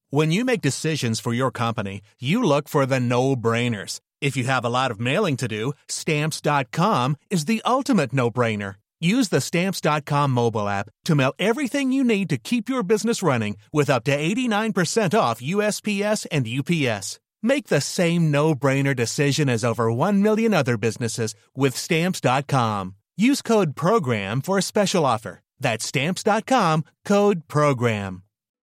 When you make decisions for your company, you look for the no-brainers. If you have a lot of mailing to do, Stamps.com is the ultimate no-brainer. Use the Stamps.com mobile app to mail everything you need to keep your business running with up to 89% off USPS and UPS. Make the same no-brainer decision as over 1 million other businesses with Stamps.com. Use code PROGRAM for a special offer. That's Stamps.com, code PROGRAM.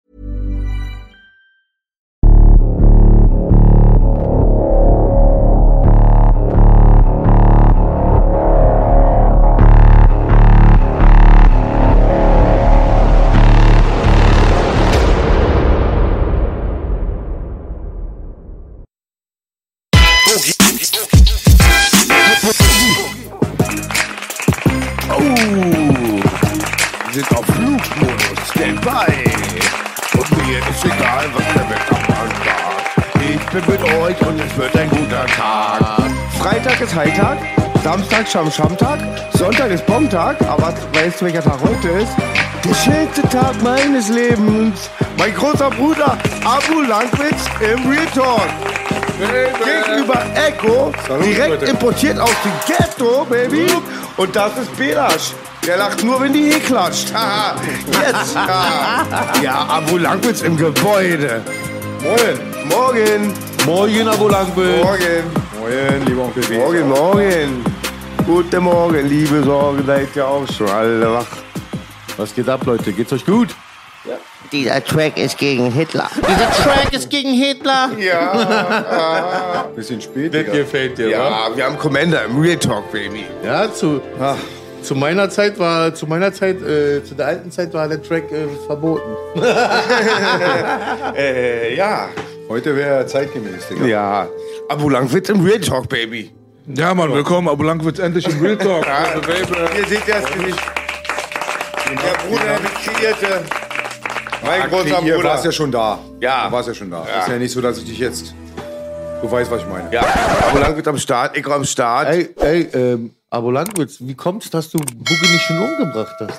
Sind auf Flugmodus, Standby. Und mir ist egal, was der Wettermann sagt. Ich bin mit euch und es wird ein guter Tag. Freitag ist Heitag, Samstag Schamtag, Sonntag ist Bombtag, aber weißt du, welcher Tag heute ist? Der schönste Tag meines Lebens. Mein großer Bruder Abu Langwitz im Real Talk. Gegenüber Echo, direkt importiert aus dem Ghetto, Baby. Und das ist Belasch. Der lacht nur, wenn die klatscht. Jetzt. Ja, Abu Langwitz im Gebäude. Morgen. Morgen, Abu Langwitz. Moin, lieber Onkel B. Morgen. Guten Morgen, liebe Sorge, seid ihr auch schon alle wach. Was geht ab, Leute? Geht's euch gut? Ja. Dieser Track ist gegen Hitler. Ja. Bisschen spät. Das gefällt dir, Ja, wir haben Commander im Real Talk, Baby. Ja, zu der alten Zeit war der Track verboten. Ja. Heute wäre zeitgemäß, Digga. Ja. Abu Langwitz im Real Talk, Baby. Ja, Mann, willkommen. Abu Langwitz endlich im Real Talk. Ihr seht das Gesicht. Der Bruder kreierte. Mein großer Du Bruder. warst ja schon da. Ja. Du warst ja schon da. Ist ja nicht so, dass ich dich jetzt... Du weißt, was ich meine. Ja. Abu Langwitz am Start, ich am Start. Ey, Abu Langwitz, wie kommt's, dass du Boogie nicht schon umgebracht hast?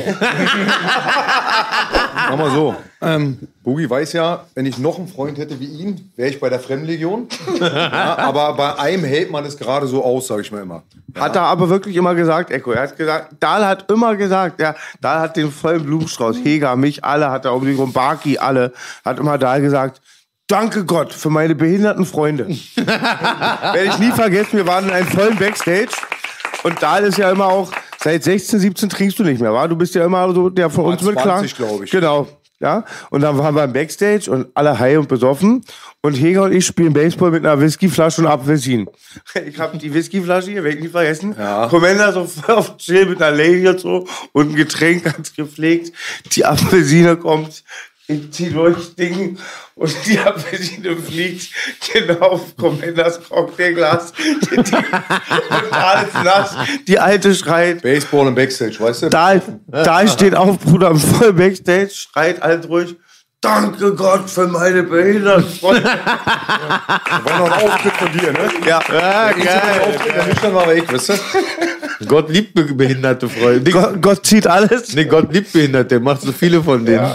Mach mal so. Boogie weiß ja, wenn ich noch einen Freund hätte wie ihn, wäre ich bei der Fremdenlegion. Ja, aber bei einem hält man es gerade so aus, sage ich mir immer. Ja. Hat er aber wirklich immer gesagt, Echo. Er hat gesagt, Dahl hat immer gesagt, ja, Dahl hat den vollen Blumenstrauß, Heger, mich, alle, hat er um sich rum, Baki, alle, hat immer Dahl gesagt, danke Gott für meine behinderten Freunde. Werde ich nie vergessen, wir waren in einem vollen Backstage und Dahl ist ja immer auch, seit 16, 17 trinkst du nicht mehr, wa? Du bist ja immer so der von uns mit klar. 20, glaube ich. Genau. Ja, und dann waren wir im Backstage und alle high und besoffen und Heger und ich spielen Baseball mit einer Whiskyflasche und Apfelsinen. Ich habe die Whiskyflasche hier, werde ich nicht vergessen. Ja. Commander so auf Chill mit einer Lady und so und ein Getränk ganz gepflegt. Die Apfelsine kommt, ich zieh durch Ding und die Apfelsine fliegt genau auf Commanders Cocktailglas. Und alles nass. Die Alte schreit. Baseball im Backstage, weißt du? Da steht auf, Bruder, im voll Backstage, schreit alles ruhig. Danke Gott für meine behinderten Freunde. War noch ein Auftritt von dir, ne? Ja, Geil. Auftritt, der nüchtern war weg, weißt du? Gott liebt behinderte Freunde. Gott zieht alles. Nee, Gott liebt Behinderte, macht so viele von denen.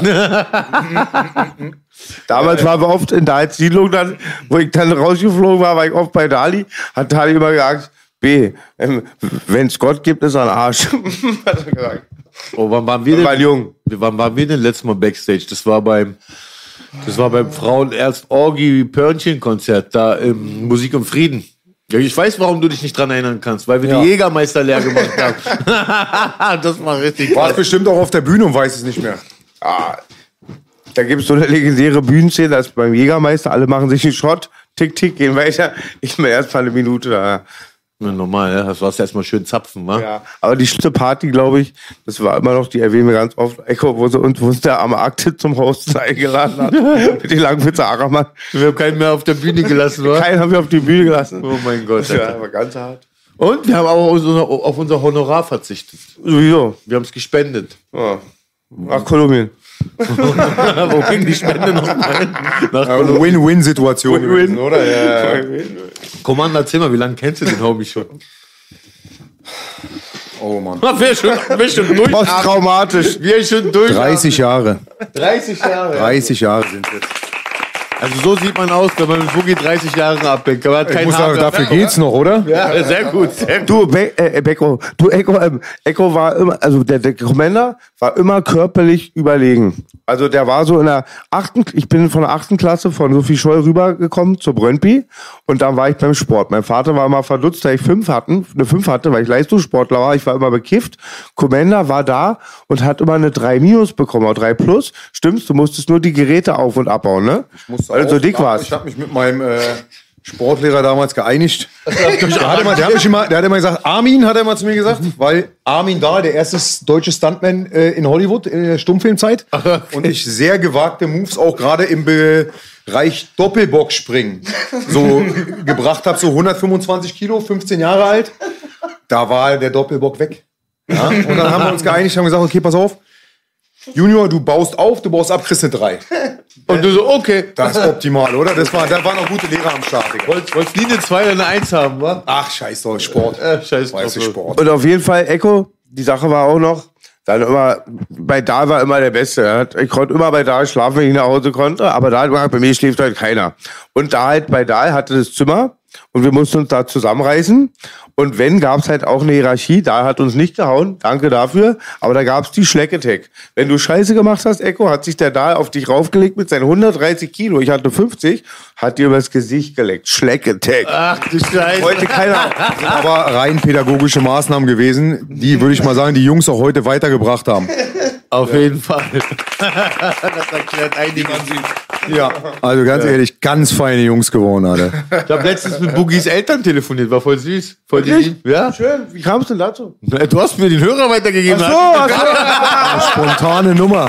Damals waren wir oft in der Siedlung, dann, wo ich dann rausgeflogen war ich oft bei Dali, hat Dali immer gesagt, wenn es Gott gibt, ist er ein Arsch. Hat er gesagt. Oh, wann waren wir denn? War jung. Wann waren wir denn letztes Mal Backstage? Das war beim Frauen-Erst-Orgi-Pörnchen-Konzert da im Musik und Frieden. Ja, ich weiß, warum du dich nicht dran erinnern kannst, weil wir die Jägermeister leer gemacht haben. Das war richtig. Warst bestimmt auch auf der Bühne und weiß es nicht mehr. Da gibt es so eine legendäre Bühnenszene, dass beim Jägermeister alle machen sich einen Shot, tick, tick, gehen weiter. Ich bin erst mal eine Minute da. Ja, normal, ja. Das warst erstmal schön zapfen, wa? Ja. Aber die schlimmste Party, glaube ich, das war immer noch, die erwähnen wir ganz oft, Echo, wo uns der am Arktis zum Hosten eingeladen hat. Mit den Langwitzer Aramann. Wir haben keinen mehr auf der Bühne gelassen, oder? Keinen haben wir auf die Bühne gelassen. Oh mein Gott. Ja, war ganz hart. Und wir haben auch auf unser Honorar verzichtet. Sowieso. Wir haben es gespendet. Ja. Nach Kolumbien. Wo ging die Spende nochmal? Win-Win-Situation gewesen, oder? Ja. Commander, erzähl mal, wie lange kennst du den Homie schon? Oh Mann. Wir schon durch. Posttraumatisch. Wir schon durch. 30 Jahre. 30 Jahre. 30 Jahre sind es. Also so sieht man aus, wenn man mit Boogie 30 Jahre abhängt. Man hat Ich kein muss sagen, Haar mehr. dafür geht's noch, oder? Ja, sehr gut. Sehr gut. Du, Ecko war immer, also der Commander war immer körperlich überlegen. Also der war so in der 8. Ich bin von der 8. Klasse von Sophie Scholl rübergekommen zur Brøndby und dann war ich beim Sport. Mein Vater war immer verdutzt, da ich eine 5 hatte, weil ich Leistungssportler war. Ich war immer bekifft. Commander war da und hat immer eine 3- bekommen, oder 3+. Stimmt's? Du musstest nur die Geräte auf- und abbauen, ne? Weil du so dick warst. Ich habe mich mit meinem Sportlehrer damals geeinigt. Der hat immer gesagt, Armin hat er immer zu mir gesagt, weil Armin Dahl, der erste deutsche Stuntman in Hollywood in der Stummfilmzeit und ich sehr gewagte Moves auch gerade im Bereich Doppelbockspringen so gebracht habe, so 125 Kilo, 15 Jahre alt, da war der Doppelbock weg. Ja? Und dann haben wir uns geeinigt, haben gesagt, okay, pass auf, Junior, du baust auf, du baust ab, kriegst eine 3. Und du so, okay. Das ist optimal, oder? Da waren noch gute Lehrer am Start. Digga. Wolltest nie eine 2 oder eine 1 haben, wa? Ach, scheiß doch, Sport. Scheiß Weißt du, drauf. Sport. Und auf jeden Fall, Ecko, die Sache war auch noch, dann immer, bei Dahl war immer der Beste. Ich konnte immer bei Dahl schlafen, wenn ich nach Hause konnte, aber Dahl war, bei mir schläft halt keiner. Und bei Dahl hatte das Zimmer und wir mussten uns da zusammenreißen. Und wenn, gab's halt auch eine Hierarchie. Dahl hat uns nicht gehauen, danke dafür, aber da gab's die Schleck-Attack. Wenn du Scheiße gemacht hast, Ecko, hat sich der Dahl auf dich raufgelegt mit seinen 130 Kilo, ich hatte 50, hat dir übers Gesicht geleckt. Schleck-Attack. Ach du Scheiße. Wollte keiner. Sind aber rein pädagogische Maßnahmen gewesen, die, würde ich mal sagen, die Jungs auch heute weitergebracht haben. Auf jeden Fall. Das erklärt einiges. Ja, also ganz ehrlich, ganz feine Jungs geworden, Alter. Ich habe letztens mit Boogies Eltern telefoniert, war voll süß. Voll lieb. Ja? Schön, wie kam's denn dazu? Du hast mir den Hörer weitergegeben. Spontane Nummer.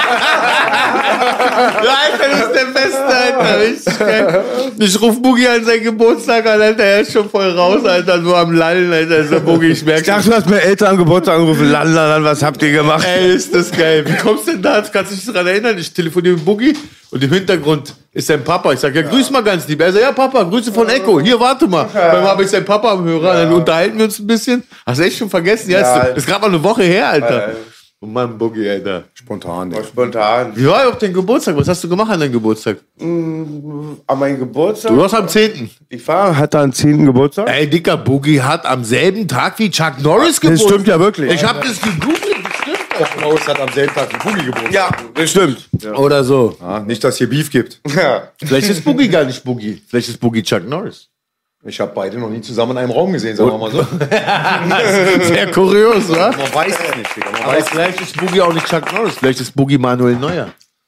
Ja, Alter, das ist der Beste, Alter. Richtig geil. Ich ruf Boogie an seinen Geburtstag an, Alter. Er ist schon voll raus, Alter. Nur am Lallen, Alter. So, Boogie, ich merke Ich dachte, du hast mir Eltern am Geburtstag angerufen. Lalalala, was habt ihr gemacht? Ey, ist das geil. Wie kommst du denn da? Kannst du dich daran erinnern? Ich telefoniere mit Boogie und im Hintergrund ist sein Papa. Ich sag, ja, grüß mal ganz lieb. Er sagt, ja, Papa, Grüße von Echo. Hier, warte mal. Beim habe ich seinen Papa am Hörer. Dann unterhalten wir uns ein bisschen. Hast du echt schon vergessen? Ja, ist gerade mal eine Woche her, Alter. Oh Mann, Boogie, Alter. Spontan, Digga. Spontan. Wie war überhaupt dein Geburtstag? Was hast du gemacht an deinem Geburtstag? An meinem Geburtstag? Du warst am 10. Hatte am 10. Geburtstag. Ey, Dicker, Boogie hat am selben Tag wie Chuck Norris Geburtstag. Das stimmt ja wirklich. Ich hab das gegoogelt, das stimmt. Maus hat am selben Tag wie Boogie Geburtstag. Ja, das stimmt. Oder so. Ja, nicht, dass es hier Beef gibt. Ja. Vielleicht ist Boogie gar nicht Boogie. Vielleicht ist Boogie Chuck Norris. Ich habe beide noch nie zusammen in einem Raum gesehen, sagen wir mal so. Sehr kurios, oder? Man weiß es nicht, Digga. Man Aber weiß vielleicht ist Boogie auch nicht Chuck Norris. Vielleicht ist Boogie Manuel Neuer.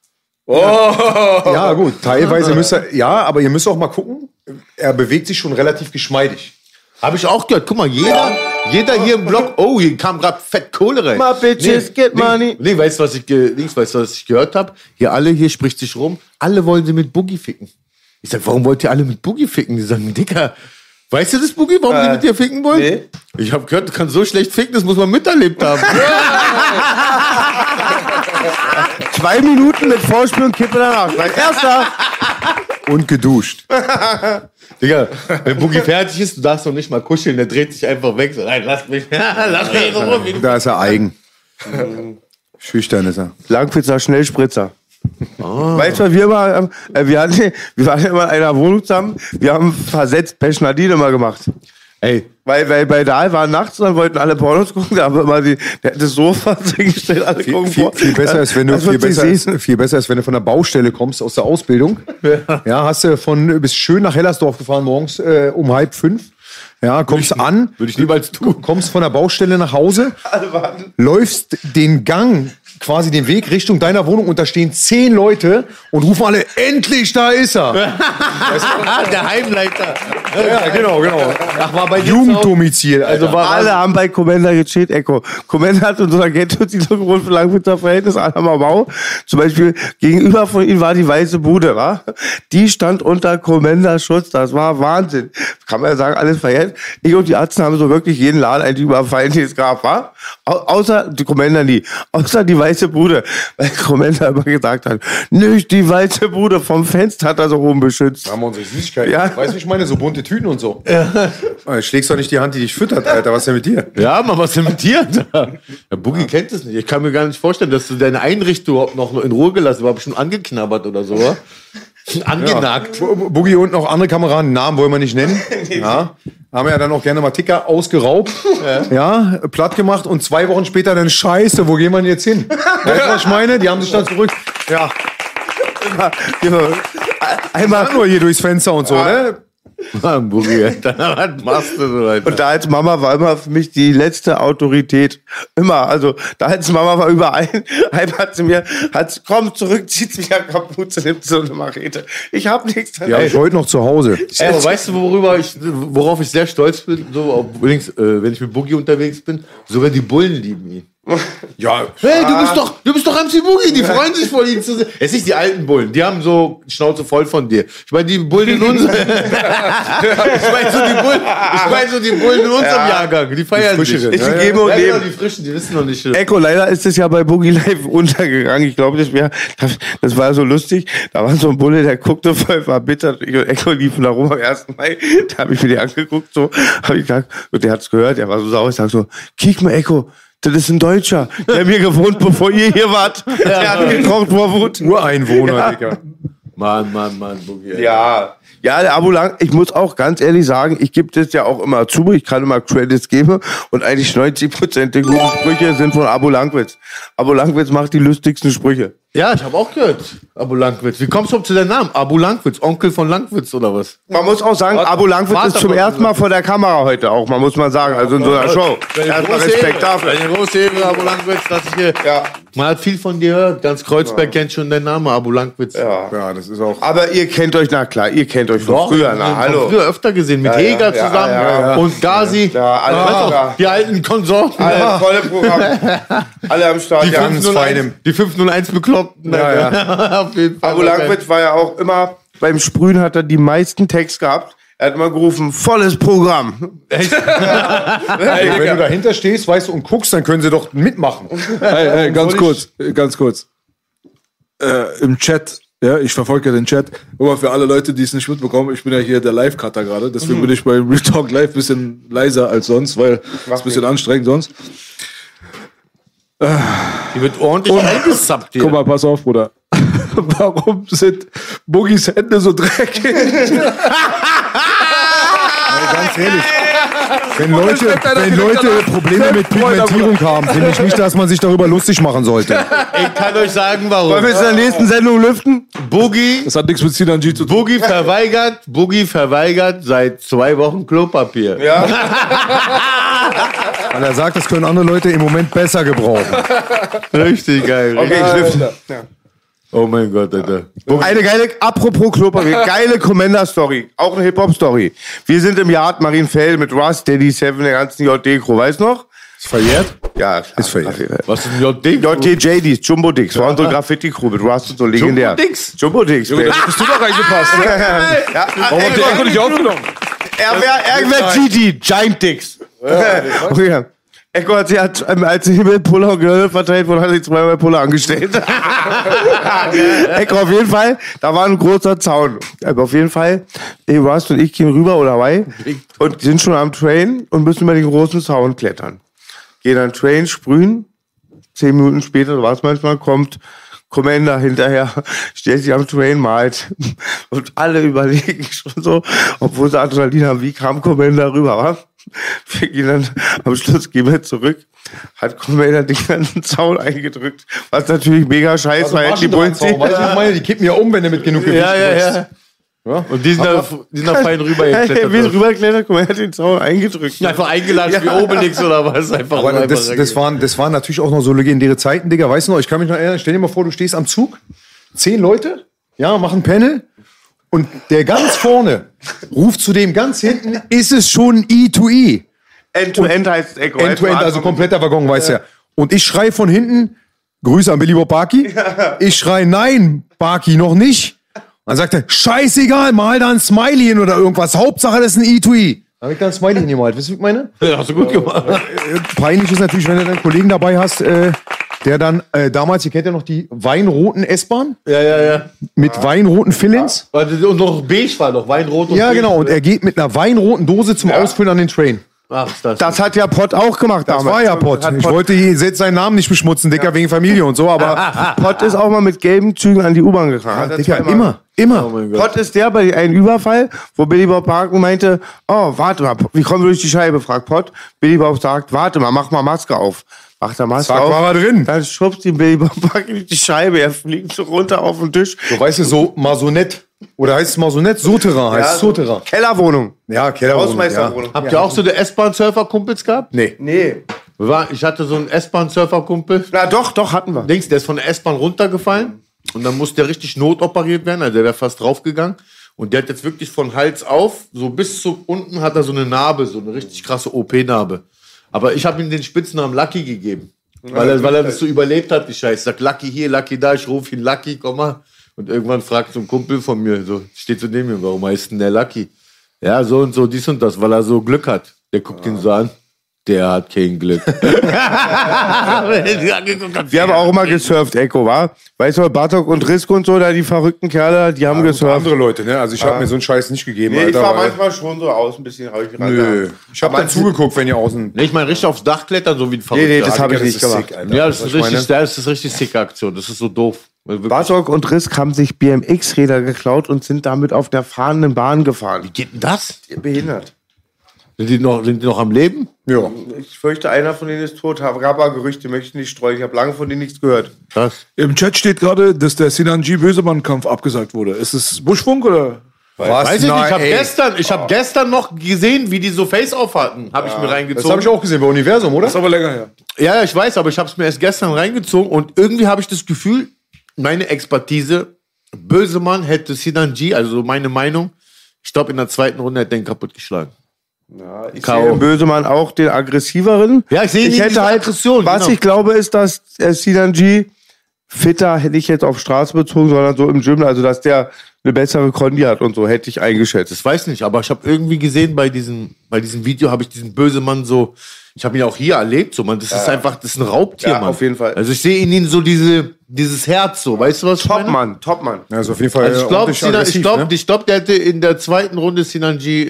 Ja, gut, teilweise müsst ihr, ja, aber ihr müsst auch mal gucken, er bewegt sich schon relativ geschmeidig. Habe ich auch gehört. Guck mal, jeder hier im Blog, oh, hier kam gerade fett Kohle rein. My bitches get money. Nee, weißt du, was ich gehört habe? Hier spricht sich rum, alle wollen sie mit Boogie ficken. Ich sag, warum wollt ihr alle mit Boogie ficken? Die sagen, Dicker, weißt du das, Boogie, warum die mit dir ficken wollen? Nee. Ich habe gehört, du kannst so schlecht ficken, das muss man miterlebt haben. 2 Minuten mit Vorspiel und Kippe danach. Mein erster. Und geduscht. Digga, wenn Boogie fertig ist, du darfst noch nicht mal kuscheln, der dreht sich einfach weg. So, nein, lass mich in Ruhe. Da ist er eigen. Schüchtern ist er. Langpizza, Schnellspritzer. Weißt du, wir waren immer in einer Wohnung zusammen, wir haben versetzt Peschnadin immer gemacht. Ey, Weil bei Dahl war nachts und dann wollten alle Pornos gucken, da haben wir immer das Sofa hingestellt, alle gucken Viel besser ist, wenn du von der Baustelle kommst aus der Ausbildung. Ja, hast du bis schön nach Hellersdorf gefahren morgens um 4:30. Ja, kommst an, würde ich niemals tun. kommst von der Baustelle nach Hause, läufst den Gang, quasi den Weg Richtung deiner Wohnung und da stehen 10 Leute und rufen alle, endlich, da ist er. Der Heimleiter. Ja, genau. Ach, war bei dir Jugenddomizil, Also war Alle haben bei Commander gechillt, Echo. Commander hat in so einer Ghetto-Siedlung gewohnt für Langwitzer Verhältnis, Alhammer Bau. Zum Beispiel gegenüber von ihm war die Weiße Bude, wa? Die stand unter Commander-Schutz, das war Wahnsinn. Kann man ja sagen, alles verjährt. Ich und die Arzten haben so wirklich jeden Laden eigentlich überfallen, den es gab, wa? Außer die Commander nie. Außer die Weiße Bude. Weil Commander immer gesagt hat, nicht die Weiße Bude, vom Fenster hat er so oben beschützt. Da haben wir unsere Süßigkeiten. Ja. Weißt du, wie ich meine? So bunte Tüten und so. Ja. Schlägst doch nicht die Hand, die dich füttert, Alter. Was ist denn mit dir? Ja, Mann, was ist denn mit dir? Der Boogie kennt das nicht. Ich kann mir gar nicht vorstellen, dass du deine Einrichtung überhaupt noch in Ruhe gelassen hast. War bestimmt angeknabbert oder so, wa? Angenagt. Boogie und noch andere Kameraden, Namen wollen wir nicht nennen. Ja. Haben ja dann auch gerne mal Ticker ausgeraubt, ja, platt gemacht und 2 Wochen später dann Scheiße, wo gehen wir denn jetzt hin? Weißt du, was ich meine? Die haben sich dann zurück, ja. Einmal nur hier durchs Fenster und so, ne? Mann, Boogie, Alter, was machst du so, Alter? Und da als Mama war immer für mich die letzte Autorität. Immer. Also, da als Mama war überall. Einmal hat sie mir, komm zurück, zieht sich ja Kapuze, nimmt so eine Machete. Ich hab nichts. Ja, ich heute noch zu Hause. Ey, aber weißt du, worauf ich sehr stolz bin? So, übrigens, wenn ich mit Boogie unterwegs bin, sogar die Bullen lieben ihn. Ja. Hey, du bist doch MC Boogie, die freuen sich von ihm zu sehen. Es ist die alten Bullen, die haben so die Schnauze voll von dir. Ich meine, die Bullen in unserem die Bullen in unserem Jahrgang, die feiern dich. Ich gebe und genau, die Frischen, die wissen noch nicht. Echo, leider ist es ja bei Boogie Live untergegangen. Ich glaube, das war so lustig. Da war so ein Bulle, der guckte voll verbittert. Ich und Echo liefen da rum am 1. Mai. Da habe ich mir die angeguckt, so. Hab ich gesagt, und der hat's gehört, der war so sauer. Ich sag so, kick mal, Echo. Das ist ein Deutscher. Der hat mir gewohnt, bevor ihr hier wart. Der hat gekocht vor Wut. Ureinwohner, Digga. Mann, Boogie. Ja, der Abu Lang, ich muss auch ganz ehrlich sagen, ich gebe das ja auch immer zu, ich kann immer Credits geben und eigentlich 90% der guten Sprüche sind von Abu Langwitz. Abu Langwitz macht die lustigsten Sprüche. Ja, ich habe auch gehört, Abu Langwitz. Wie kommst du zu deinem Namen? Abu Langwitz, Onkel von Langwitz oder was? Man muss auch sagen, Abu Langwitz ist zum ersten Mal vor der Kamera heute auch, man muss mal sagen, also in so einer Show. Erstmal Respekt dafür. Eine große Ehre, Abu Langwitz, dass ich hier... Ja. Man hat viel von dir gehört, ganz Kreuzberg kennt schon deinen Namen, Abu Langwitz. Ja, das ist auch. Aber ihr kennt euch, na klar, ihr kennt euch von Doch, früher, na hallo. Früher öfter gesehen, mit Heger zusammen und Gazi. Ja, alle Weißt du, da. die alten Konsorten. Alle volle Programm. Alle am Start. Die 501 Bekloppten. Ja. Auf jeden Fall. Abu Langwitz war ja auch immer, beim Sprühen hat er die meisten Text gehabt. Er hat immer gerufen, volles Programm. Wenn du dahinter stehst, weißt du, und guckst, dann können sie doch mitmachen. Hey, ganz kurz. Im Chat, ja, ich verfolge ja den Chat. Aber für alle Leute, die es nicht mitbekommen, ich bin ja hier der Live-Cutter gerade. Deswegen bin ich beim Real Talk Live ein bisschen leiser als sonst, weil es ist ein bisschen anstrengend sonst. Die wird ordentlich eingesappt hier. Guck mal, pass auf, Bruder. Warum sind Boogies Hände so dreckig? Ganz ehrlich. Wenn Leute Probleme mit Pigmentierung haben, finde ich nicht, dass man sich darüber lustig machen sollte. Ich kann euch sagen, warum. Wollen wir es in der nächsten Sendung lüften? Boogie Das hat nichts mit Sinanji zu tun. Boogie verweigert seit 2 Wochen Klopapier. Ja. Weil er sagt, das können andere Leute im Moment besser gebrauchen. Richtig geil. Okay, ich lüfte. Oh mein Gott, Alter. Eine geile, apropos Klopapier, geile Commander-Story. Auch eine Hip-Hop-Story. Wir sind im Yard Marienfeld mit Russ, Daddy Seven, der ganzen JD-Crew. Weißt du noch? Ist verjährt? Ja, Ist verjährt. Was ist ein JD? JDs, Jumbo Dicks. War unsere Graffiti-Crew mit Russ und so legendär. Jumbo Dicks? Jumbo Dicks. Da bist du doch reingepasst, ne? Ja, Warum habt ihr Echo nicht aufgenommen? er wäre GD, Giant Dicks. Okay. Echo hat sich, als sie mit Puller und Grill verteilt wurde, hat sich 2 Puller angestellt. Echo, auf jeden Fall, da war ein großer Zaun. Aber auf jeden Fall, Russ und ich gehen rüber oder wei und sind schon am Train und müssen über den großen Zaun klettern. Gehen an Train, sprühen. 10 Minuten später, war es manchmal, kommt Commander hinterher, stellt sich am Train, malt. Und alle überlegen schon so, obwohl sie Adrenalin haben, wie kam Commander rüber, wa? Wir gehen dann, am Schluss gehen wir zurück, hat Commander den ganzen Zaun eingedrückt, was natürlich mega scheiße war. Also die Bullen die kippen ja um, wenn du mit genug Gewicht Ja. Und die sind da fein rübergeklettert. Wir sind rübergeklettert, Commander hat den Zaun eingedrückt. Einfach eingeladen wie Obelix oder was. Einfach Aber das waren natürlich auch noch so legendäre Zeiten, Digga. Weißt du noch, ich kann mich noch erinnern, stell dir mal vor, du stehst am Zug, 10 Leute, ja, machen Panel und der ganz vorne ruft zu dem ganz hinten, ist es schon E2E? End-to-End heißt Echo. End-to-End, also kompletter Waggon, weißt du ja. Und ich schrei von hinten, Grüße an Billy Bob Barky. Ich schrei, nein, Barky, noch nicht. Dann sagt er, scheißegal, mal da ein Smiley hin oder irgendwas. Hauptsache, das ist ein E2E. Da hab ich da ein Smiley hingemalt. Wisst ihr, was ich meine? Ja, hast du gut gemacht. Peinlich ist natürlich, wenn du deinen Kollegen dabei hast, der dann damals, ihr kennt ja noch die weinroten S-Bahn Ja. mit weinroten Fillings. Und noch beige war noch, Weinrot und Ja, beige. genau. Und er geht mit einer weinroten Dose zum Ausfüllen an den Train. Ach, ist das. Das hat ja Pott auch gemacht Das damals. war ja Pott. Ich wollte jetzt seinen Namen nicht beschmutzen, Dicker, wegen Familie und so, aber Pott ist auch mal mit gelben Zügen an die U-Bahn gefahren. Dicker, immer. Oh mein Gott. Pott ist der bei einem Überfall, wo Billy Bob Barken meinte, oh, warte mal, wie kommen wir durch die Scheibe, fragt Pott. Billy Bob sagt, warte mal, mach mal Maske auf. Macht er Maske Zack, auf. war er drin. Dann schubst ihn Billy Bob Barken durch die Scheibe, er fliegt so runter auf den Tisch. So, weißt du, so Masonett. Oder heißt es Masonett? Souterrain heißt es. Souterrain. Kellerwohnung. Ja, Kellerwohnung. Hausmeisterwohnung. Habt ihr auch so eine S-Bahn-Surfer-Kumpels gehabt? Nee. Nee. Ich hatte so einen S-Bahn-Surfer-Kumpel. Na doch, hatten wir. Links, der ist von der S-Bahn runtergefallen und dann musste der richtig notoperiert werden, also der wäre fast draufgegangen. Und der hat jetzt wirklich von Hals auf, so bis zu unten hat er so eine Narbe, so eine richtig krasse OP-Narbe. Aber ich habe ihm den Spitznamen Lucky gegeben, weil er das so überlebt hat, die Scheiße. Ich sag Lucky hier, Lucky da, ich rufe ihn Lucky, komm mal. Und irgendwann fragt so ein Kumpel von mir, so steht so neben mir, warum heißt denn der Lucky? Ja, so und so, dies und das, weil er so Glück hat. Der guckt ihn so an. Der hat kein Glück. Wir haben auch immer gesurft, Echo, wa? Weißt du, Bartok und Risko und so, da die verrückten Kerle, die haben gesurft. Andere Leute, ne? Also ich habe mir so einen Scheiß nicht gegeben, Nee, ich Alter. war weil- manchmal schon so aus, ein bisschen ruhig ran. Nö. Ich habe dann zugeguckt, wenn ihr außen... Nee, ich meine richtig aufs Dach klettern, so wie ein Nee, Verrückter. das habe ich nicht ist gemacht. sick, Alter. Ja, das ist Was ich richtig, meine? das ist richtig sicke Aktion. Das ist so doof. Weil wirklich- Bartok und Risk haben sich BMX-Räder geklaut und sind damit auf der fahrenden Bahn gefahren. Geht denn das? Behindert. Sind die noch am Leben? Ja. Ich fürchte, einer von denen ist tot. Gab aber Gerüchte, möchte ich nicht streuen. Ich habe lange von denen nichts gehört. Krass. Im Chat steht gerade, dass der Sinanji-Bösemann-Kampf abgesagt wurde. Ist es Buschfunk oder? Was? Weiß ich nicht, Nein, ich habe gestern noch gesehen, wie die so Face-Off hatten. Habe ich mir Das reingezogen. habe ich auch gesehen bei Universum, oder? Das ist aber länger her. Ja, ich weiß, aber ich habe es mir erst gestern reingezogen und irgendwie habe ich das Gefühl, meine Expertise, Bösemann hätte Sinanji, also meine Meinung, ich glaube in der zweiten Runde hätte den kaputt geschlagen. Ich K.O. sehe im Bösemann auch den aggressiveren. Ja, ich sehe ihn in dieser Aggression, Was genau. ich glaube, ist, dass Sinanji fitter, hätte ich jetzt auf Straße bezogen, sondern so im Gym, also dass der eine bessere Kondi hat und so, hätte ich eingeschätzt. Das weiß nicht, aber ich habe irgendwie gesehen, bei diesem Video habe ich diesen Bösemann so, ich habe ihn auch hier erlebt, so, man, das ist einfach, das ist ein Raubtier, Ja, Mann. auf jeden Fall. Also ich sehe in ihm so dieses Herz, so, weißt du was ich meine? Topmann. Ja, ist auf jeden Fall Also ich glaube, ordentlich aggressiv, ne? der hätte in der zweiten Runde Sinanji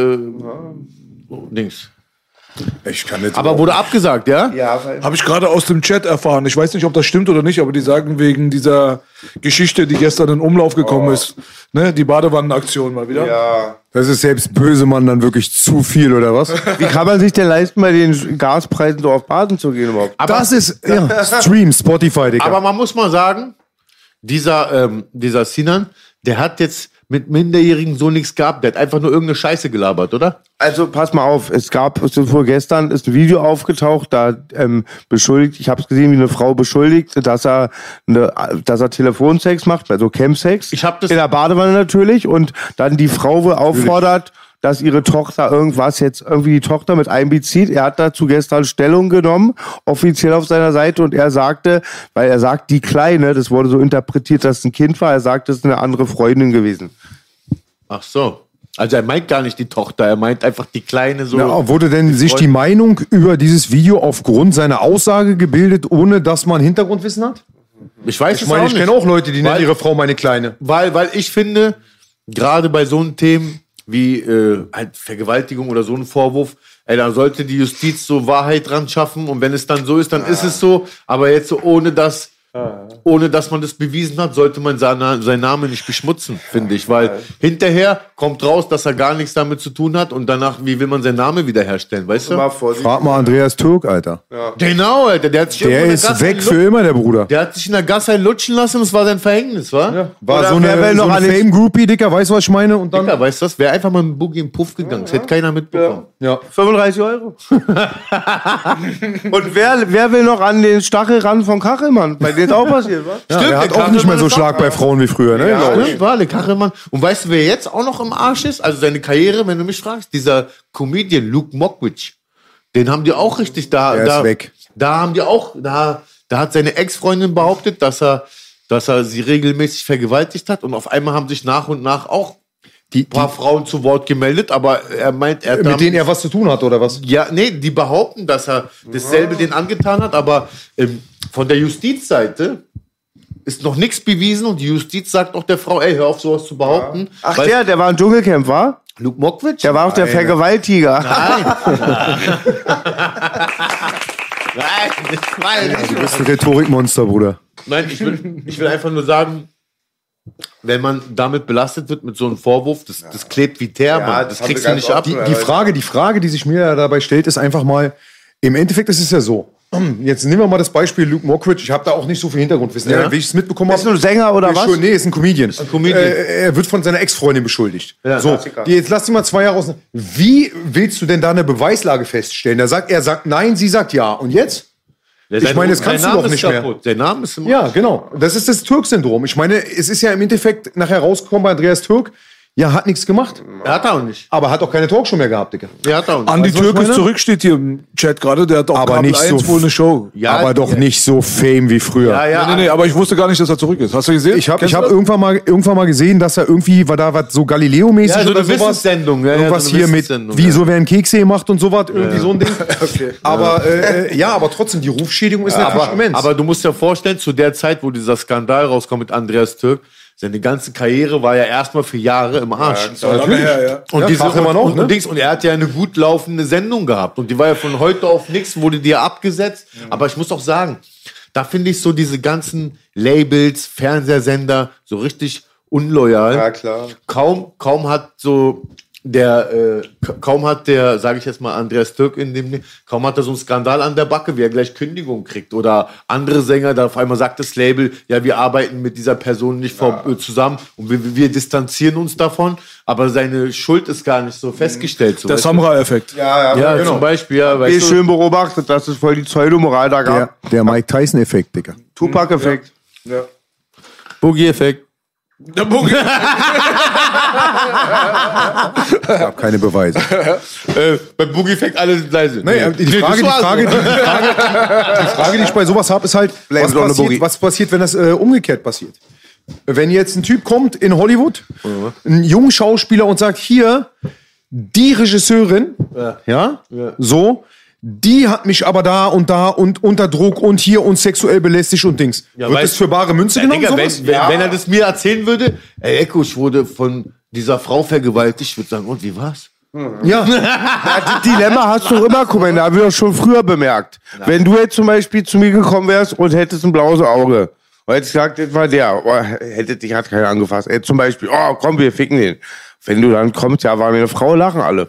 Dings. Ich kann nicht. Aber wurde abgesagt, ja? Ja, weil Habe ich gerade aus dem Chat erfahren. Ich weiß nicht, ob das stimmt oder nicht, aber die sagen wegen dieser Geschichte, die gestern in Umlauf gekommen ist, ne, die Badewannenaktion mal wieder. ja. Das ist selbst Bösemann dann wirklich zu viel, oder was? Wie kann man sich denn leisten, bei den Gaspreisen so auf Baden zu gehen überhaupt? Das ist Stream, Spotify, Digga. Aber man muss mal sagen, dieser Sinan, der hat jetzt mit Minderjährigen so nichts gehabt. Der hat einfach nur irgendeine Scheiße gelabert, oder? Also pass mal auf, es vor gestern ist ein Video aufgetaucht, da beschuldigt, ich habe es gesehen, wie eine Frau beschuldigt, dass er Telefonsex macht, also Campsex. Ich hab das- in der Badewanne natürlich und dann die Frau wohl auffordert, dass ihre Tochter irgendwie die Tochter mit einbezieht. Er hat dazu gestern Stellung genommen, offiziell auf seiner Seite, und er sagte, weil er sagt, die Kleine, das wurde so interpretiert, dass es ein Kind war, er sagt, das ist eine andere Freundin gewesen. Ach so. Also er meint gar nicht die Tochter, er meint einfach die Kleine so. Ja, wurde denn sich die Meinung über dieses Video aufgrund seiner Aussage gebildet, ohne dass man Hintergrundwissen hat? Ich weiß Ich es meine, auch ich nicht. kenne auch Leute, die nennen Weil- ihre Frau meine Kleine. Weil ich finde, gerade bei so einem Themen wie halt Vergewaltigung oder so ein Vorwurf, ey, da sollte die Justiz so Wahrheit dran schaffen, und wenn es dann so ist, dann ist es so, aber jetzt so ohne dass man das bewiesen hat, sollte man seinen Namen nicht beschmutzen, finde ich, weil hinterher kommt raus, dass er gar nichts damit zu tun hat, und danach, wie will man seinen Namen wiederherstellen, weißt du? Frag mal Andreas Türk, Alter. Genau, Alter, der hat sich Der irgendwo in der ist Gasse weg für immer, der Bruder. Der hat sich in der Gasse einen lutschen lassen, und es war sein Verhängnis, wa? War Oder so wer will eine, noch so an eine den- Fame-Groupie, Dicker, weißt du, was ich meine? Und dann, Dicker, weißt du das? Wäre einfach mal mit Boogie im Puff gegangen, das hätte keiner mitbekommen. ja. 35 Euro. Und wer will noch an den Stachelrand von Kachelmann? Bei dem ist auch passiert, was? Ja, Stimmt, der hat der auch nicht mehr Kachelmann so ist Schlag bei Frauen wie früher, ne? glaub ich. Stimmt, war der Kachelmann. Und weißt du, wer jetzt auch noch im Arsch ist? Also seine Karriere, wenn du mich fragst, dieser Comedian Luke Mockridge. Den haben die auch richtig da. Der ist weg. Da haben die auch, da hat seine Ex-Freundin behauptet, dass er sie regelmäßig vergewaltigt hat. Und auf einmal haben sich nach und nach auch ein paar Frauen zu Wort gemeldet, aber er meint, er hat Mit denen er was zu tun hat, oder was? ja, nee, die behaupten, dass er dasselbe denen angetan hat, aber von der Justizseite ist noch nichts bewiesen, und die Justiz sagt auch der Frau, ey, hör auf, sowas zu behaupten. Ach, Weil- der war im Dschungelcamp, war? Luke Mockridge? Der war auch der Vergewaltiger. Nein, das war ja nicht. Du bist ein Rhetorikmonster, Bruder. Nein, ich will einfach nur sagen, wenn man damit belastet wird mit so einem Vorwurf, das klebt wie Teer, Mann. Das kriegst du nicht ab. Die Frage, die sich mir dabei stellt, ist einfach mal, im Endeffekt ist es ja so. Jetzt nehmen wir mal das Beispiel Luke Mockridge. Ich habe da auch nicht so viel Hintergrundwissen. Ja. Wie ich es mitbekommen habe. Ist du ein Sänger oder was? Nee, ist ein Comedian. Comedian. Er wird von seiner Ex-Freundin beschuldigt. Ja, so, Klassiker. jetzt lass dich mal 2 Jahre aus. Wie willst du denn da eine Beweislage feststellen? Er sagt nein, sie sagt ja. Und jetzt? Ich meine, das kannst du doch nicht mehr. Der Name ist im Ja, genau. Das ist das Türk-Syndrom. Ich meine, es ist ja im Endeffekt nachher rausgekommen bei Andreas Türk. Ja, hat nichts gemacht. Er hat auch nicht. Aber hat auch keine Talkshow mehr gehabt, Digga. Er hat auch nicht. Andi Weißt du, was ich Türk ist meine? zurück, steht hier im Chat gerade. Der hat auch Aber Kabel nicht 1 so wohl eine Show. Ja, aber doch nicht so Fame wie früher. Ja, ja. Nee, aber ich wusste gar nicht, dass er zurück ist. Hast du gesehen? Ich habe Kennst du das? irgendwann mal gesehen, dass er irgendwie, war da was so Galileo-mäßig Ja, so oder eine sowas. Wissensendung. Ja, Irgendwas so eine hier mit, Wissensendung, wie ja. so werden Kekse gemacht und sowas, irgendwie so ein Ding. Aber aber trotzdem, die Rufschädigung ist natürlich immens. Aber du musst dir vorstellen, zu der Zeit, wo dieser Skandal rauskommt mit Andreas Türk, seine ganze Karriere war ja erstmal für Jahre im Arsch. Lange her, ja. Und, Ja, diese, Fach immer noch, und, ne? und er hat ja eine gut laufende Sendung gehabt. Und die war ja von heute auf nichts, wurde die ja abgesetzt. Aber ich muss auch sagen, da finde ich so diese ganzen Labels, Fernsehsender so richtig unloyal. Ja, klar. Kaum hat der, sage ich jetzt mal, Andreas Türk kaum hat er so einen Skandal an der Backe, wie er gleich Kündigung kriegt. Oder andere Sänger, da auf einmal sagt das Label, ja, wir arbeiten mit dieser Person nicht zusammen und wir distanzieren uns davon, aber seine Schuld ist gar nicht so festgestellt. So, Der weißt du? Samra-Effekt. Ja, Ja, genau. zum Beispiel, ja, weißt du. Schön beobachtet, dass es voll die Pseudomoral da gab. der Mike Tyson-Effekt, Digga. Tupac-Effekt. Boogie-Effekt. Der Boogie. Ich habe keine Beweise. Bei Boogie-Effekt alle sind leise. Die Frage, die ich bei sowas habe, ist halt, was passiert, wenn das umgekehrt passiert? Wenn jetzt ein Typ kommt in Hollywood, ein junger Schauspieler und sagt, hier, die Regisseurin, so, die hat mich aber da und unter Druck und hier und sexuell belästigt und Dings. Ja, Wird das für bare Münze genommen, Digga, sowas? wenn er das mir erzählen würde, ey, Eko, ich wurde von dieser Frau vergewaltigt, ich würde sagen, und wie war's? Ja. Das Dilemma hast du immer, guck mal, da habe ich auch schon früher bemerkt. Wenn du jetzt zum Beispiel zu mir gekommen wärst und hättest ein blaues Auge, und hättest gesagt, das war der, hätte dich hat keiner angefasst. Zum Beispiel, oh komm, wir ficken den. Wenn du dann kommst, ja, war mir eine Frau, lachen alle.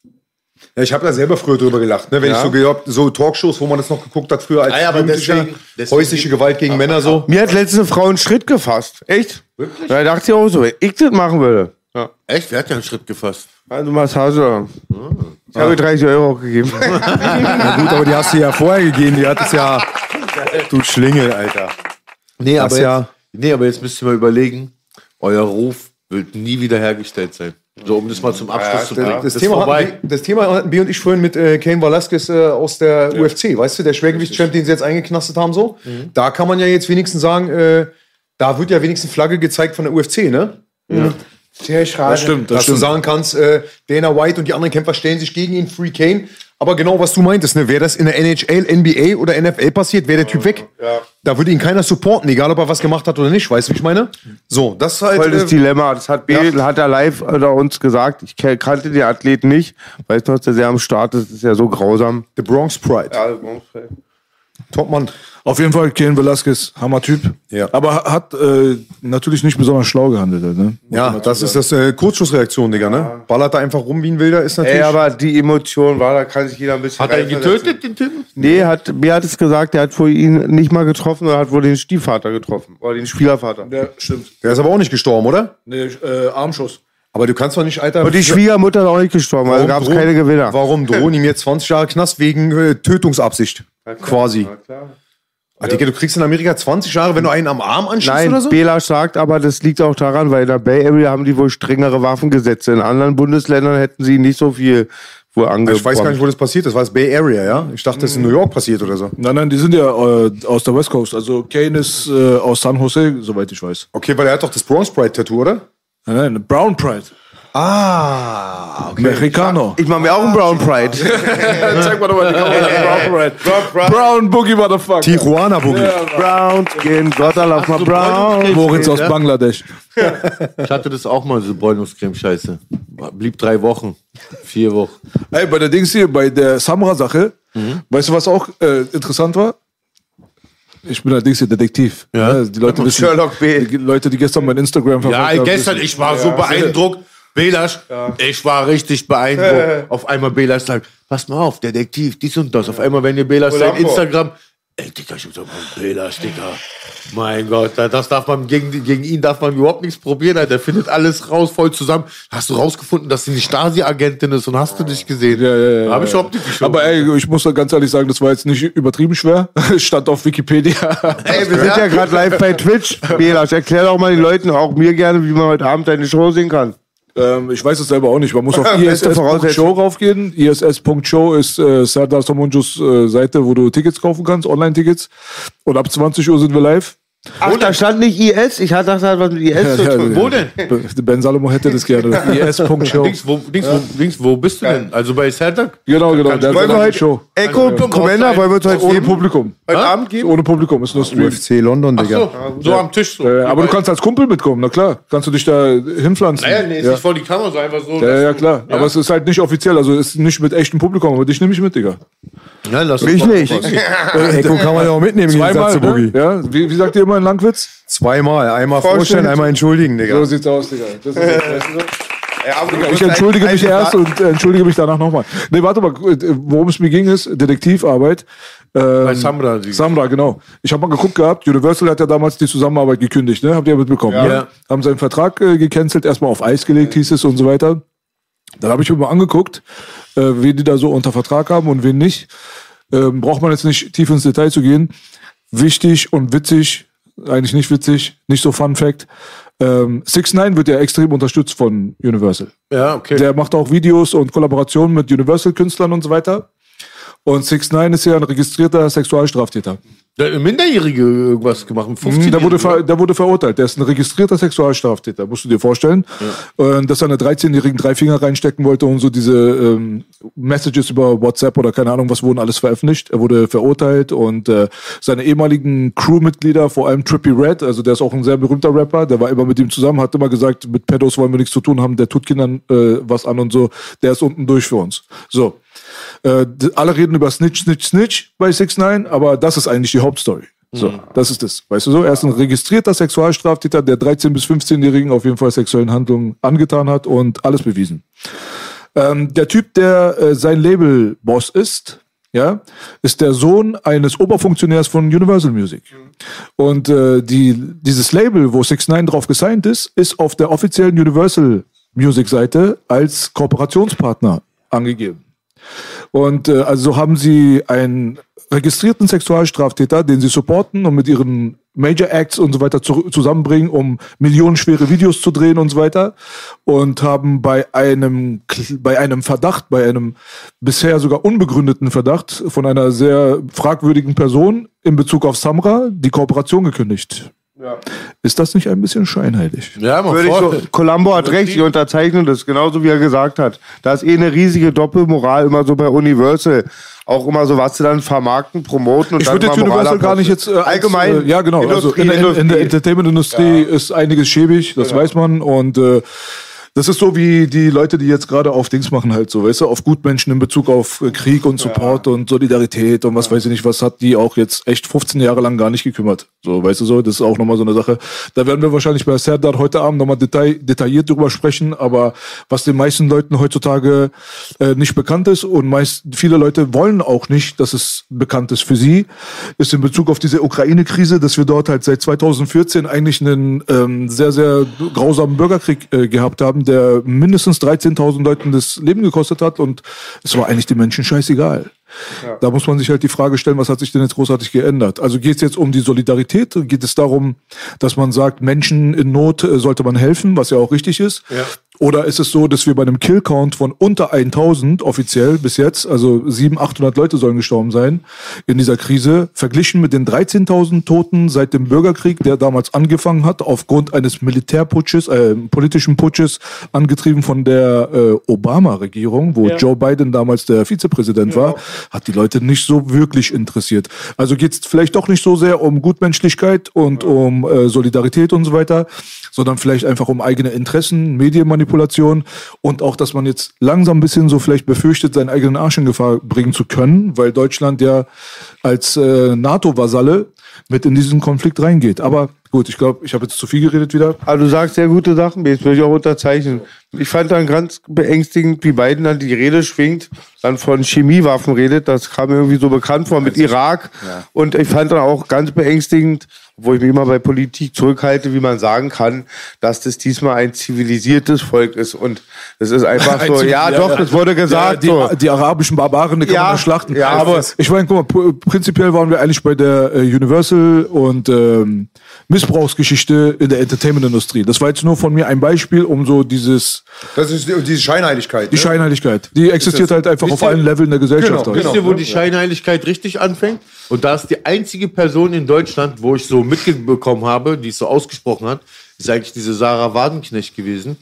Ja, ich habe da selber früher drüber gelacht, ne? Wenn ich so Talkshows, wo man das noch geguckt hat, früher als aber Jugendlicher, deswegen- häusliche Gewalt gegen Männer so. Mir hat letztens eine Frau einen Schritt gefasst. Echt? Wirklich? Da dachte ich auch so, wenn ich das machen würde. Ja. Echt? Wer hat ja einen Schritt gefasst? Also Massage. Ich habe 30 Euro auch gegeben. Na gut, aber die hast du ja vorher gegeben, die hat es ja. Du Schlingel, Alter. Nee, Das ja- aber jetzt müsst ihr mal überlegen, euer Ruf wird nie wieder hergestellt sein. So, um das mal zum Abschluss zu bringen. Das Thema hatten B und ich vorhin mit Cain Velasquez aus der UFC, weißt du, der Schwergewichtschamp, den sie jetzt eingeknastet haben, so. Da kann man ja jetzt wenigstens sagen, da wird ja wenigstens Flagge gezeigt von der UFC, ne? Ja. Sehr schade. Das stimmt, Dass du sagen kannst, Dana White und die anderen Kämpfer stellen sich gegen ihn, Free Kane. Aber genau, was du meintest, ne? Wäre das in der NHL, NBA oder NFL passiert, wäre der Typ weg. Ja. Da würde ihn keiner supporten, egal ob er was gemacht hat oder nicht. Weißt du, wie ich meine? So, das ist halt. Voll das Dilemma. Das hat hat er live unter uns gesagt. Ich kannte den Athleten nicht. Weißt du, dass der sehr am Start ist. Das ist ja so grausam. The Bronx Pride. Ja, The Bronx Pride. Topmann. Auf jeden Fall Cain Velasquez, Hammer-Typ. Ja. Aber hat natürlich nicht besonders schlau gehandelt. Ne? Ja, das ist das Kurzschussreaktion, Digga, ne? Ballert da einfach rum wie ein Wilder, ist natürlich. Ey, aber die Emotion war, da kann sich jeder ein bisschen. Hat er ihn reinversetzen. getötet, den Typen? Nee, mir hat es gesagt, er hat wohl ihn nicht mal getroffen, er hat wohl den Stiefvater getroffen. Oder den Schwiegervater. Ja, stimmt. Der ist aber auch nicht gestorben, oder? Nee, Armschuss. Aber du kannst doch nicht, Alter. Und die Schwiegermutter ist auch nicht gestorben, also gab es keine Gewinner. Warum drohen ihm jetzt 20 Jahre Knast wegen Tötungsabsicht? Quasi. Ah, Digga, du kriegst in Amerika 20 Jahre, wenn du einen am Arm anschießt Nein, oder so? Bela sagt aber, das liegt auch daran, weil in der Bay Area haben die wohl strengere Waffengesetze. In anderen Bundesländern hätten sie nicht so viel wohl angebracht. Ich weiß gar nicht, wo das passiert ist. Das war das Bay Area, ja? Ich dachte, das ist in New York passiert oder so. Nein, die sind ja aus der West Coast. Also Cain ist aus San Jose, soweit ich weiß. Okay, weil er hat doch das Bronx Pride Tattoo, oder? Nein, Brown Pride. Ah, okay. Mexicano. Ich mach mir auch einen Brown Pride. Zeig mal nochmal die Kamera. Brown Pride. Brown Boogie, Motherfucker. Tijuana Boogie. Brown Skin, Gott lauf mal brown. Moritz aus Bangladesch. Ich hatte das auch mal, so Bräunungscreme-Scheiße. Blieb 3 Wochen. 4 Wochen. Ey, bei der Dings hier, bei der Samra-Sache, weißt du, was auch interessant war? Ich bin allerdings hier Detektiv. Ja. Die Leute wissen, Sherlock B. Die Leute, die gestern mein Instagram verfolgt haben. Ja, gestern, ich war so beeindruckt. Belasch, ich war richtig beeindruckt. Auf einmal Belasch sagt, pass mal auf, Detektiv, dies und das. Auf einmal, wenn ihr Belasch sein Instagram... Ey, Digga, ich hab gesagt, Belasch, Digga. Mein Gott, das darf man, gegen ihn darf man überhaupt nichts probieren, Alter. Der findet alles raus, voll zusammen. Hast du rausgefunden, dass sie eine Stasi-Agentin ist und hast du dich gesehen? Ja. Hab ich überhaupt nicht geschaut. Aber ey, ich muss da ganz ehrlich sagen, das war jetzt nicht übertrieben schwer. Stand auf Wikipedia. Ey, wir sind ja gerade live bei Twitch. Belasch, erklär doch mal den Leuten, auch mir gerne, wie man heute Abend deine Show sehen kann. Ich weiß es selber auch nicht. Man muss auf Beste ISS.show raufgehen. ISS.show ist Serdar Somunjus Seite, wo du Tickets kaufen kannst, Online-Tickets. Und ab 20 Uhr sind wir live. Ach, da stand nicht IS? Ich dachte, das hat was mit IS zu tun. Wo denn? Ben Salomo hätte das gerne. IS.show. Wo bist du denn? Also bei Serdar? Genau. Der Wollen wir hat heute Show. Echo, Commander, wollen wir uns heute Ohne Publikum. heute Abend geben? Ohne Publikum, ist nur Stream. UFC London, Ach Digga. so am Tisch. So. Aber du kannst als Kumpel mitkommen, na klar. Kannst du dich da hinpflanzen. Naja, nee, ist nicht vor die Kamera, so einfach so. Ja, klar. Aber es ist halt nicht offiziell, also es ist nicht mit echtem Publikum, aber dich nehme ich mit, Digga. Ja, lass Ich nicht. Echo kann man ja auch mitnehmen, im Gegensatz zu Boogie. Ne? Ja, wie sagt ihr immer in Langwitz? Zweimal. Einmal vorstellen, einmal entschuldigen, Digga. So sieht's aus, Digga. Das ist das, weißt du so? Ja, aber du Ich musst entschuldige mich eigentlich- erst und entschuldige mich danach nochmal. Nee, warte mal, worum es mir ging, ist Detektivarbeit. Bei Samra. Samra, genau. Ich habe mal geguckt gehabt, Universal hat ja damals die Zusammenarbeit gekündigt, ne? Habt ihr mitbekommen? Ja. Ne? Haben seinen Vertrag gecancelt, erstmal auf Eis gelegt, hieß es und so weiter. Dann habe ich mir mal angeguckt, wen die da so unter Vertrag haben und wen nicht. Braucht man jetzt nicht tief ins Detail zu gehen. Wichtig und witzig, eigentlich nicht witzig, nicht so Fun Fact. 6ix9ine wird ja extrem unterstützt von Universal. Ja, okay. Der macht auch Videos und Kollaborationen mit Universal-Künstlern und so weiter. Und 6ix9ine ist ja ein registrierter Sexualstraftäter. Der Minderjährige irgendwas gemacht. 15 Der wurde verurteilt. Der ist ein registrierter Sexualstraftäter, musst du dir vorstellen. Dass er einer 13-Jährigen 3 Finger reinstecken wollte und so diese Messages über WhatsApp oder keine Ahnung was wurden alles veröffentlicht. Er wurde verurteilt und seine ehemaligen Crewmitglieder, vor allem Trippie Redd, also der ist auch ein sehr berühmter Rapper, der war immer mit ihm zusammen, hat immer gesagt, mit Pedos wollen wir nichts zu tun haben, der tut Kindern was an und so, der ist unten durch für uns. So. Alle reden über Snitch, Snitch, Snitch bei 6ix9ine, aber das ist eigentlich die Hauptstory. So, das ist das. Weißt du so? Er ist ein registrierter Sexualstraftäter, der 13- bis 15-Jährigen auf jeden Fall sexuellen Handlungen angetan hat und alles bewiesen. Der Typ, der sein Label-Boss ist, ja, ist der Sohn eines Oberfunktionärs von Universal Music. Und dieses Label, wo 6ix9ine drauf gesigned ist auf der offiziellen Universal Music-Seite als Kooperationspartner angegeben. Und also haben sie einen registrierten Sexualstraftäter, den sie supporten und mit ihren Major Acts und so weiter zusammenbringen, um millionenschwere Videos zu drehen und so weiter. Und haben bei einem Verdacht, bei einem bisher sogar unbegründeten Verdacht von einer sehr fragwürdigen Person in Bezug auf Samra die Kooperation gekündigt. Ja. Ist das nicht ein bisschen scheinheilig? Ja, man Würde ich so, Columbo hat recht, ich unterzeichne das, genauso wie er gesagt hat. Da ist eine riesige Doppelmoral immer so bei Universal. Auch immer so, was sie dann vermarkten, promoten und ich dann würde jetzt immer Universal Moral gar nicht jetzt allgemein. ja, genau. Also in der Entertainment-Industrie ist einiges schäbig, das weiß man. Und das ist so wie die Leute, die jetzt gerade auf Dings machen halt so, weißt du, auf Gutmenschen in Bezug auf Krieg und Support und Solidarität und was weiß ich nicht, was hat die auch jetzt echt 15 Jahre lang gar nicht gekümmert. So, weißt du so, das ist auch nochmal so eine Sache. Da werden wir wahrscheinlich bei Serdar heute Abend nochmal detailliert drüber sprechen, aber was den meisten Leuten heutzutage nicht bekannt ist und viele Leute wollen auch nicht, dass es bekannt ist für sie, ist in Bezug auf diese Ukraine-Krise, dass wir dort halt seit 2014 eigentlich einen sehr, sehr grausamen Bürgerkrieg gehabt haben, der mindestens 13.000 Leuten das Leben gekostet hat und es war eigentlich den Menschen scheißegal. Ja. Da muss man sich halt die Frage stellen, was hat sich denn jetzt großartig geändert? Also geht es jetzt um die Solidarität? Geht es darum, dass man sagt, Menschen in Not sollte man helfen, was ja auch richtig ist? Ja. Oder ist es so, dass wir bei einem Killcount von unter 1.000 offiziell bis jetzt, also 700-800 Leute sollen gestorben sein in dieser Krise, verglichen mit den 13.000 Toten seit dem Bürgerkrieg, der damals angefangen hat, aufgrund eines Militärputsches, politischen Putsches, angetrieben von der Obama-Regierung, wo Joe Biden damals der Vizepräsident war, hat die Leute nicht so wirklich interessiert. Also geht es vielleicht doch nicht so sehr um Gutmenschlichkeit und um Solidarität und so weiter, sondern vielleicht einfach um eigene Interessen, Medienmanipulation Waffenmanipulation und auch, dass man jetzt langsam ein bisschen so vielleicht befürchtet, seinen eigenen Arsch in Gefahr bringen zu können, weil Deutschland ja als NATO-Vasalle mit in diesen Konflikt reingeht. Aber gut, ich glaube, ich habe jetzt zu viel geredet wieder. Aber du sagst sehr gute Sachen, jetzt würde ich auch unterzeichnen. Ich fand dann ganz beängstigend, wie Biden dann die Rede schwingt, dann von Chemiewaffen redet. Das kam mir irgendwie so bekannt vor mit Irak. Ja. Und ich fand dann auch ganz beängstigend, wo ich mich immer bei Politik zurückhalte, wie man sagen kann, dass das diesmal ein zivilisiertes Volk ist. Und es ist einfach so, das wurde gesagt. Die arabischen Barbaren, die kann man schlachten. Ja, aber ich meine, guck mal, prinzipiell waren wir eigentlich bei der Universal und Missbrauchsgeschichte in der Entertainment-Industrie. Das war jetzt nur von mir ein Beispiel, um so dieses... Das ist diese Scheinheiligkeit. Die Scheinheiligkeit. Die existiert halt einfach auf allen Leveln der Gesellschaft. Genau. Wisst ihr, wo die Scheinheiligkeit richtig anfängt? Und da ist die einzige Person in Deutschland, wo ich so mitbekommen habe, die es so ausgesprochen hat, ist eigentlich diese Sarah Wagenknecht gewesen.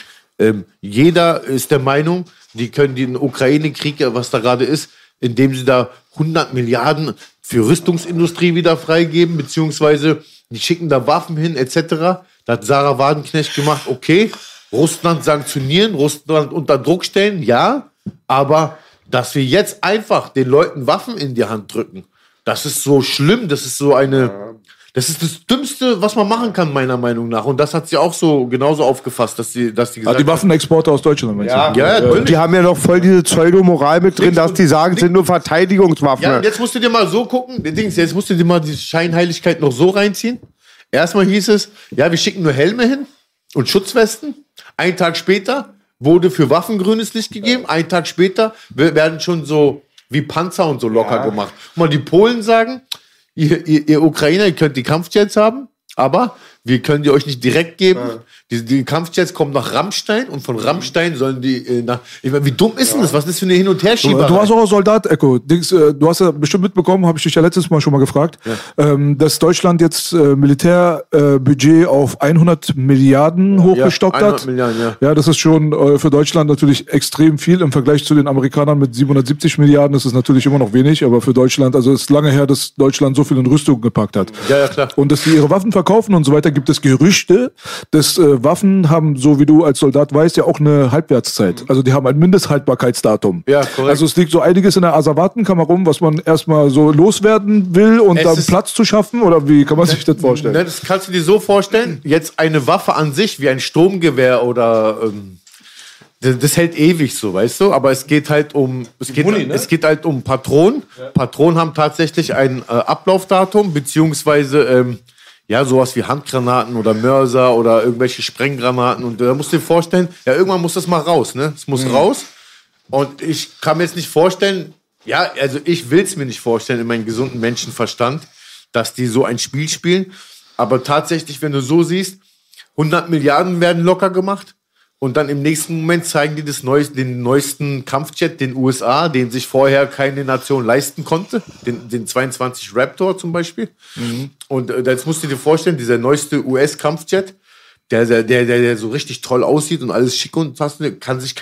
Jeder ist der Meinung, die können den Ukraine-Krieg, was da gerade ist, indem sie da 100 Milliarden für Rüstungsindustrie wieder freigeben, beziehungsweise die schicken da Waffen hin, etc. Da hat Sarah Wagenknecht gemacht, okay, Russland sanktionieren, Russland unter Druck stellen, ja, aber dass wir jetzt einfach den Leuten Waffen in die Hand drücken, das ist so schlimm, das ist so das ist das Dümmste, was man machen kann, meiner Meinung nach. Und das hat sie auch so genauso aufgefasst, dass die gesagt die Waffenexporte aus Deutschland, meinst du? Ja, die haben ja noch voll diese Pseudomoral mit drin, dass die sagen, es sind nur Verteidigungswaffen. Ja, jetzt musst du dir mal so gucken, jetzt musst du dir mal die Scheinheiligkeit noch so reinziehen. Erstmal hieß es, ja, wir schicken nur Helme hin und Schutzwesten. Einen Tag später wurde für Waffen grünes Licht gegeben. Einen Tag später werden schon so wie Panzer und so locker gemacht. Und mal die Polen sagen, ihr Ukrainer, ihr könnt die Kampfjets haben, aber wir können die euch nicht direkt geben. Die Kampfjets kommen nach Rammstein und von Rammstein sollen die nach... Ich meine, wie dumm ist denn das? Was ist das für eine Hin- und Herschieberei? Du warst auch Soldat, Echo. Du hast ja bestimmt mitbekommen, habe ich dich ja letztes Mal schon mal gefragt, dass Deutschland jetzt Militärbudget auf 100 Milliarden hochgestockt hat. 100 Milliarden, ja, das ist schon für Deutschland natürlich extrem viel. Im Vergleich zu den Amerikanern mit 770 Milliarden ist es natürlich immer noch wenig, aber für Deutschland, also es ist lange her, dass Deutschland so viel in Rüstung gepackt hat. Ja, klar. Und dass die ihre Waffen verkaufen und so weiter, gibt es Gerüchte, dass Waffen haben, so wie du als Soldat weißt, ja auch eine Halbwertszeit. Also die haben ein Mindesthaltbarkeitsdatum. Ja, korrekt. Also es liegt so einiges in der Asservatenkammer rum, was man erstmal so loswerden will und dann Platz zu schaffen, oder wie kann man sich das vorstellen? Das kannst du dir so vorstellen, jetzt eine Waffe an sich, wie ein Sturmgewehr oder... das hält ewig so, weißt du? Aber es geht halt um es geht halt um Patronen. Ja. Patronen haben tatsächlich ein Ablaufdatum, beziehungsweise sowas wie Handgranaten oder Mörser oder irgendwelche Sprenggranaten. Und da musst du dir vorstellen, irgendwann muss das mal raus, ne? Es muss raus. Und ich kann mir jetzt nicht vorstellen, also ich will es mir nicht vorstellen in meinem gesunden Menschenverstand, dass die so ein Spiel spielen. Aber tatsächlich, wenn du so siehst, 100 Milliarden werden locker gemacht. Und dann im nächsten Moment zeigen die den neuesten Kampfjet, den USA, den sich vorher keine Nation leisten konnte. Den 22 Raptor zum Beispiel. Mhm. Und jetzt musst du dir vorstellen, dieser neueste US-Kampfjet, der so richtig toll aussieht und alles schick und kann sich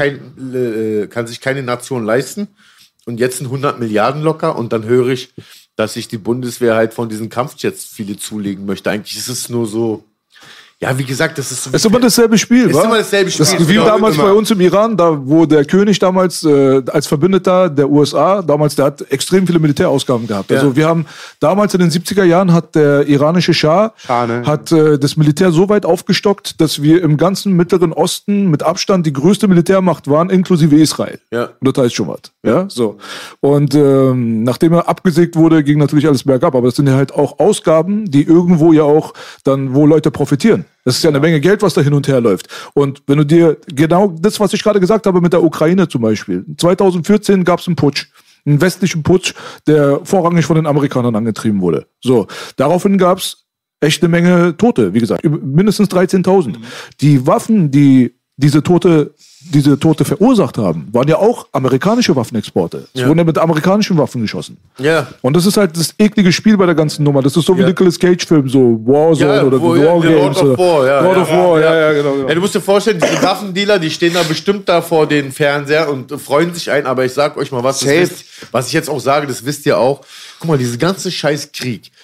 keine Nation leisten. Und jetzt sind 100 Milliarden locker. Und dann höre ich, dass sich die Bundeswehr halt von diesen Kampfjets viele zulegen möchte. Eigentlich ist es nur so... Ja, wie gesagt, das ist so. Ist immer dasselbe Spiel, ist immer dasselbe Spiel. Das ist wie damals bei uns im Iran, da wo der König damals als Verbündeter der USA, der hat extrem viele Militärausgaben gehabt. Ja. Also wir haben damals in den 70er Jahren hat der iranische Schah das Militär so weit aufgestockt, dass wir im ganzen Mittleren Osten mit Abstand die größte Militärmacht waren, inklusive Israel. Ja. Und das heißt schon was. Ja, so. Und nachdem er abgesägt wurde, ging natürlich alles bergab. Aber das sind ja halt auch Ausgaben, die irgendwo ja auch dann, wo Leute profitieren. Das ist ja eine Menge Geld, was da hin und her läuft. Und wenn du dir genau das, was ich gerade gesagt habe mit der Ukraine zum Beispiel. 2014 gab es einen Putsch. Einen westlichen Putsch, der vorrangig von den Amerikanern angetrieben wurde. So, daraufhin gab es echt eine Menge Tote, wie gesagt, mindestens 13.000. Die Waffen, die diese Tote verursacht haben, waren ja auch amerikanische Waffenexporte. Es wurden ja mit amerikanischen Waffen geschossen. Ja. Und das ist halt das eklige Spiel bei der ganzen Nummer. Das ist so wie Nicolas Cage-Film, so Warzone oder War Games. God of War, genau. Ja, du musst dir vorstellen, diese Waffendealer, die stehen da bestimmt da vor den Fernseher und freuen sich aber ich sag euch mal was, was ich jetzt auch sage, das wisst ihr auch. Guck mal, dieser ganze scheiß Krieg,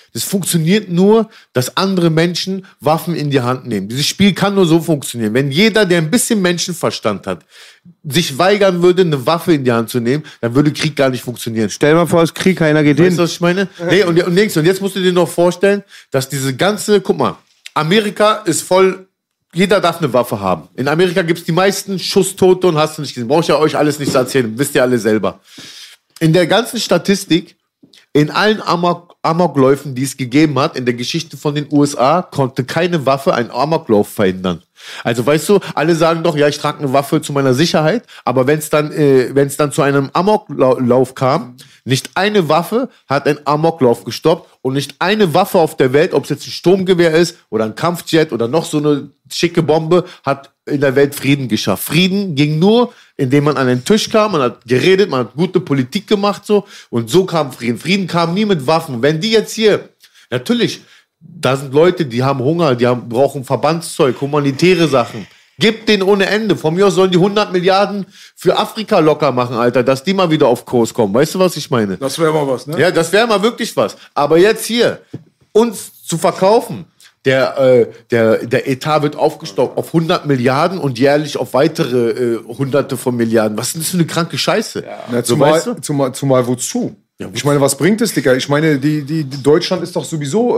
Das funktioniert nur, dass andere Menschen Waffen in die Hand nehmen. Dieses Spiel kann nur so funktionieren. Wenn jeder, der ein bisschen Menschenverstand hat, sich weigern würde, eine Waffe in die Hand zu nehmen, dann würde Krieg gar nicht funktionieren. Stell mal vor, es ist Krieg, keiner geht Weißt hin. du, was ich meine? Nee, und jetzt musst du dir noch vorstellen, dass diese ganze, guck mal, Amerika ist voll, jeder darf eine Waffe haben. In Amerika gibt es die meisten Schusstote und hast du nicht gesehen. Brauche ich ja euch alles nicht erzählen, wisst ihr alle selber. In der ganzen Statistik, in allen Amokläufen, die es gegeben hat, in der Geschichte von den USA, konnte keine Waffe einen Amoklauf verhindern. Also weißt du, alle sagen doch, ja, ich trage eine Waffe zu meiner Sicherheit, aber wenn es dann zu einem Amoklauf kam, nicht eine Waffe hat einen Amoklauf gestoppt und nicht eine Waffe auf der Welt, ob es jetzt ein Sturmgewehr ist oder ein Kampfjet oder noch so eine schicke Bombe, hat in der Welt Frieden geschafft. Frieden ging nur, indem man an den Tisch kam, man hat geredet, man hat gute Politik gemacht so und so kam Frieden. Frieden kam nie mit Waffen. Wenn die jetzt hier, natürlich, da sind Leute, die haben Hunger, brauchen Verbandszeug, humanitäre Sachen. Gibt denen ohne Ende. Von mir aus sollen die 100 Milliarden für Afrika locker machen, Alter, dass die mal wieder auf Kurs kommen. Weißt du, was ich meine? Das wäre mal was, ne? Ja, das wäre mal wirklich was. Aber jetzt hier, uns zu verkaufen, der Etat wird aufgestockt auf 100 Milliarden und jährlich auf weitere Hunderte von Milliarden. Was ist denn das für eine kranke Scheiße? Ja, So, weißt du? zumal wozu? Ich meine, was bringt es, Digga? Ich meine, die Deutschland ist doch sowieso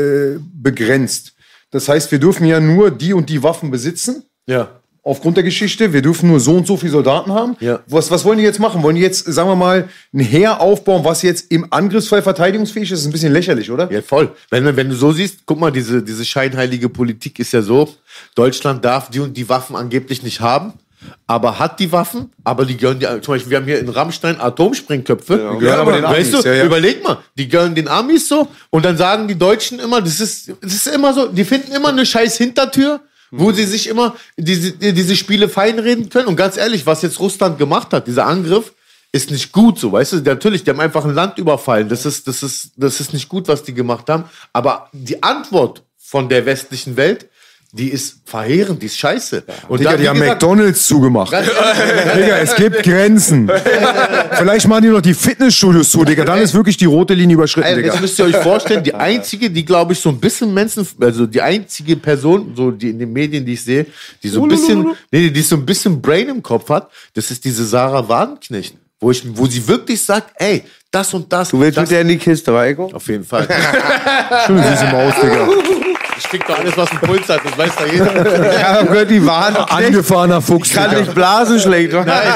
begrenzt. Das heißt, wir dürfen ja nur die und die Waffen besitzen. Ja. Aufgrund der Geschichte. Wir dürfen nur so und so viele Soldaten haben. Ja. Was wollen die jetzt machen? Wollen die jetzt, sagen wir mal, ein Heer aufbauen, was jetzt im Angriffsfall verteidigungsfähig ist? Das ist ein bisschen lächerlich, oder? Ja, voll. Wenn du so siehst, guck mal, diese scheinheilige Politik ist ja so, Deutschland darf die und die Waffen angeblich nicht haben, aber hat die Waffen, aber die gönnen die, zum Beispiel, wir haben hier in Rammstein Atomsprengköpfe. Ja, gehören aber den weißt Amis, du, ja. überleg mal, die gönnen den Amis so und dann sagen die Deutschen immer, das ist immer so, die finden immer eine scheiß Hintertür, wo sie sich immer diese Spiele feinreden können. Und ganz ehrlich, was jetzt Russland gemacht hat, dieser Angriff, ist nicht gut so, weißt du? Natürlich, die haben einfach ein Land überfallen. Das ist nicht gut, was die gemacht haben. Aber die Antwort von der westlichen Welt, die ist verheerend, die ist scheiße. Und Digga, dann, die wie haben gesagt, McDonalds zugemacht. ganz ehrlich, Digga, es gibt Grenzen. Vielleicht machen die noch die Fitnessstudios zu, Digga. Dann ist wirklich die rote Linie überschritten, Digga. jetzt müsst ihr euch vorstellen, die einzige, die glaube ich so ein bisschen also die einzige Person, so die in den Medien, die ich sehe, die so ein bisschen, die so ein bisschen Brain im Kopf hat, das ist diese Sarah Wagenknecht. Wo sie wirklich sagt, ey, das und das. Du willst das, mit der in die Kiste, Reiko? auf jeden Fall. Schöne süße Maus, Digga. Ich krieg doch alles, was einen Puls hat, das weiß doch jeder. Ja, gehört die Wahrheit. Angefahrener Fuchs, Kann Digga. nicht blasen schlecht.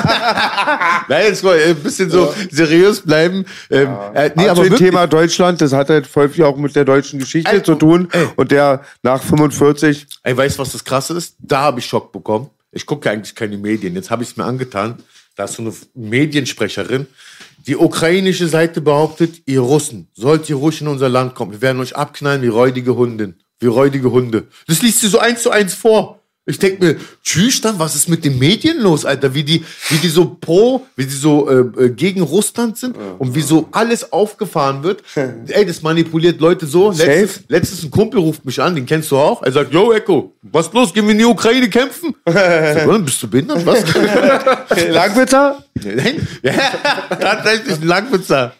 Nein, jetzt mal ein bisschen so seriös bleiben. Nee, aber Aber wirklich, Thema Deutschland, das hat halt voll viel auch mit der deutschen Geschichte Ey, zu tun. Und der nach 45, ey, weißt du, was das Krasse ist? Da habe ich Schock bekommen. Ich gucke ja eigentlich keine Medien. Jetzt habe ich es mir angetan. Da ist so eine Mediensprecherin. Die ukrainische Seite behauptet, ihr Russen, sollt ihr ruhig in unser Land kommen. Wir werden euch abknallen wie räudige Hunde. Wie räudige Hunde. Das liest sie so 1:1 vor. Ich denke mir, tschüss dann, was ist mit den Medien los, Alter? Wie die so gegen Russland sind und wie so alles aufgefahren wird. Ey, das manipuliert Leute so. Letztens ein Kumpel ruft mich an, den kennst du auch. Er sagt, yo, Echo, was los? Gehen wir in die Ukraine kämpfen? Ich sag, bist du behindert? Was? Langwitzer? Nein? Ja, tatsächlich ein Langwitzer.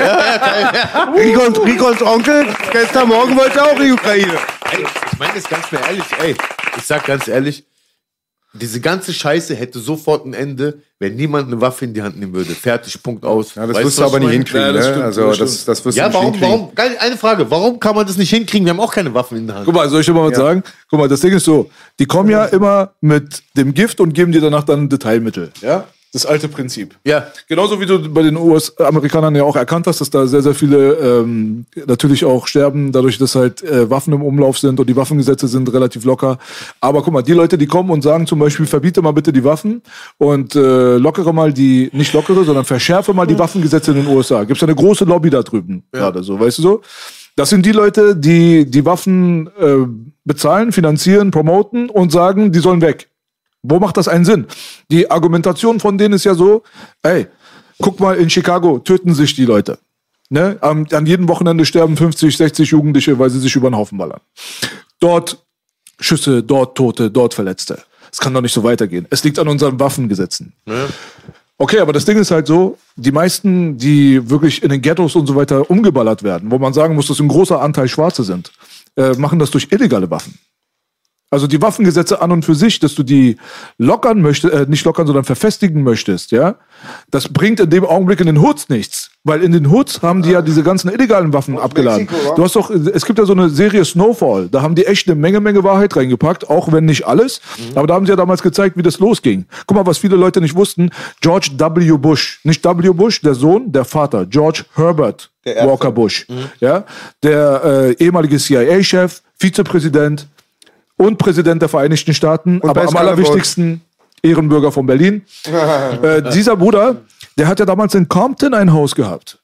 Ricos Onkel, gestern Morgen wollte er auch in die Ukraine. Ey, ich meine das ganz mehr ehrlich, ey. Ich sag ganz ehrlich, diese ganze Scheiße hätte sofort ein Ende, wenn niemand eine Waffe in die Hand nehmen würde. Fertig, Punkt aus. Ja, das Weißt wirst du, du was aber ich nicht meine? hinkriegen, Ja, das ne? stimmt, Also, das das wirst du Ja, nicht hinkriegen. warum? Geil, eine Frage. Warum kann man das nicht hinkriegen? Wir haben auch keine Waffen in der Hand. Guck mal, soll ich dir mal was sagen? Guck mal, das Ding ist so, die kommen ja immer mit dem Gift und geben dir danach dann Detailmittel. Ja? Das alte Prinzip. Ja. Genauso wie du bei den US-Amerikanern ja auch erkannt hast, dass da sehr, sehr viele natürlich auch sterben, dadurch, dass halt Waffen im Umlauf sind und die Waffengesetze sind relativ locker. Aber guck mal, die Leute, die kommen und sagen zum Beispiel, verbiete mal bitte die Waffen und lockere mal nicht lockere, sondern verschärfe mal die Waffengesetze in den USA. Gibt's ja eine große Lobby da drüben gerade so, weißt du so? Das sind die Leute, die die Waffen bezahlen, finanzieren, promoten und sagen, die sollen weg. Wo macht das einen Sinn? Die Argumentation von denen ist ja so, ey, guck mal, in Chicago töten sich die Leute. Ne? An jedem Wochenende sterben 50, 60 Jugendliche, weil sie sich über den Haufen ballern. Dort Schüsse, dort Tote, dort Verletzte. Es kann doch nicht so weitergehen. Es liegt an unseren Waffengesetzen. Ja. Okay, aber das Ding ist halt so, die meisten, die wirklich in den Ghettos und so weiter umgeballert werden, wo man sagen muss, dass ein großer Anteil Schwarze sind, machen das durch illegale Waffen. Also die Waffengesetze an und für sich, dass du die lockern möchtest, nicht lockern, sondern verfestigen möchtest, ja, das bringt in dem Augenblick in den Hoods nichts. Weil in den Hoods haben die ja diese ganzen illegalen Waffen abgeladen. Mexiko, Du hast doch, es gibt ja so eine Serie Snowfall, da haben die echt eine Menge Wahrheit reingepackt, auch wenn nicht alles. Aber da haben sie ja damals gezeigt, wie das losging. Guck mal, was viele Leute nicht wussten, George W. Bush, nicht W. Bush, der Sohn, der Vater, George Herbert Walker Bush, ja, der ehemalige CIA-Chef, Vizepräsident und Präsident der Vereinigten Staaten, Und aber am allerwichtigsten Ehrenbürger von Berlin. Dieser Bruder, der hat ja damals in Compton ein Haus gehabt.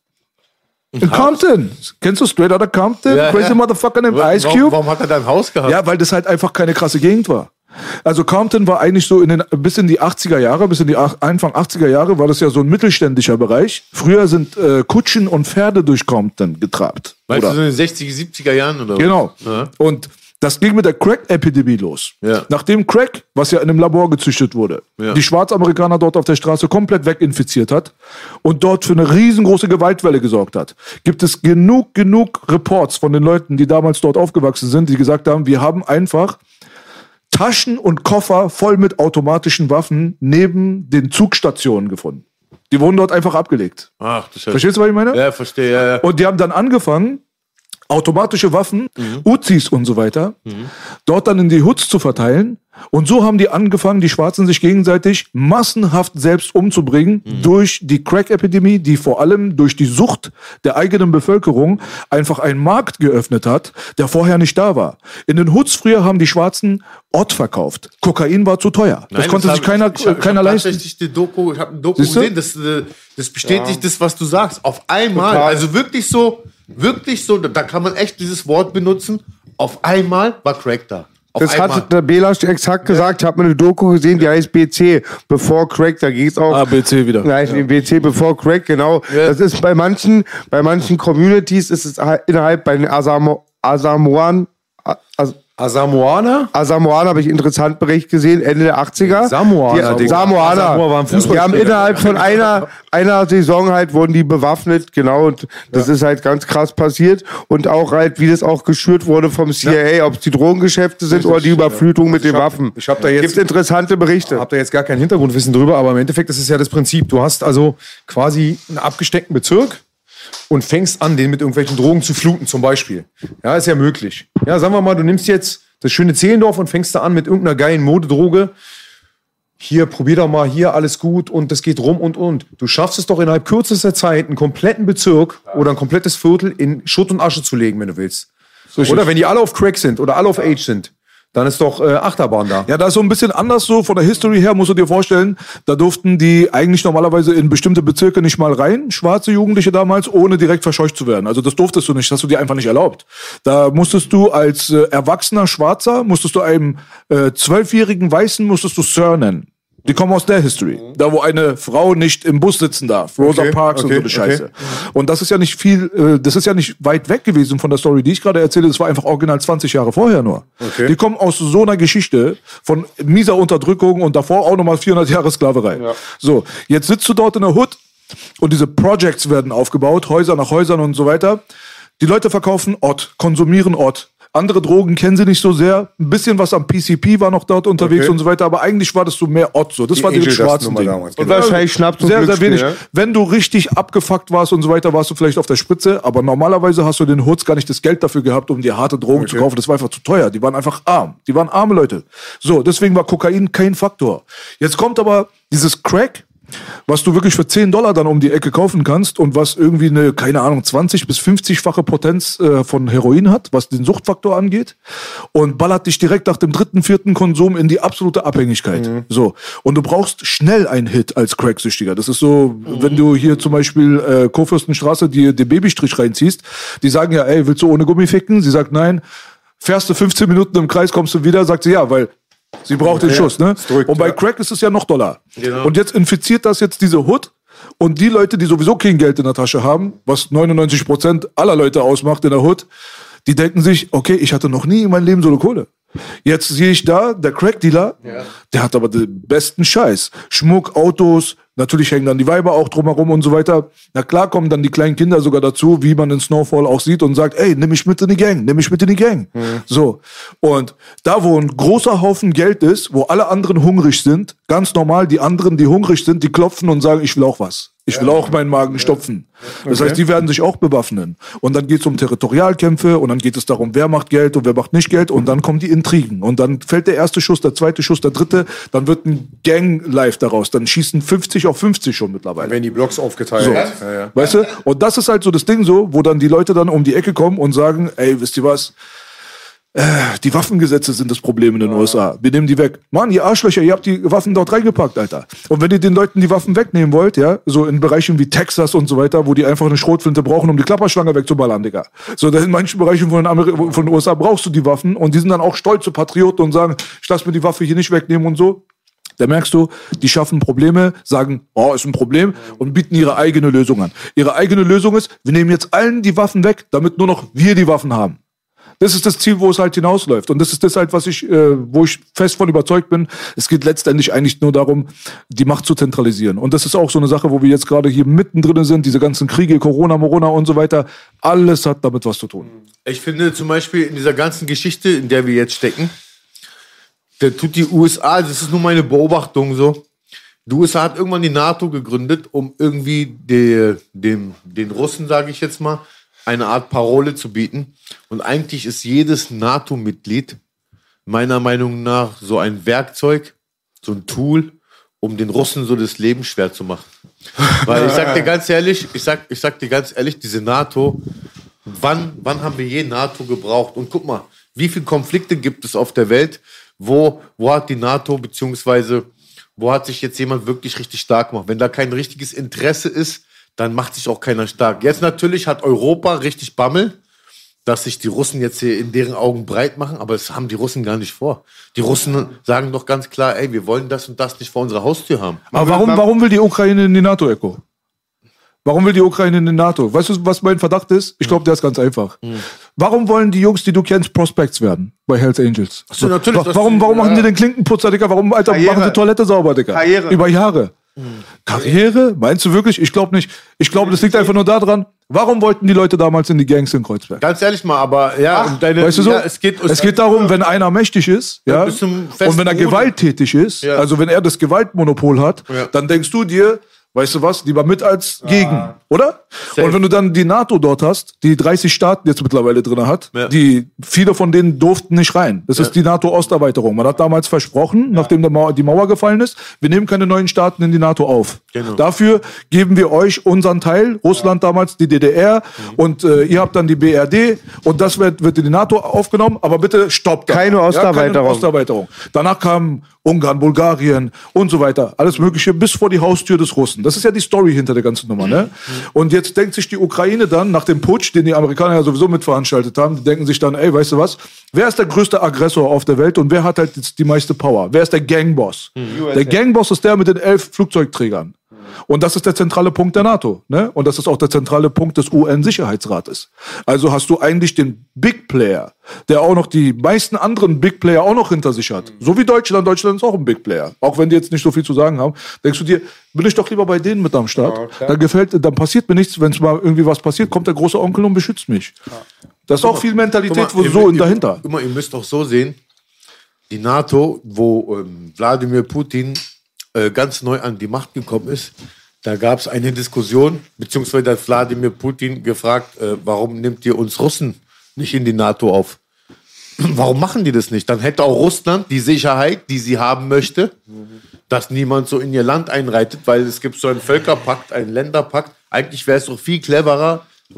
In Compton. Kennst du Straight Outta Compton? Ja, Crazy ja. Motherfucker named Ice Cube? Warum hat er da ein Haus gehabt? Ja, weil das halt einfach keine krasse Gegend war. Also Compton war eigentlich so bis in die 80er Jahre, bis in die Anfang 80er Jahre war das ja so ein mittelständischer Bereich. Früher sind Kutschen und Pferde durch Compton getrabt. Meinst Oder? du so in den 60er, 70er Jahren oder was? Genau. Ja. Und das ging mit der Crack-Epidemie los. Ja. Nachdem Crack, was ja in einem Labor gezüchtet wurde, Ja. die Schwarzamerikaner dort auf der Straße komplett weginfiziert hat und dort für eine riesengroße Gewaltwelle gesorgt hat, gibt es genug Reports von den Leuten, die damals dort aufgewachsen sind, die gesagt haben, wir haben einfach Taschen und Koffer voll mit automatischen Waffen neben den Zugstationen gefunden. Die wurden dort einfach abgelegt. Ach, das Verstehst du, was ich meine? Ja, verstehe, ja. Und die haben dann angefangen, automatische Waffen, Uzis und so weiter, dort dann in die Hoods zu verteilen. Und so haben die angefangen, die Schwarzen sich gegenseitig massenhaft selbst umzubringen durch die Crack-Epidemie, die vor allem durch die Sucht der eigenen Bevölkerung einfach einen Markt geöffnet hat, der vorher nicht da war. In den Hoods früher haben die Schwarzen Ott verkauft. Kokain war zu teuer. Das konnte sich keiner leisten. Ich habe ein Doku Siehst du? gesehen, das bestätigt das, was du sagst. Auf einmal, Total. also wirklich so, da kann man echt dieses Wort benutzen. Auf einmal war Crack da. Auf Das einmal. hat der Belasch exakt gesagt. Ich habe mal eine Doku gesehen, die heißt BC, Before Crack. Da geht es auch. ABC wieder. Nein, BC Before Crack, genau. Ja. Das ist bei manchen Communities ist es innerhalb bei den Asamoan habe ich einen interessanten Bericht gesehen, Ende der 80er. Samoaner, Die, Digga. Samoaner. Samoa waren Fußballspieler. Die haben innerhalb von einer Saison halt, wurden die bewaffnet, genau, und das ist halt ganz krass passiert. Und auch halt, wie das auch geschürt wurde vom CIA, ob es die Drogengeschäfte sind oder die Überflutung mit den Waffen. ich hab da jetzt- Gibt interessante Berichte. Habt ihr jetzt gar kein Hintergrundwissen drüber, aber im Endeffekt ist es ja das Prinzip. Du hast also quasi einen abgesteckten Bezirk und fängst an, den mit irgendwelchen Drogen zu fluten, zum Beispiel. Ja, ist ja möglich. Ja, sagen wir mal, du nimmst jetzt das schöne Zehlendorf und fängst da an mit irgendeiner geilen Modedroge. Hier, probier doch mal, hier, alles gut und das geht rum und. Du schaffst es doch innerhalb kürzester Zeit, einen kompletten Bezirk oder ein komplettes Viertel in Schutt und Asche zu legen, wenn du willst. Oder wenn die alle auf Crack sind oder alle auf Age sind, dann ist doch Achterbahn da. Ja, da ist so ein bisschen anders so. Von der History her musst du dir vorstellen, da durften die eigentlich normalerweise in bestimmte Bezirke nicht mal rein, schwarze Jugendliche damals, ohne direkt verscheucht zu werden. Also das durftest du nicht, das hast du dir einfach nicht erlaubt. Da musstest du als erwachsener Schwarzer, musstest du einem 12-jährigen Weißen, musstest du Sir nennen. Die kommen aus der History. Da, wo eine Frau nicht im Bus sitzen darf. Rosa Parks und so eine Scheiße. Und das ist ja nicht das ist ja nicht weit weg gewesen von der Story, die ich gerade erzähle. Das war einfach original 20 Jahre vorher nur. Die kommen aus so einer Geschichte von mieser Unterdrückung und davor auch nochmal 400 Jahre Sklaverei. So, jetzt sitzt du dort in der Hood und diese Projects werden aufgebaut, Häuser nach Häusern und so weiter. Die Leute verkaufen Ott, konsumieren Ott. Andere Drogen kennen sie nicht so sehr. Ein bisschen was am PCP war noch dort unterwegs und so weiter. Aber eigentlich war das so mehr Ott so. Das war die schwarzen Ding. Und wahrscheinlich Schnaps und Sehr, sehr Glücksspiel, wenig. ja? Wenn du richtig abgefuckt warst und so weiter, warst du vielleicht auf der Spritze. Aber normalerweise hast du den Hoods gar nicht das Geld dafür gehabt, um dir harte Drogen zu kaufen. Das war einfach zu teuer. Die waren einfach arm. Die waren arme Leute. So, deswegen war Kokain kein Faktor. Jetzt kommt aber dieses Crack, was du wirklich für $10 dann um die Ecke kaufen kannst und was irgendwie eine, keine Ahnung, 20- bis 50-fache Potenz von Heroin hat, was den Suchtfaktor angeht, und ballert dich direkt nach dem 3., 4. Konsum in die absolute Abhängigkeit. So. Und du brauchst schnell einen Hit als Cracksüchtiger. Das ist so, wenn du hier zum Beispiel Kurfürstenstraße den Babystrich reinziehst, die sagen ja, ey, willst du ohne Gummi ficken? Sie sagt nein. Fährst du 15 Minuten im Kreis, kommst du wieder, sagt sie ja, weil sie braucht den Schuss, ne? Und bei Crack ist es ja noch doller. Genau. Und jetzt infiziert das jetzt diese Hood und die Leute, die sowieso kein Geld in der Tasche haben, was 99% aller Leute ausmacht in der Hood, die denken sich, okay, ich hatte noch nie in meinem Leben so eine Kohle. Jetzt sehe ich da, der Crack-Dealer, der hat aber den besten Scheiß. Schmuck, Autos, Natürlich hängen dann die Weiber auch drumherum und so weiter. Na klar kommen dann die kleinen Kinder sogar dazu, wie man in Snowfall auch sieht und sagt, ey, nimm mich mit in die Gang, nimm mich mit in die Gang. So. Und da, wo ein großer Haufen Geld ist, wo alle anderen hungrig sind, ganz normal, die anderen, die hungrig sind, die klopfen und sagen, ich will auch was. Ich will auch meinen Magen stopfen. Das heißt, die werden sich auch bewaffnen. Und dann geht es um Territorialkämpfe und dann geht es darum, wer macht Geld und wer macht nicht Geld und dann kommen die Intrigen. Und dann fällt der erste Schuss, der zweite Schuss, der dritte, dann wird ein Gang-Life daraus. Dann schießen 50 auf 50 schon mittlerweile. Wenn die Blocks aufgeteilt So. ja. Weißt du? Und das ist halt so das Ding so, wo dann die Leute dann um die Ecke kommen und sagen, ey, wisst ihr was? Die Waffengesetze sind das Problem in den USA. Wir nehmen die weg. Mann, ihr Arschlöcher, ihr habt die Waffen dort reingepackt, Alter. Und wenn ihr den Leuten die Waffen wegnehmen wollt, ja, so in Bereichen wie Texas und so weiter, wo die einfach eine Schrotflinte brauchen, um die Klapperschlange wegzuballern, Digga. So, in manchen Bereichen von den USA brauchst du die Waffen und die sind dann auch stolze Patrioten und sagen, ich lass mir die Waffe hier nicht wegnehmen und so. Da merkst du, die schaffen Probleme, sagen, oh, ist ein Problem und bieten ihre eigene Lösung an. Ihre eigene Lösung ist, wir nehmen jetzt allen die Waffen weg, damit nur noch wir die Waffen haben. Das ist das Ziel, wo es halt hinausläuft. Und das ist das halt, wo ich fest von überzeugt bin. Es geht letztendlich eigentlich nur darum, die Macht zu zentralisieren. Und das ist auch so eine Sache, wo wir jetzt gerade hier mittendrin sind, diese ganzen Kriege, Corona, Morona und so weiter. Alles hat damit was zu tun. Ich finde zum Beispiel in dieser ganzen Geschichte, in der wir jetzt stecken, da tut die USA, das ist nur meine Beobachtung so, die USA hat irgendwann die NATO gegründet, um irgendwie den Russen, sage ich jetzt mal, eine Art Parole zu bieten. Und eigentlich ist jedes NATO-Mitglied meiner Meinung nach so ein Werkzeug, so ein Tool, um den Russen so das Leben schwer zu machen. Weil ich sag dir ganz ehrlich, diese NATO, wann haben wir je NATO gebraucht? Und guck mal, wie viele Konflikte gibt es auf der Welt, wo hat die NATO, beziehungsweise wo hat sich jetzt jemand wirklich richtig stark gemacht? Wenn da kein richtiges Interesse ist, dann macht sich auch keiner stark. Jetzt natürlich hat Europa richtig Bammel, dass sich die Russen jetzt hier in deren Augen breit machen, aber das haben die Russen gar nicht vor. Die Russen sagen doch ganz klar, ey, wir wollen das und das nicht vor unserer Haustür haben. Aber warum will die Ukraine in die NATO, Echo? Warum will die Ukraine in die NATO? Weißt du, was mein Verdacht ist? Ich glaube, der ist ganz einfach. Warum wollen die Jungs, die du kennst, Prospects werden bei Hells Angels? Ach so, natürlich, warum machen die den Klinkenputzer, Digga? Warum, Alter, machen sie Toilette sauber, Digga? Karriere. Über Jahre. Karriere? Meinst du wirklich? Ich glaube nicht. Ich glaube, das liegt einfach nur daran, warum wollten die Leute damals in die Gangs in Kreuzberg? Ganz ehrlich mal, aber ja, Weißt du so? Es geht darum, wenn einer mächtig ist, ja, bis zum und festen wenn er Boden. gewalttätig ist, Ja. also wenn er das Gewaltmonopol hat, dann denkst du dir, weißt du was, lieber mit als gegen, oder? Safe. Und wenn du dann die NATO dort hast, die 30 Staaten jetzt mittlerweile drin hat, Ja. viele von denen durften nicht rein. Das ist die NATO-Osterweiterung. Man hat damals versprochen, nachdem die Mauer gefallen ist, wir nehmen keine neuen Staaten in die NATO auf. Genau. Dafür geben wir euch unseren Teil, Russland damals, die DDR, und ihr habt dann die BRD und das wird in die NATO aufgenommen, aber bitte stoppt das. Keine Osterweiterung. Keine Osterweiterung. Danach kamen Ungarn, Bulgarien und so weiter. Alles Mögliche bis vor die Haustür des Russen. Das ist ja die Story hinter der ganzen Nummer, ne? Und jetzt denkt sich die Ukraine dann, nach dem Putsch, den die Amerikaner ja sowieso mitveranstaltet haben, die denken sich dann, ey, weißt du was? Wer ist der größte Aggressor auf der Welt und wer hat halt jetzt die meiste Power? Wer ist der Gangboss? Der Gangboss ist der mit den 11 Flugzeugträgern. Und das ist der zentrale Punkt der NATO. Ne? Und das ist auch der zentrale Punkt des UN-Sicherheitsrates. Also hast du eigentlich den Big Player, der auch noch die meisten anderen Big Player auch noch hinter sich hat. So wie Deutschland. Deutschland ist auch ein Big Player. Auch wenn die jetzt nicht so viel zu sagen haben. Denkst du dir, bin ich doch lieber bei denen mit am Start. Dann passiert mir nichts. Wenn es mal irgendwie was passiert, kommt der große Onkel und beschützt mich. Das ist auch viel Mentalität dahinter. Guck mal, ihr müsst doch so sehen, die NATO, wo Wladimir Putin ganz neu an die Macht gekommen ist, da gab es eine Diskussion, beziehungsweise hat Wladimir Putin gefragt, warum nehmt ihr uns Russen nicht in die NATO auf? Warum machen die das nicht? Dann hätte auch Russland die Sicherheit, die sie haben möchte, dass niemand so in ihr Land einreitet, weil es gibt so einen Völkerpakt, einen Länderpakt. Eigentlich wäre es doch viel cleverer, dass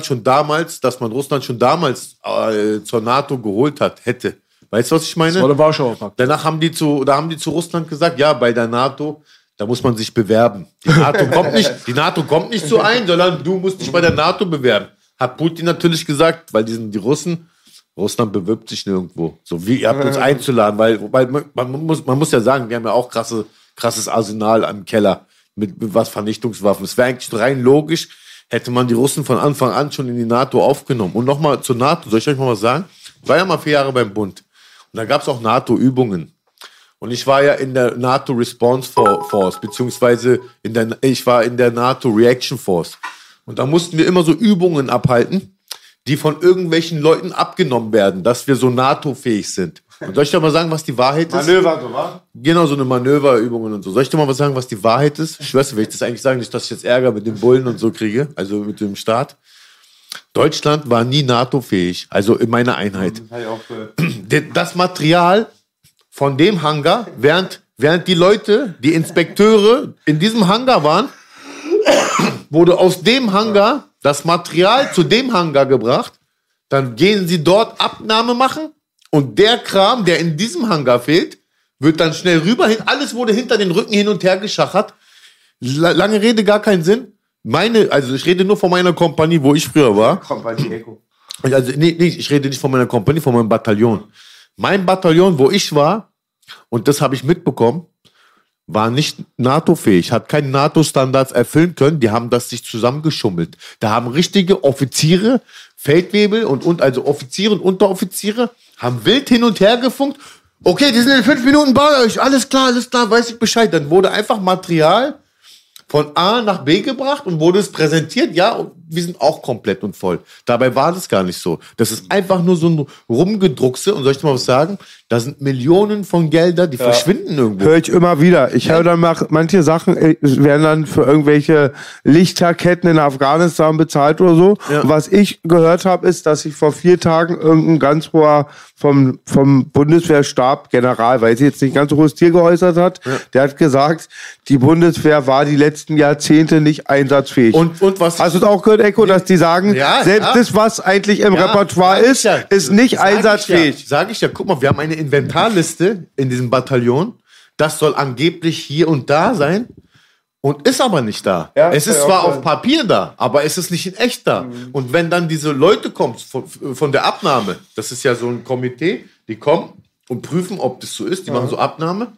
man Russland schon damals zur NATO geholt hätte. Weißt du, was ich meine? Das war der Warschauer Pakt. Danach haben die zu Russland gesagt, ja, bei der NATO, da muss man sich bewerben. Die NATO kommt nicht so ein, sondern du musst dich bei der NATO bewerben. Hat Putin natürlich gesagt, weil die Russen, Russland bewirbt sich nirgendwo. So wie ihr habt uns einzuladen, weil man muss ja sagen, wir haben ja auch krasses Arsenal am Keller mit was Vernichtungswaffen. Es wäre eigentlich rein logisch, hätte man die Russen von Anfang an schon in die NATO aufgenommen. Und nochmal zur NATO, soll ich euch mal was sagen? Ich war ja mal 4 Jahre beim Bund. Und da gab es auch NATO-Übungen. Und ich war ja in der NATO Response Force, beziehungsweise ich war in der NATO Reaction Force. Und da mussten wir immer so Übungen abhalten, die von irgendwelchen Leuten abgenommen werden, dass wir so NATO-fähig sind. Und soll ich dir mal sagen, was die Wahrheit ist? Manöver, so was? Genau, so eine Manöverübung und so. Soll ich dir mal was sagen, was die Wahrheit ist? Ich weiß nicht, will ich das eigentlich sagen, nicht, dass ich jetzt Ärger mit den Bullen und so kriege, also mit dem Staat. Deutschland war nie NATO-fähig, also in meiner Einheit. Das Material von dem Hangar, während die Leute, die Inspekteure in diesem Hangar waren, wurde aus dem Hangar das Material zu dem Hangar gebracht, dann gehen sie dort Abnahme machen und der Kram, der in diesem Hangar fehlt, wird dann schnell rüberhin, alles wurde hinter den Rücken hin und her geschachert. Lange Rede, gar keinen Sinn. Also ich rede nur von meiner Kompanie, wo ich früher war. Kompanie Echo. Also nee, ich rede nicht von meiner Kompanie, von meinem Bataillon. Mein Bataillon, wo ich war, und das habe ich mitbekommen, war nicht NATO-fähig, hat keine NATO-Standards erfüllen können. Die haben das sich zusammengeschummelt. Da haben richtige Offiziere, Feldwebel also Offiziere und Unteroffiziere, haben wild hin und her gefunkt. Okay, die sind in 5 Minuten bei euch. Alles klar, weiß ich Bescheid. Dann wurde einfach Material von A nach B gebracht und wurde es präsentiert. Ja, und wir sind auch komplett und voll. Dabei war das gar nicht so. Das ist einfach nur so ein Rumgedruckse. Und soll ich dir mal was sagen? Da sind Millionen von Gelder, die verschwinden irgendwo. Höre ich immer wieder. Ich höre dann manche Sachen werden dann für irgendwelche Lichterketten in Afghanistan bezahlt oder so. Ja. Und was ich gehört habe, ist, dass sich vor 4 Tagen irgendein ganz hoher vom Bundeswehrstab, General, weiß ich jetzt nicht, ganz hohes Tier geäußert hat. Ja. Der hat gesagt, die Bundeswehr war die letzten Jahrzehnte nicht einsatzfähig. Und was? Hast du es auch gehört, Echo, dass die sagen, selbst das, was eigentlich im Repertoire ist, ist nicht einsatzfähig. Sag ich ja, guck mal, wir haben eine Inventarliste in diesem Bataillon. Das soll angeblich hier und da sein und ist aber nicht da. Ja, es ist zwar auf Papier da, aber es ist nicht in echt da. Mhm. Und wenn dann diese Leute kommen von der Abnahme, das ist ja so ein Komitee, die kommen und prüfen, ob das so ist, die machen so Abnahme.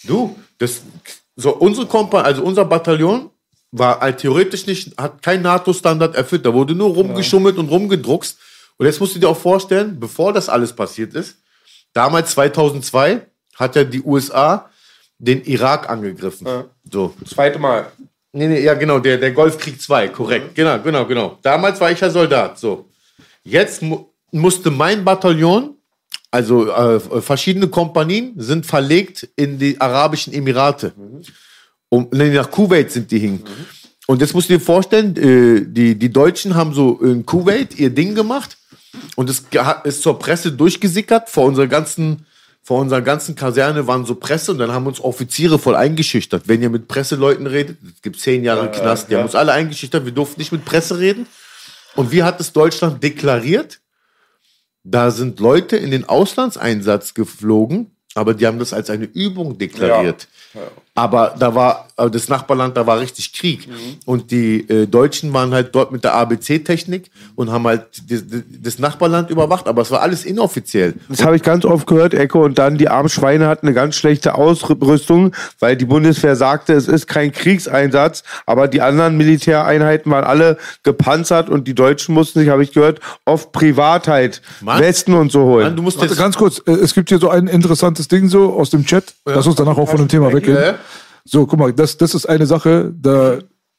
Unsere Kompanie, also unser Bataillon, war theoretisch nicht, hat kein NATO-Standard erfüllt. Da wurde nur rumgeschummelt und rumgedruckst. Und jetzt musst du dir auch vorstellen, bevor das alles passiert ist, damals 2002 hat ja die USA den Irak angegriffen. Ja. So. Zweite Mal. Ja, genau, der Golfkrieg 2, korrekt. Genau. Damals war ich ja Soldat. So. Jetzt musste mein Bataillon, also verschiedene Kompanien, sind verlegt in die Arabischen Emirate. Nach Kuwait sind die hin. Und jetzt musst du dir vorstellen, die Deutschen haben so in Kuwait ihr Ding gemacht und es ist zur Presse durchgesickert. Vor unserer ganzen Kaserne waren so Presse und dann haben uns Offiziere voll eingeschüchtert. Wenn ihr mit Presseleuten redet, es gibt 10 Jahre Knast, die haben uns alle eingeschüchtert, wir durften nicht mit Presse reden. Und wie hat es Deutschland deklariert? Da sind Leute in den Auslandseinsatz geflogen, aber die haben das als eine Übung deklariert. Ja. Aber das Nachbarland, da war richtig Krieg. Und die Deutschen waren halt dort mit der ABC-Technik und haben halt das Nachbarland überwacht, aber es war alles inoffiziell. Das habe ich ganz oft gehört, Echo, und dann die armen Schweine hatten eine ganz schlechte Ausrüstung, weil die Bundeswehr sagte, es ist kein Kriegseinsatz, aber die anderen Militäreinheiten waren alle gepanzert und die Deutschen mussten sich, habe ich gehört, oft privat halt Westen und so holen. Mann, du musst ganz kurz, es gibt hier so ein interessantes Ding so aus dem Chat, lass uns danach auch von dem Thema weggehen. So, guck mal, das ist eine Sache, da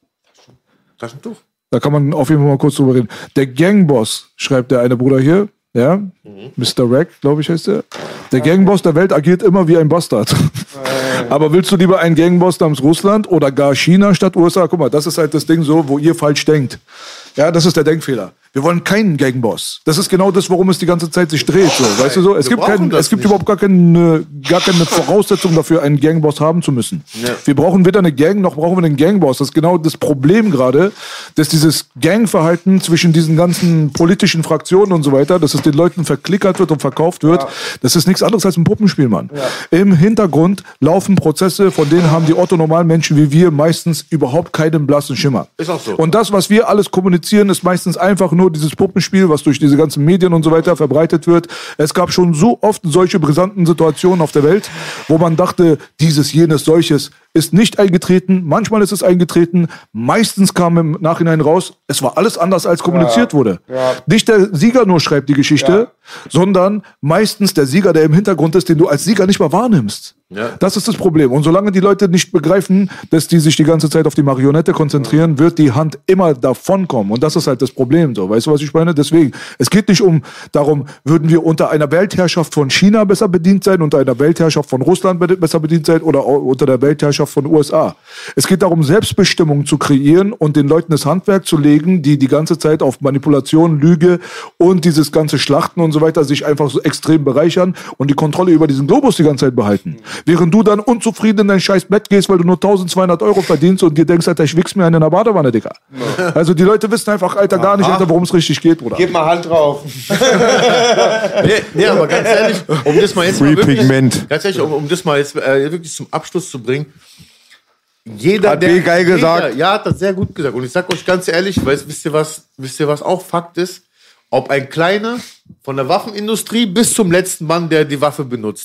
kann man auf jeden Fall mal kurz drüber reden. Der Gangboss, schreibt der eine Bruder hier, ja, Mr. Rack, glaube ich, heißt der. Der Gangboss der Welt agiert immer wie ein Bastard. Aber willst du lieber einen Gangboss namens Russland oder gar China statt USA? Guck mal, das ist halt das Ding so, wo ihr falsch denkt. Ja, das ist der Denkfehler. Wir wollen keinen Gangboss. Das ist genau das, worum es die ganze Zeit sich dreht. So. Weißt du so? Es gibt überhaupt gar keine Voraussetzung dafür, einen Gangboss haben zu müssen. Ja. Wir brauchen weder eine Gang, noch brauchen wir einen Gangboss. Das ist genau das Problem gerade, dass dieses Gangverhalten zwischen diesen ganzen politischen Fraktionen und so weiter, dass es den Leuten verklickert wird und verkauft wird, das ist nichts anderes als ein Puppenspiel, Mann. Ja. Im Hintergrund laufen Prozesse, von denen haben die Otto-Normalmenschen wie wir meistens überhaupt keinen blassen Schimmer. Ist auch so. Und das, was wir alles kommunizieren, ist meistens einfach nur dieses Puppenspiel, was durch diese ganzen Medien und so weiter verbreitet wird. Es gab schon so oft solche brisanten Situationen auf der Welt, wo man dachte, dieses, jenes, solches ist nicht eingetreten. Manchmal ist es eingetreten. Meistens kam im Nachhinein raus, es war alles anders, als kommuniziert wurde. Ja. Nicht der Sieger nur schreibt die Geschichte, sondern meistens der Sieger, der im Hintergrund ist, den du als Sieger nicht mal wahrnimmst. Ja. Das ist das Problem. Und solange die Leute nicht begreifen, dass die sich die ganze Zeit auf die Marionette konzentrieren, wird die Hand immer davonkommen. Und das ist halt das Problem. So. Weißt du, was ich meine? Deswegen, es geht nicht darum, würden wir unter einer Weltherrschaft von China besser bedient sein, unter einer Weltherrschaft von Russland besser bedient sein oder unter der Weltherrschaft von den USA. Es geht darum, Selbstbestimmung zu kreieren und den Leuten das Handwerk zu legen, die die ganze Zeit auf Manipulation, Lüge und dieses ganze Schlachten und so weiter sich einfach so extrem bereichern und die Kontrolle über diesen Globus die ganze Zeit behalten. Während du dann unzufrieden in dein scheiß Bett gehst, weil du nur 1200 € verdienst und dir denkst, Alter, ich wichs mir einen in der Badewanne, Digga. No. Also die Leute wissen einfach, Alter, gar nicht, Alter, worum es richtig geht, Bruder. Gib mal Hand drauf. nee, aber ganz ehrlich, um das mal jetzt Free mal wirklich, Pigment. Ganz ehrlich, um das mal jetzt wirklich zum Abschluss zu bringen. Jeder, hat Bill geil gesagt. Ja, hat das sehr gut gesagt. Und ich sag euch ganz ehrlich, wisst ihr, was auch Fakt ist? Ob ein Kleiner von der Waffenindustrie bis zum letzten Mann, der die Waffe benutzt.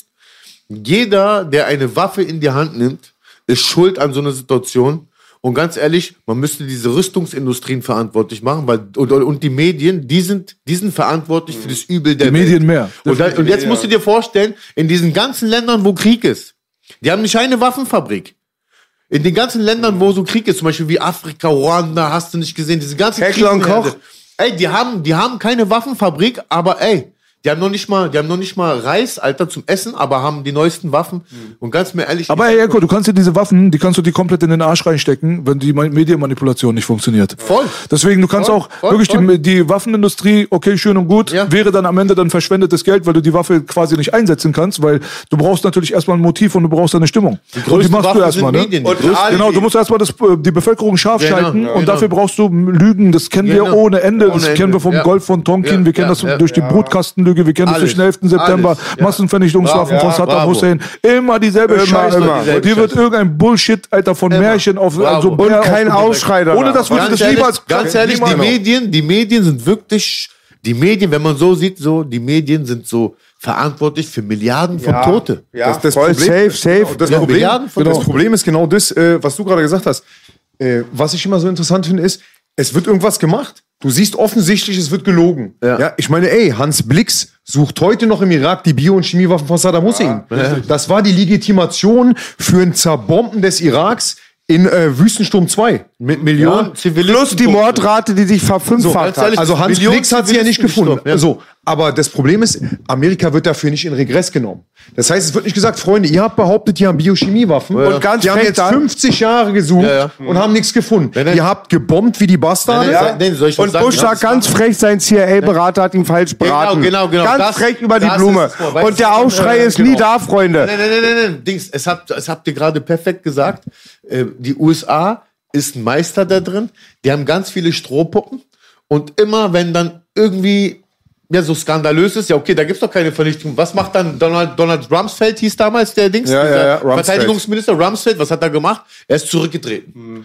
Jeder, der eine Waffe in die Hand nimmt, ist schuld an so einer Situation. Und ganz ehrlich, man müsste diese Rüstungsindustrien verantwortlich machen, weil und die Medien, die sind verantwortlich für das Übel der Welt. Die Medien mehr. Und jetzt musst du dir vorstellen, in diesen ganzen Ländern, wo Krieg ist, die haben nicht eine Waffenfabrik. In den ganzen Ländern, wo so Krieg ist, zum Beispiel wie Afrika, Ruanda, hast du nicht gesehen, diese ganzen Heckler und Koch. Ey, die haben keine Waffenfabrik, aber ey, die haben noch nicht mal Reis, Alter, zum Essen, aber haben die neuesten Waffen. Und ganz mir ehrlich. Aber ey, Eko, du kannst dir diese Waffen, die kannst du komplett in den Arsch reinstecken, wenn die Medienmanipulation nicht funktioniert. Voll. Deswegen, du kannst wirklich die Waffenindustrie, okay, schön und gut, wäre dann am Ende dann verschwendetes Geld, weil du die Waffe quasi nicht einsetzen kannst, weil du brauchst natürlich erstmal ein Motiv und du brauchst eine Stimmung. Und die machst du erstmal, ne? Genau, du musst erstmal die Bevölkerung scharf schalten und dafür brauchst du Lügen, das kennen wir ohne Ende. Das kennen wir vom Golf von Tonkin, wir kennen das durch die Brutkastenlüge, wir kennen das durch den 11. September, Massenvernichtungswaffen von Saddam Hussein. Immer dieselbe Scheiße. Hier wird irgendein Bullshit, Alter, von Märchen auf so und kein Ausschrei danach. Ohne das würde das niemals. Ganz ehrlich, die Medien sind wirklich, wenn man so sieht, die Medien sind so verantwortlich für Milliarden von Tote. Ja, das voll Problem, safe. Das Problem ist genau das, was du gerade gesagt hast. Was ich immer so interessant finde, ist, es wird irgendwas gemacht. Du siehst offensichtlich, es wird gelogen. Ja, ich meine, Hans Blix sucht heute noch im Irak die Bio- und Chemiewaffen von Saddam Hussein. Ja. Das war die Legitimation für ein Zerbomben des Iraks in Wüstensturm 2. Mit Millionen Zivilisten. Plus die Mordrate, die sich verfünffacht hat. Also Hans Blix hat sie ja nicht gefunden. So, aber das Problem ist, Amerika wird dafür nicht in Regress genommen. Das heißt, es wird nicht gesagt, Freunde, ihr habt behauptet, ihr habt Biochemiewaffen. Und ganz die haben jetzt 50 Jahre gesucht und haben nichts gefunden. Ihr habt gebombt wie die Bastarde. Und Bush sagt ganz frech, sein CIA-Berater hat ihn falsch beraten. Genau. Ganz frech über die Blume. Und der Aufschrei ist nie da, Freunde. Nein. Dings, es habt ihr gerade perfekt gesagt. Die USA ist ein Meister da drin. Die haben ganz viele Strohpuppen. Und immer, wenn dann irgendwie so skandalös ist, okay, da gibt's doch keine Vernichtung. Was macht dann Donald Rumsfeld, hieß damals der Dings? Verteidigungsminister Rumsfeld, was hat er gemacht? Er ist zurückgetreten.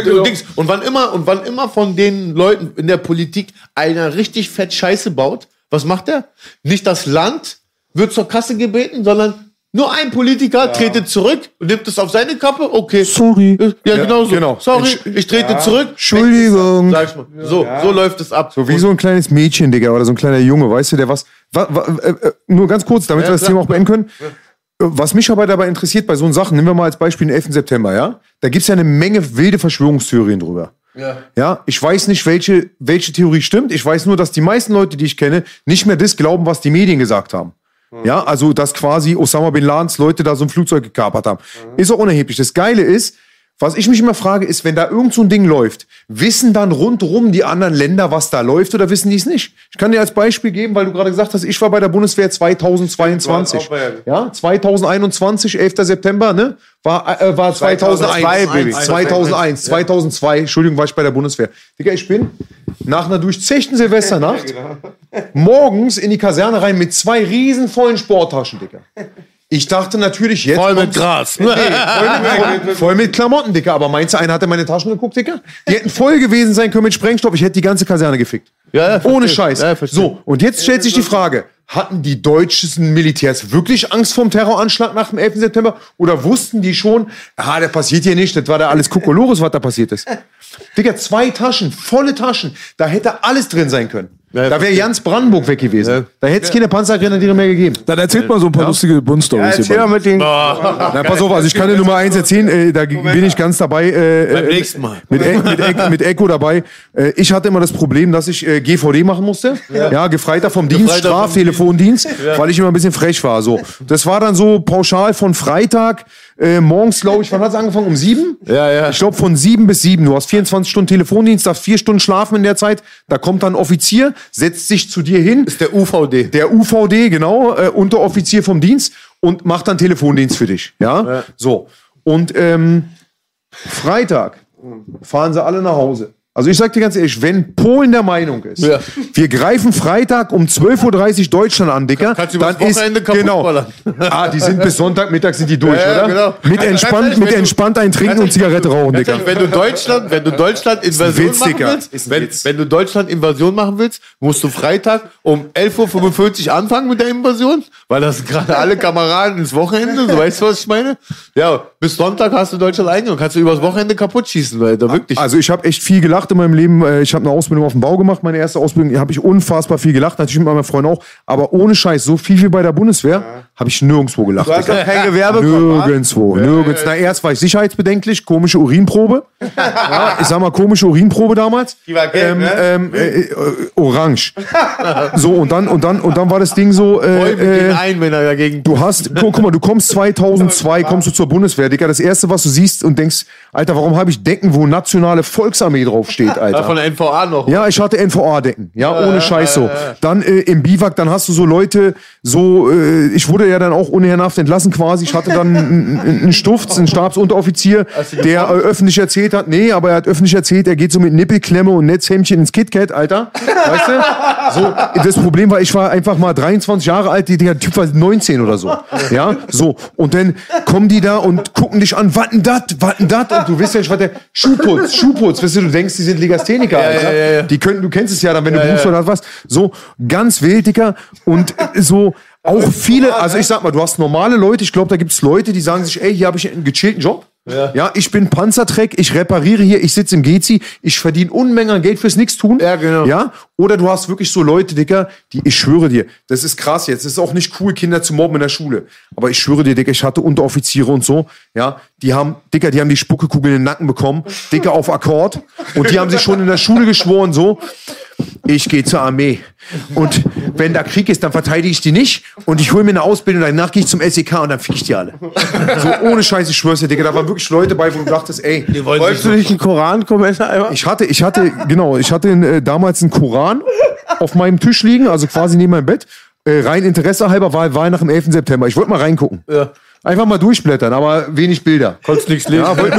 Und wann immer von den Leuten in der Politik einer richtig fett Scheiße baut, was macht er? Nicht das Land wird zur Kasse gebeten, sondern nur ein Politiker tretet zurück und nimmt es auf seine Kappe. Okay. Sorry. Ja, genau. Sorry, ich trete zurück. Entschuldigung. Sag ich mal. So läuft es ab. So wie so ein kleines Mädchen, Digga, oder so ein kleiner Junge, weißt du, der nur ganz kurz, damit wir das Thema auch beenden können. Was mich aber dabei interessiert bei so Sachen, nehmen wir mal als Beispiel den 11. September, ja? Da gibt's ja eine Menge wilde Verschwörungstheorien drüber. Ja, ich weiß nicht, welche Theorie stimmt. Ich weiß nur, dass die meisten Leute, die ich kenne, nicht mehr das glauben, was die Medien gesagt haben. Ja, also, dass quasi Osama Bin Ladens Leute da so ein Flugzeug gekapert haben. Ist auch unerheblich. Das Geile ist, was ich mich immer frage, ist, wenn da irgend so ein Ding läuft, wissen dann rundherum die anderen Länder, was da läuft, oder wissen die es nicht? Ich kann dir als Beispiel geben, weil du gerade gesagt hast, ich war bei der Bundeswehr 2022. Ja, 2021, 11. September, ne? War 2001, Baby. 2002, Entschuldigung, war ich bei der Bundeswehr. Digga, ich bin nach einer durchzechten Silvesternacht morgens in die Kaserne rein mit 2 riesenvollen Sporttaschen, Digga. Ich dachte natürlich jetzt... Voll mit Gras. Voll mit Klamotten, Digga. Aber meinst du, einer hat in meine Taschen geguckt, Digga? Die hätten voll gewesen sein können mit Sprengstoff. Ich hätte die ganze Kaserne gefickt. Ja, ohne Scheiß. Ja, so, und jetzt stellt sich die Frage, hatten die deutschen Militärs wirklich Angst vor dem Terroranschlag nach dem 11. September? Oder wussten die schon, der passiert hier nicht, das war da alles Kokolores, was da passiert ist? Digga, 2 Taschen, volle Taschen, da hätte alles drin sein können. Ja, Da wäre ganz Brandenburg weg gewesen. Ja. Da hätte es keine Panzergrenadiere mehr gegeben. Dann erzählt mal so ein paar lustige Bundstories. Erzähl mal mit den. Na, pass auf, also ich kann dir Nummer 1 erzählen, da bin ich ganz dabei. Beim nächsten Mal. Mit Echo dabei. Ich hatte immer das Problem, dass ich GVD machen musste. Ja, Gefreiter vom Dienst, Gefreiter vom Straftelefondienst, weil ich immer ein bisschen frech war. So. Das war dann so pauschal von Freitag morgens, glaube ich, wann hat es angefangen? Um 7? Ja. Ich glaube von 7 bis 7. Du hast 24 Stunden Telefondienst, darfst 4 Stunden schlafen in der Zeit. Da kommt dann ein Offizier, setzt sich zu dir hin. Ist der UVD. Der UVD, genau, Unteroffizier vom Dienst und macht dann Telefondienst für dich. Ja. So. Und Freitag fahren sie alle nach Hause. Also ich sag dir ganz ehrlich, wenn Polen der Meinung ist, wir greifen Freitag um 12:30 Uhr Deutschland an, Dicker, Kannst du dann übers Wochenende kaputt ballern. Die sind bis Sonntagmittag sind die durch, Ja, oder? genau. Mit entspannt ein Trinken und Zigarette rauchen, Dicker. Wenn du Deutschland Invasion Witz, machen Digga. willst, Ist ein Witz. wenn du Deutschland Invasion machen willst, musst du Freitag um 11:45 Uhr anfangen mit der Invasion, weil das sind gerade alle Kameraden ins Wochenende, so weißt du, was ich meine? Ja, bis Sonntag hast du Deutschland eingenommen, kannst du übers Wochenende kaputt schießen, weil da wirklich. Also ich habe echt viel gelacht in meinem Leben. Ich habe eine Ausbildung auf dem Bau gemacht, meine erste Ausbildung, habe ich unfassbar viel gelacht, natürlich mit meinen Freunden auch, aber ohne Scheiß, so viel wie bei der Bundeswehr, habe ich nirgendwo gelacht. Du hast doch kein Gewerbe bekommen, Nirgendwo. Na, erst war ich sicherheitsbedenklich, komische Urinprobe. Ja, ich sag mal, komische Urinprobe damals. Die war gelb, Orange. So, und dann war das Ding so, gegen ein, wenn er dagegen. du hast, guck mal, du kommst 2002, kommst du zur Bundeswehr, Digga, das erste, was du siehst und denkst, Alter, warum habe ich Decken, wo Nationale Volksarmee draufsteht, Alter? Von der NVA noch. Ja, ich hatte NVA-Decken. Ja, ohne Scheiß so. Dann im Biwak, dann hast du so Leute, so, ich wurde ja dann auch unehrenhaft entlassen quasi. Ich hatte dann einen Stufz, einen Stabsunteroffizier, der öffentlich erzählt hat, nee, aber er hat öffentlich erzählt, er geht so mit Nippelklemme und Netzhemdchen ins KitKat, Alter. Weißt du? So, das Problem war, ich war einfach mal 23 Jahre alt, der Typ war 19 oder so. Ja, so. Und dann kommen die da und gucken dich an, was denn dat? Und du weißt ja nicht, was der Schuhputz, weißt du, du denkst, die sind Legastheniker, Alter. Die können, du kennst es ja dann, wenn du Berufsfeld hast, was. So, ganz wild, Dicker. Und so, auch viele, also ich sag mal, du hast normale Leute, ich glaube, da gibt es Leute, die sagen sich, ey, hier habe ich einen gechillten Job. Ja, ich bin Panzertreck, ich repariere hier, ich sitze im Gezi, ich verdiene Unmengen an Geld fürs Nichtstun. Ja, genau. Ja, oder du hast wirklich so Leute, Dicker, die, ich schwöre dir, das ist krass jetzt, das ist auch nicht cool, Kinder zu mobben in der Schule. Aber ich schwöre dir, Dicker, ich hatte Unteroffiziere und so, ja, die haben die Spuckekugel in den Nacken bekommen, Dicker auf Akkord, und die haben sich schon in der Schule geschworen, so, ich gehe zur Armee. Und wenn da Krieg ist, dann verteidige ich die nicht. Und ich hole mir eine Ausbildung, danach gehe ich zum SEK und dann fick ich die alle. So ohne Scheiß, ich schwör's dir, Digga. Da waren wirklich Leute bei, wo du dachtest, ey, Wolltest du nicht einen Koran-Kommentar einmal? ich hatte damals einen Koran auf meinem Tisch liegen, also quasi neben meinem Bett. Rein Interesse halber war nach dem 11. September. Ich wollte mal reingucken. Ja. Einfach mal durchblättern, aber wenig Bilder. Konntest nichts lesen. Ja,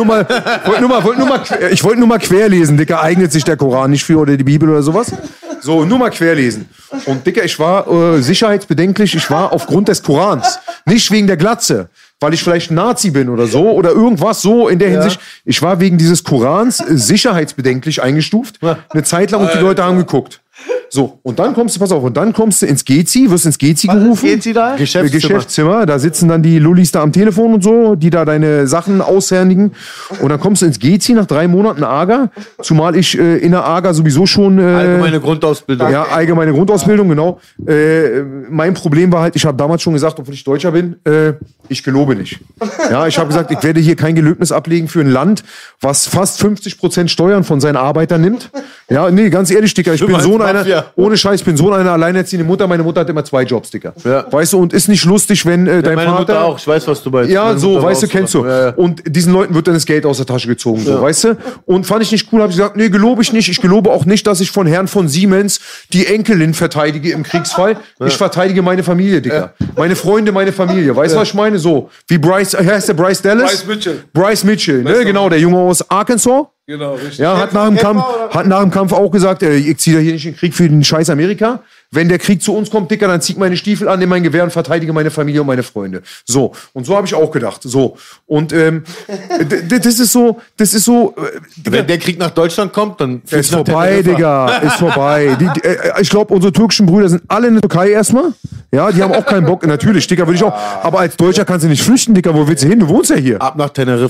ich wollte nur mal querlesen, Dicker. Eignet sich der Koran nicht für oder die Bibel oder sowas? So, nur mal querlesen. Und Dicker, ich war sicherheitsbedenklich. Ich war aufgrund des Korans. Nicht wegen der Glatze, weil ich vielleicht ein Nazi bin oder so oder irgendwas so in der Hinsicht. Ich war wegen dieses Korans sicherheitsbedenklich eingestuft. Eine Zeit lang und die Leute haben geguckt. So, und dann kommst du ins Gezi, wirst ins Gezi gerufen. Gezi da? Geschäftszimmer. Da sitzen dann die Lullis da am Telefon und so, die da deine Sachen aushändigen. Und dann kommst du ins Gezi nach 3 Monaten AGA, zumal ich in der AGA sowieso schon... allgemeine Grundausbildung. Ja, allgemeine Grundausbildung, genau. Mein Problem war halt, ich habe damals schon gesagt, obwohl ich Deutscher bin, ich gelobe nicht. Ja, ich habe gesagt, ich werde hier kein Gelöbnis ablegen für ein Land, was fast 50% Steuern von seinen Arbeitern nimmt. Ja, nee, ganz ehrlich, Dicker, ich bin Sohn einer, ohne Scheiß, ich bin Sohn einer alleinerziehenden Mutter. Meine Mutter hat immer 2 Jobs, Dicker. Ja. Weißt du, und ist nicht lustig, wenn dein meine Vater... Mutter auch, ich weiß, was du meinst. Ja, meine so, Mutter weißt du, kennst du. Ja. Und diesen Leuten wird dann das Geld aus der Tasche gezogen, so, weißt du. Und fand ich nicht cool, habe ich gesagt, nee, gelobe ich nicht. Ich gelobe auch nicht, dass ich von Herrn von Siemens die Enkelin verteidige im Kriegsfall. Ich verteidige meine Familie, Dicker. Meine Freunde, meine Familie. Weißt du, was ich meine? So, wie Bryce, heißt der Bryce Dallas? Bryce Mitchell, ne? Genau, der Junge aus Arkansas. Genau, richtig. Ja, hat nach dem Kampf auch gesagt, ich ziehe da hier nicht in den Krieg für den scheiß Amerika. Wenn der Krieg zu uns kommt, Dicker, dann zieh ich meine Stiefel an, nehme mein Gewehr und verteidige meine Familie und meine Freunde. So. Und so habe ich auch gedacht. So. Und das ist so. Wenn der Krieg nach Deutschland kommt, dann ist vorbei, Digga. Ist vorbei. Ich glaube, unsere türkischen Brüder sind alle in der Türkei erstmal. Ja, die haben auch keinen Bock. Natürlich, Digga, würde ich auch. Aber als Deutscher kannst du nicht flüchten, Digga. Wo willst du hin? Du wohnst ja hier. Ab nach Teneriffa.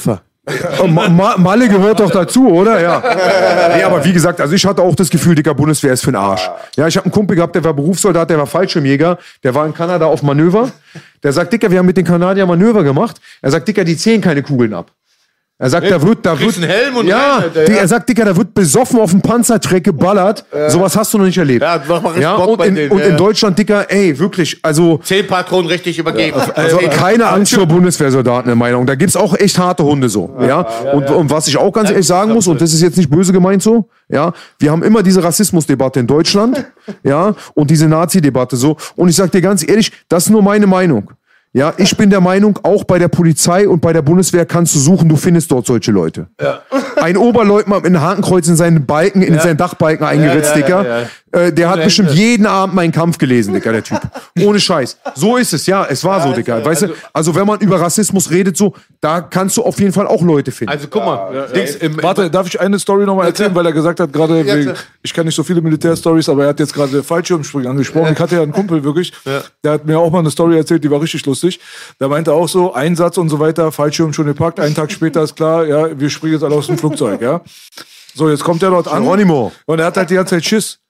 Malle gehört doch dazu, oder? Ja. Nee, aber wie gesagt, also ich hatte auch das Gefühl, Dicker, Bundeswehr ist für den Arsch. Ja, ich habe einen Kumpel gehabt, der war Berufssoldat, der war Fallschirmjäger, der war in Kanada auf Manöver. Der sagt, Dicker, wir haben mit den Kanadiern Manöver gemacht. Er sagt, Dicker, die zählen keine Kugeln ab. Er sagt, da wird einen Helm und ja, rein, Alter, er sagt, Dicker, da wird besoffen auf dem Panzertreck geballert. Sowas hast du noch nicht erlebt. Ja, mach mal richtig Ja, Bock und bei in, denen, und in Deutschland, Dicker, ey, wirklich, also 10 Patronen richtig übergeben. also keine Angst vor Bundeswehrsoldaten, in Meinung. Da gibt's auch echt harte Hunde so. Ja, und was ich auch ganz ehrlich sagen muss, und das ist jetzt nicht böse gemeint so, ja, wir haben immer diese Rassismusdebatte in Deutschland, ja, und diese Nazi-Debatte so. Und ich sag dir ganz ehrlich, das ist nur meine Meinung. Ja, ich bin der Meinung, auch bei der Polizei und bei der Bundeswehr kannst du suchen, du findest dort solche Leute. Ja. Ein Oberleutnant mit einem Hakenkreuz in seinen Balken, in seinen Dachbalken eingeritzt, Dicker. Der hat bestimmt jeden Abend meinen Kampf gelesen, Dicker, der Typ. Ohne Scheiß. So ist es, ja, es war so, Dicker. Weißt du, also wenn man über Rassismus redet, so, da kannst du auf jeden Fall auch Leute finden. Also guck mal, Warte, darf ich eine Story nochmal erzählen, weil er gesagt hat, gerade, ich kann nicht so viele Militärstories, aber er hat jetzt gerade Fallschirmspringen angesprochen. Ich hatte ja einen Kumpel wirklich, der hat mir auch mal eine Story erzählt, die war richtig lustig. Der meinte auch so, Einsatz und so weiter, Fallschirm schon gepackt, einen Tag später ist klar, ja, wir springen jetzt alle aus dem Flugzeug, ja. So, jetzt kommt er dort an. Geronimo. Und er hat halt die ganze Zeit Schiss.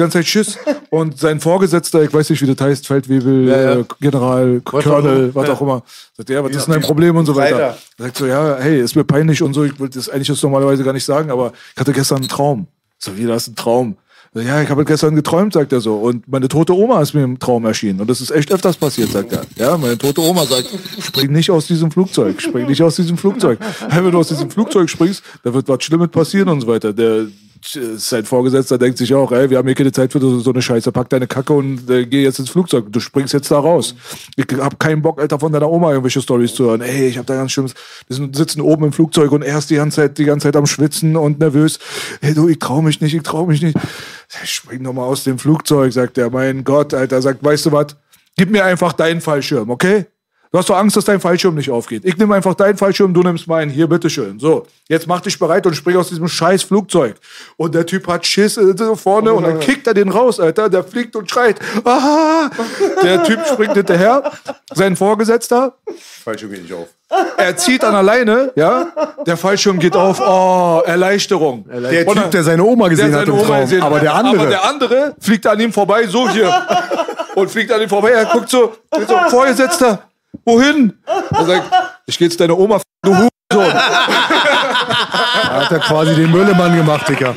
Und sein Vorgesetzter, ich weiß nicht, wie das heißt, Feldwebel, General, Colonel, was auch immer, sagt, ja, was ist denn dein Problem und so weiter. Er sagt so, ja, hey, ist mir peinlich und so, ich wollte das eigentlich normalerweise gar nicht sagen, aber ich hatte gestern einen Traum. So, wie, das ist ein Traum? Ja, ich habe gestern geträumt, sagt er so. Und meine tote Oma ist mir im Traum erschienen. Und das ist echt öfters passiert, sagt er. Ja, meine tote Oma sagt, spring nicht aus diesem Flugzeug. Spring nicht aus diesem Flugzeug. Wenn du aus diesem Flugzeug springst, da wird was Schlimmes passieren und so weiter. Sein Vorgesetzter denkt sich auch, ey, wir haben hier keine Zeit für so eine Scheiße. Pack deine Kacke und geh jetzt ins Flugzeug. Du springst jetzt da raus. Ich hab keinen Bock, Alter, von deiner Oma irgendwelche Storys zu hören. Ey, ich hab da ganz schlimmes. Wir sitzen oben im Flugzeug und er ist die ganze Zeit am Schwitzen und nervös. Hey, du, ich trau mich nicht. Spring doch mal aus dem Flugzeug, sagt er. Mein Gott, Alter, sagt, weißt du was? Gib mir einfach deinen Fallschirm, okay? Du hast doch Angst, dass dein Fallschirm nicht aufgeht. Ich nehme einfach deinen Fallschirm, du nimmst meinen. Hier, bitteschön. So, jetzt mach dich bereit und spring aus diesem scheiß Flugzeug. Und der Typ hat Schiss vorne und dann kickt er den raus, Alter. Der fliegt und schreit. Ah! Der Typ springt hinterher. Sein Vorgesetzter. Fallschirm geht nicht auf. Er zieht an der Leine, ja. Der Fallschirm geht auf. Oh, Erleichterung. Der Typ, der seine Oma gesehen hat im Traum. Aber der andere fliegt an ihm vorbei, so hier. Und fliegt an ihm vorbei. Er guckt so Vorgesetzter. Wohin? Er sagt, ich geh jetzt deine Oma, du Hurensohn. Da hat er quasi den Müllemann gemacht, Dicker.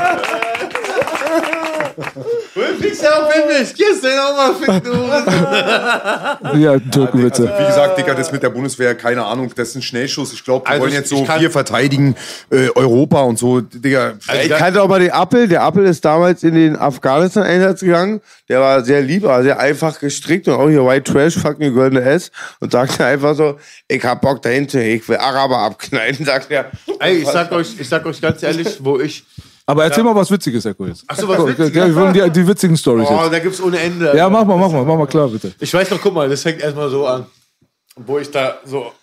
Fliegst ja auf Englisch, gehst deine Oma, fick du. Die alten Türkenwitze. Wie gesagt, Dicker, das mit der Bundeswehr, keine Ahnung, das ist ein Schnellschuss. Ich glaube, die wollen jetzt so, wir verteidigen Europa und so, Digga. Ich kannte auch mal den Appel. Der Appel ist damals in den Afghanistan-Einsatz gegangen. Der war sehr lieb, aber sehr einfach gestrickt und auch hier White Trash, fucking Golden S. Und sagte einfach so, ich hab Bock dahinter, ich will Araber abknallen, sagt er. Ey, ich sag euch ganz ehrlich, wo ich... Aber erzähl mal was Witziges, Herr Kurz. Achso, was Witziges? Ja, wir wollen die witzigen Storys Oh, jetzt. da gibt's ohne Ende. Ja, mach mal klar, bitte. Ich weiß noch, guck mal, das fängt erstmal so an. Wo ich da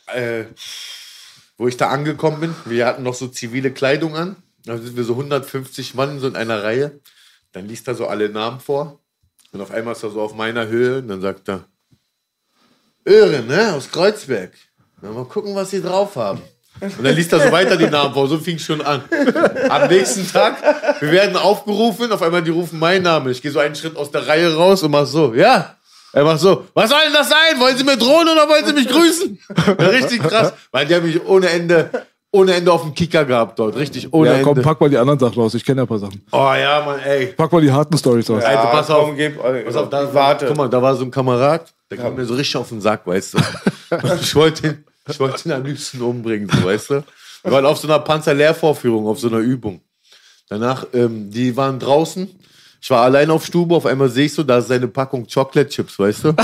angekommen bin, wir hatten noch so zivile Kleidung an. Da sind wir so 150 Mann so in einer Reihe. Dann liest er so alle Namen vor. Und auf einmal ist er so auf meiner Höhe. Und dann sagt er, Öhren, ne, aus Kreuzberg. Na, mal gucken, was sie drauf haben. Und dann liest er so weiter die Namen vor. So fing es schon an. Am nächsten Tag, wir werden aufgerufen. Auf einmal, die rufen meinen Namen. Ich gehe so einen Schritt aus der Reihe raus und mach so, ja. Er macht so, was soll denn das sein? Wollen Sie mir drohen oder wollen Sie mich grüßen? Ja, richtig krass. Weil die haben mich ohne Ende auf dem Kicker gehabt dort. Richtig ohne Ende. Ja, komm, pack mal die anderen Sachen raus. Ich kenne ja ein paar Sachen. Oh ja, Mann, ey. Pack mal die harten Storys raus. Ja, also, pass auf, Warte. Guck mal, da war so ein Kamerad, der kam mir so richtig auf den Sack, weißt du. Ich wollte ihn am liebsten umbringen, so, weißt du. Wir waren auf so einer Panzerlehrvorführung, auf so einer Übung. Danach, die waren draußen. Ich war allein auf Stube, auf einmal sehe ich so, da ist seine Packung Chocolate Chips, weißt du.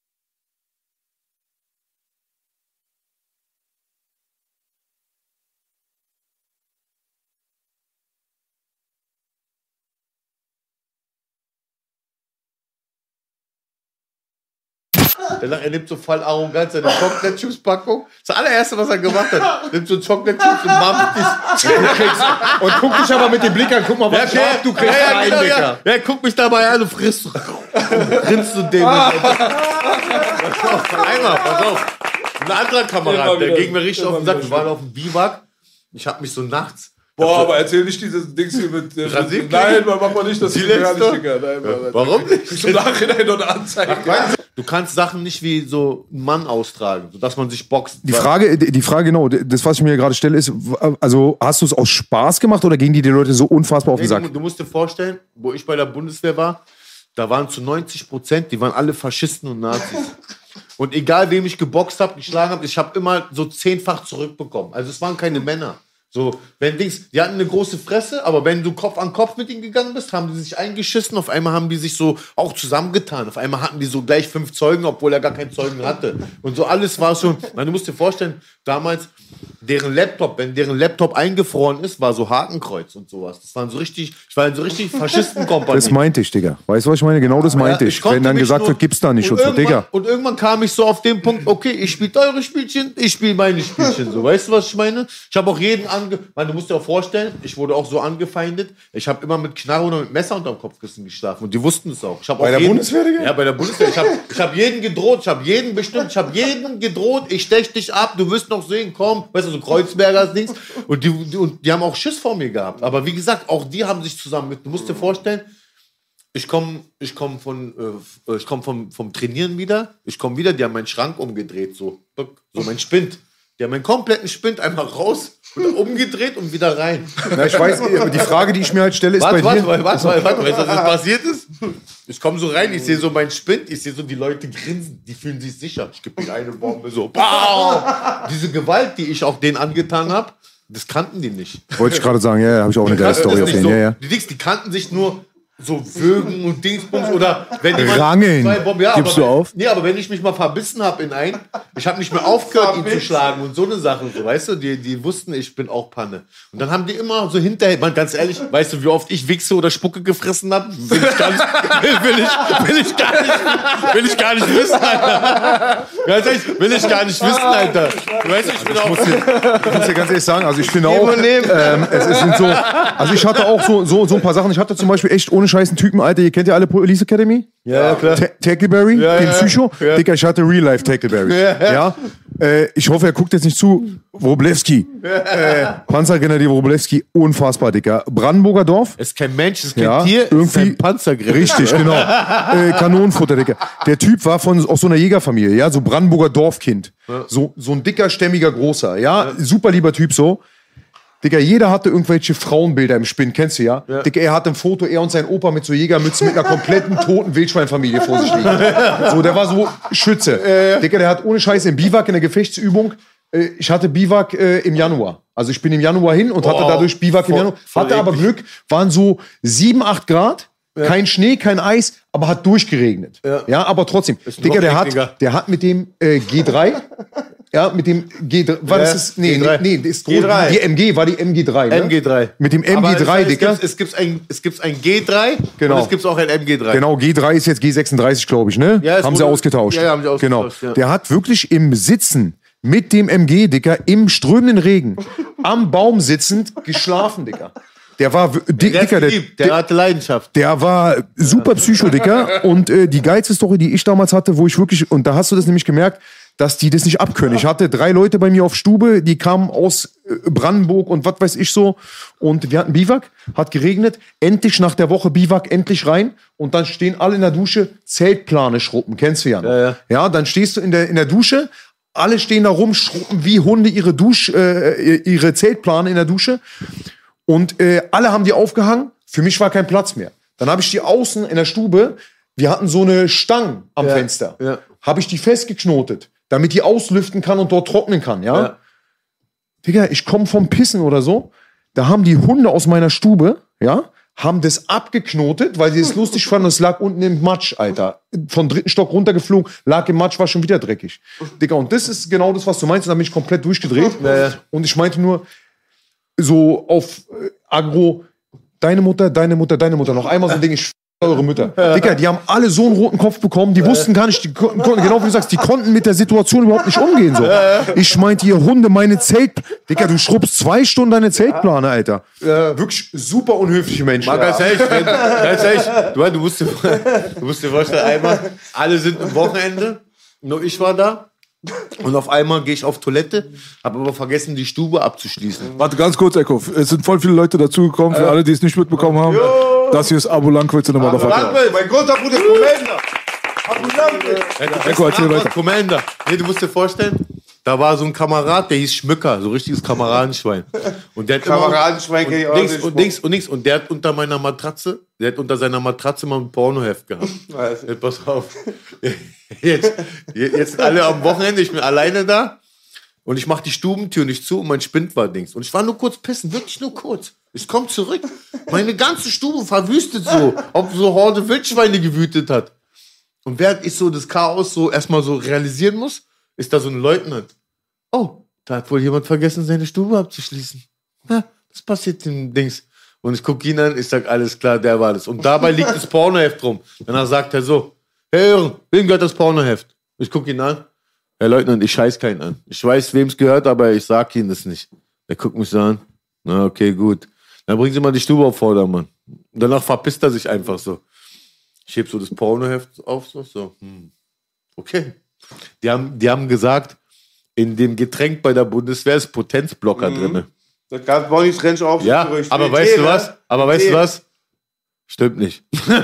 Er nimmt so voll arrogant seine Chocolate Chips Packung. Das allererste, was er gemacht hat, nimmt so Chocolate Chips und mampft die. Und guck dich aber mit dem Blick an, guck mal, was du kriegst rein, genau, Dicker. Ja, guck mich dabei an und grinst du den. Pass auf. Ein anderer Kamerad, der ging mir richtig auf den Sack. Wir waren auf dem Biwak. Ich hab mich so nachts... Boah, aber erzähl nicht dieses Dings hier mit... Nein, man macht mal nicht das die hier gar letzte? nicht, Digga. Nein, Warum nicht? Im Nachhinein noch eine Anzeige. Du kannst Sachen nicht wie so ein Mann austragen, sodass man sich boxt. Die Frage, genau, das, was ich mir gerade stelle, ist, also hast du es aus Spaß gemacht oder gingen die Leute so unfassbar auf den Sack? Du musst dir vorstellen, wo ich bei der Bundeswehr war, da waren zu 90%, die waren alle Faschisten und Nazis. Und egal, wem ich geboxt habe, geschlagen habe, ich habe immer so 10-fach zurückbekommen. Also es waren keine Männer. So, wenn Dings, die hatten eine große Fresse, aber wenn du Kopf an Kopf mit ihnen gegangen bist, haben die sich eingeschissen. Auf einmal haben die sich so auch zusammengetan. Auf einmal hatten die so gleich 5 Zeugen, obwohl er gar keinen Zeugen hatte. Und so alles war schon, du musst dir vorstellen, damals deren Laptop, wenn deren Laptop eingefroren ist, war so Hakenkreuz und sowas. Das waren so richtig, ich war in so richtig Faschisten-Kompanie. Das meinte ich, Digga. Weißt du, was ich meine? Genau das meinte ich. Wenn dann gesagt wird, gibt's da nicht. Und so, Digga. Und irgendwann kam ich so auf den Punkt, okay, ich spiele eure Spielchen, ich spiele meine Spielchen. So, weißt du, was ich meine? Ich habe auch jeden du musst dir auch vorstellen, ich wurde auch so angefeindet. Ich habe immer mit Knarre oder mit Messer unterm Kopfkissen geschlafen. Und die wussten es auch. Bei der Bundeswehr, Digga? Ja, bei der Bundeswehr. Ich hab jeden gedroht, ich habe jeden gedroht, ich stech dich ab, du wirst noch sehen, komm. Weißt du, so Kreuzbergers Dings. Und die haben auch Schiss vor mir gehabt. Aber wie gesagt, auch die haben sich zusammen mit. Du musst dir vorstellen, ich komm vom Trainieren wieder. Ich komme wieder, die haben meinen Schrank umgedreht, so mein Spind. Die haben meinen kompletten Spind einfach raus und umgedreht und wieder rein. Na, ich weiß, aber die Frage, die ich mir halt stelle, ist Warte, bei dir... Weißt du, was passiert ist? Ich komme so rein, ich sehe so meinen Spind, ich sehe so die Leute grinsen, die fühlen sich sicher. Ich gebe ihnen eine Bombe, so, BAM! Diese Gewalt, die ich auch denen angetan habe, das kannten die nicht. Wollte ich gerade sagen, ja, habe ich auch eine geile Story auf den. So, Ja. die kannten sich nur so Würgen und Dingsbums oder wenn jemand Rangeln. 2 Bomben, ja, Gibst du auf? Nee, aber wenn ich mich mal verbissen habe in einen, ich habe nicht mehr aufgehört, ihn zu schlagen und so eine Sache, so, weißt du, die wussten, ich bin auch Panne. Und dann haben die immer so hinterher, man, ganz ehrlich, weißt du, wie oft ich Wichse oder Spucke gefressen habe? Will ich gar nicht wissen, Alter. Ganz ehrlich, will ich gar nicht wissen, Alter. Weißt du, ich bin auch... Ich muss dir ganz ehrlich sagen, also ich finde auch, sind so, also ich hatte auch so ein paar Sachen, ich hatte zum Beispiel echt ohne Scheiß einen Typen, Alter, ihr kennt ja alle Police Academy? Ja, klar. Tackleberry, den Psycho. Ja. Digga, ich hatte Real-Life Tackleberry. Ja. Ich hoffe, er guckt jetzt nicht zu. Wroblewski. Panzergrenadier Wroblewski, unfassbar, Digga. Brandenburger Dorf. Es ist kein Mensch, es ist kein Tier, es ist ein Panzergrenadier. Richtig, genau. Kanonenfutter, Digga. Der Typ war aus so einer Jägerfamilie, ja, so Brandenburger Dorfkind. Ja. So ein dicker, stämmiger, großer, ja. Super lieber Typ so. Digga, jeder hatte irgendwelche Frauenbilder im Spinn, kennst du ja? Digga, er hat ein Foto, er und sein Opa mit so Jägermützen mit einer kompletten toten Wildschweinfamilie vor sich liegen. So, der war so Schütze. Digga, der hat ohne Scheiße im Biwak in der Gefechtsübung, ich hatte Biwak im Januar. Also ich bin im Januar hin und hatte dadurch Biwak im Januar. Hatte aber Glück, waren so 7, 8 Grad, kein Schnee, kein Eis, aber hat durchgeregnet. Ja, aber trotzdem. Digga, der hat mit dem G3... Ja, mit dem G3. War das? Nee, G3. Nee, das ist G3. Die MG war die MG3. Ne? MG3. Mit dem MG3, Digga. Es gibt ein G3 genau. Und es gibt auch ein MG3. Genau, G3 ist jetzt G36, glaube ich, ne? Ja, haben sie ausgetauscht. Ja, haben sie ausgetauscht. Genau. Ja. Der hat wirklich im Sitzen mit dem MG, Digga, im strömenden Regen, am Baum sitzend, geschlafen, Digga. Der war, Dicker, der hatte Leidenschaft. Der war super Psycho, Dicker. Und die geilste Story, die ich damals hatte, wo ich wirklich, und da hast du das nämlich gemerkt, dass die das nicht abkönnen. Ich hatte 3 Leute bei mir auf Stube, die kamen aus Brandenburg und was weiß ich so. Und wir hatten Biwak, hat geregnet. Endlich nach der Woche Biwak, endlich rein. Und dann stehen alle in der Dusche, Zeltplane schruppen. Kennst du ja noch. Ja, dann stehst du in der Dusche, alle stehen da rum, schruppen wie Hunde ihre Zeltplane in der Dusche. Und alle haben die aufgehangen. Für mich war kein Platz mehr. Dann habe ich die außen in der Stube, wir hatten so eine Stange am Fenster. Ja. Habe ich die festgeknotet, damit die auslüften kann und dort trocknen kann, ja? Digga, ich komme vom Pissen oder so, da haben die Hunde aus meiner Stube, ja, haben das abgeknotet, weil sie es lustig fanden, es lag unten im Matsch, Alter. Von 3. Stock runtergeflogen, lag im Matsch, war schon wieder dreckig. Digga, und das ist genau das, was du meinst, und da bin ich komplett durchgedreht. Und ich meinte nur, so auf Agro, deine Mutter, noch einmal so ein Ding, ich eure Mütter. Digga, die haben alle so einen roten Kopf bekommen, die wussten gar nicht, genau wie du sagst, die konnten mit der Situation überhaupt nicht umgehen. So. Ich meinte, ihr Hunde, meine Digga, du schrubbst 2 Stunden deine Zeltplane, Alter. Wirklich super unhöfliche Menschen. Ganz ehrlich, du musst dir vorstellen, einmal, alle sind am Wochenende, nur ich war da. Und auf einmal gehe ich auf Toilette, habe aber vergessen, die Stube abzuschließen. Warte ganz kurz, Echo. Es sind voll viele Leute dazugekommen, für alle, die es nicht mitbekommen haben. Das hier ist Abu Lankwitz in der Motherfucker. Mein großer Bruder ist Commander. Abu Lankwitz. Echo, erzähl weiter. Commander. Nee, du musst dir vorstellen, da war so ein Kamerad, der hieß Schmücker, so richtiges Kameradenschwein. Und der hat Kameradenschwein kenn ich auch nicht. und der hat unter meiner Matratze, seiner Matratze mal ein Pornoheft gehabt. Jetzt, pass auf. Jetzt sind alle am Wochenende, ich bin alleine da und ich mache die Stubentür nicht zu und mein Spind war Dings. Und ich war nur kurz pissen, wirklich nur kurz. Ich komme zurück, meine ganze Stube verwüstet so, ob so Horde Wildschweine gewütet hat. Und während ich so das Chaos so erstmal so realisieren muss, ist da so ein Leutnant. Oh, da hat wohl jemand vergessen, seine Stube abzuschließen. Ja, das passiert dem Dings. Und ich gucke ihn an, ich sag, alles klar, der war das. Und dabei liegt das Pornoheft rum. Danach sagt er so, hey Jürgen, wem gehört das Pornoheft? Ich gucke ihn an. Herr Leutnant, ich scheiß keinen an. Ich weiß, wem es gehört, aber ich sag Ihnen das nicht. Der guckt mich so an. Na, okay, gut. Dann bringen Sie mal die Stube auf Vordermann. Und danach verpisst er sich einfach so. Ich heb so das Pornoheft auf, so. Okay. Die haben gesagt, in dem Getränk bei der Bundeswehr ist Potenzblocker drin. Das gab Bonnie's Ranch auch. Ja, aber weißt du was? Stimmt nicht. Das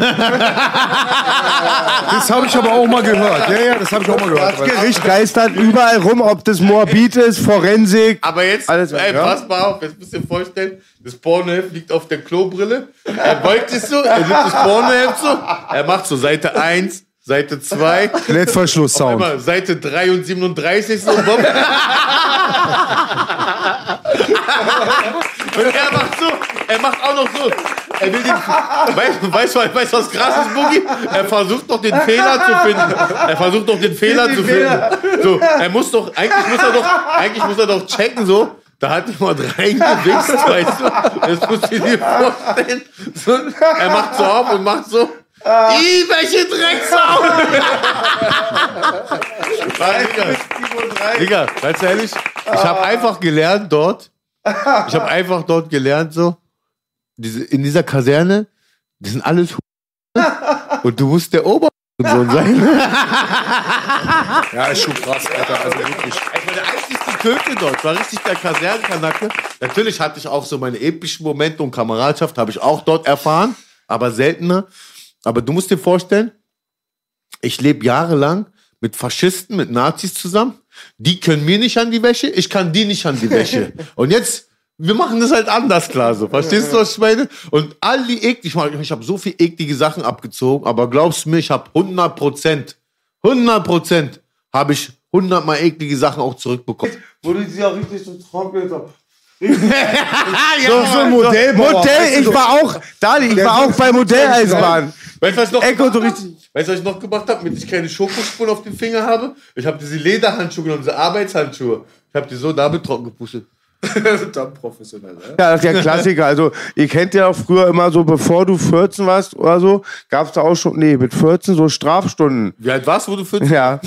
habe ich aber auch mal gehört. Ja, das habe ich auch mal gehört. Das Gericht geistert überall rum, ob das Moabit ist, Forensik. Aber jetzt, alles, pass mal auf, jetzt müsst ihr vorstellen, das Pornoheft liegt auf der Klobrille. Er beugt es so, er nimmt das Pornoheft so, er macht so Seite 1, Seite 2. Klettverschluss-Sound. Seite 3 und 37 so. Und er macht auch noch so. Er will weißt du, was krass ist, Boogie? Er versucht noch den Fehler zu finden. So, eigentlich muss er doch checken, so. Da hat jemand reingewichst, weißt du? Das musst du dir vorstellen. So, er macht so auf und macht so. Welche Drecksau! Digga, ganz ehrlich, ich habe einfach gelernt dort, so, in dieser Kaserne, die sind alles und du musst der Obersohn sein. Ja, ist schon krass, Alter. Also wirklich. Ich war der einzigste Köke dort, war richtig der Kasernenkanacke. Natürlich hatte ich auch so meine epischen Momente und Kameradschaft, habe ich auch dort erfahren, aber seltener. Aber du musst dir vorstellen, ich lebe jahrelang mit Faschisten, mit Nazis zusammen. Die können mir nicht an die Wäsche, ich kann die nicht an die Wäsche. Und jetzt, wir machen das halt anders, klar so. Verstehst du, was ich meine? Und all die ich habe so viel eklige Sachen abgezogen, aber glaubst du mir, ich habe 100% habe ich 100-mal eklige Sachen auch zurückbekommen. Wo du sie auch richtig so trocken so. So ein Modellbauer. Ich war auch bei Modelleisenbahn. Weißt du, was ich noch Echo, gemacht habe? Weißt du, was ich noch gemacht habe, damit ich keine Schokospuren auf den Finger habe? Ich habe diese Lederhandschuhe genommen, diese Arbeitshandschuhe. Ich habe die so damit trocken gepustet. Dann professionell, ne? Ja, das ist der Klassiker. Also, ihr kennt ja auch früher immer so, bevor du 14 warst oder so, gab es da auch schon, mit 14 so Strafstunden. Wie alt warst du, wo du 14? Ja.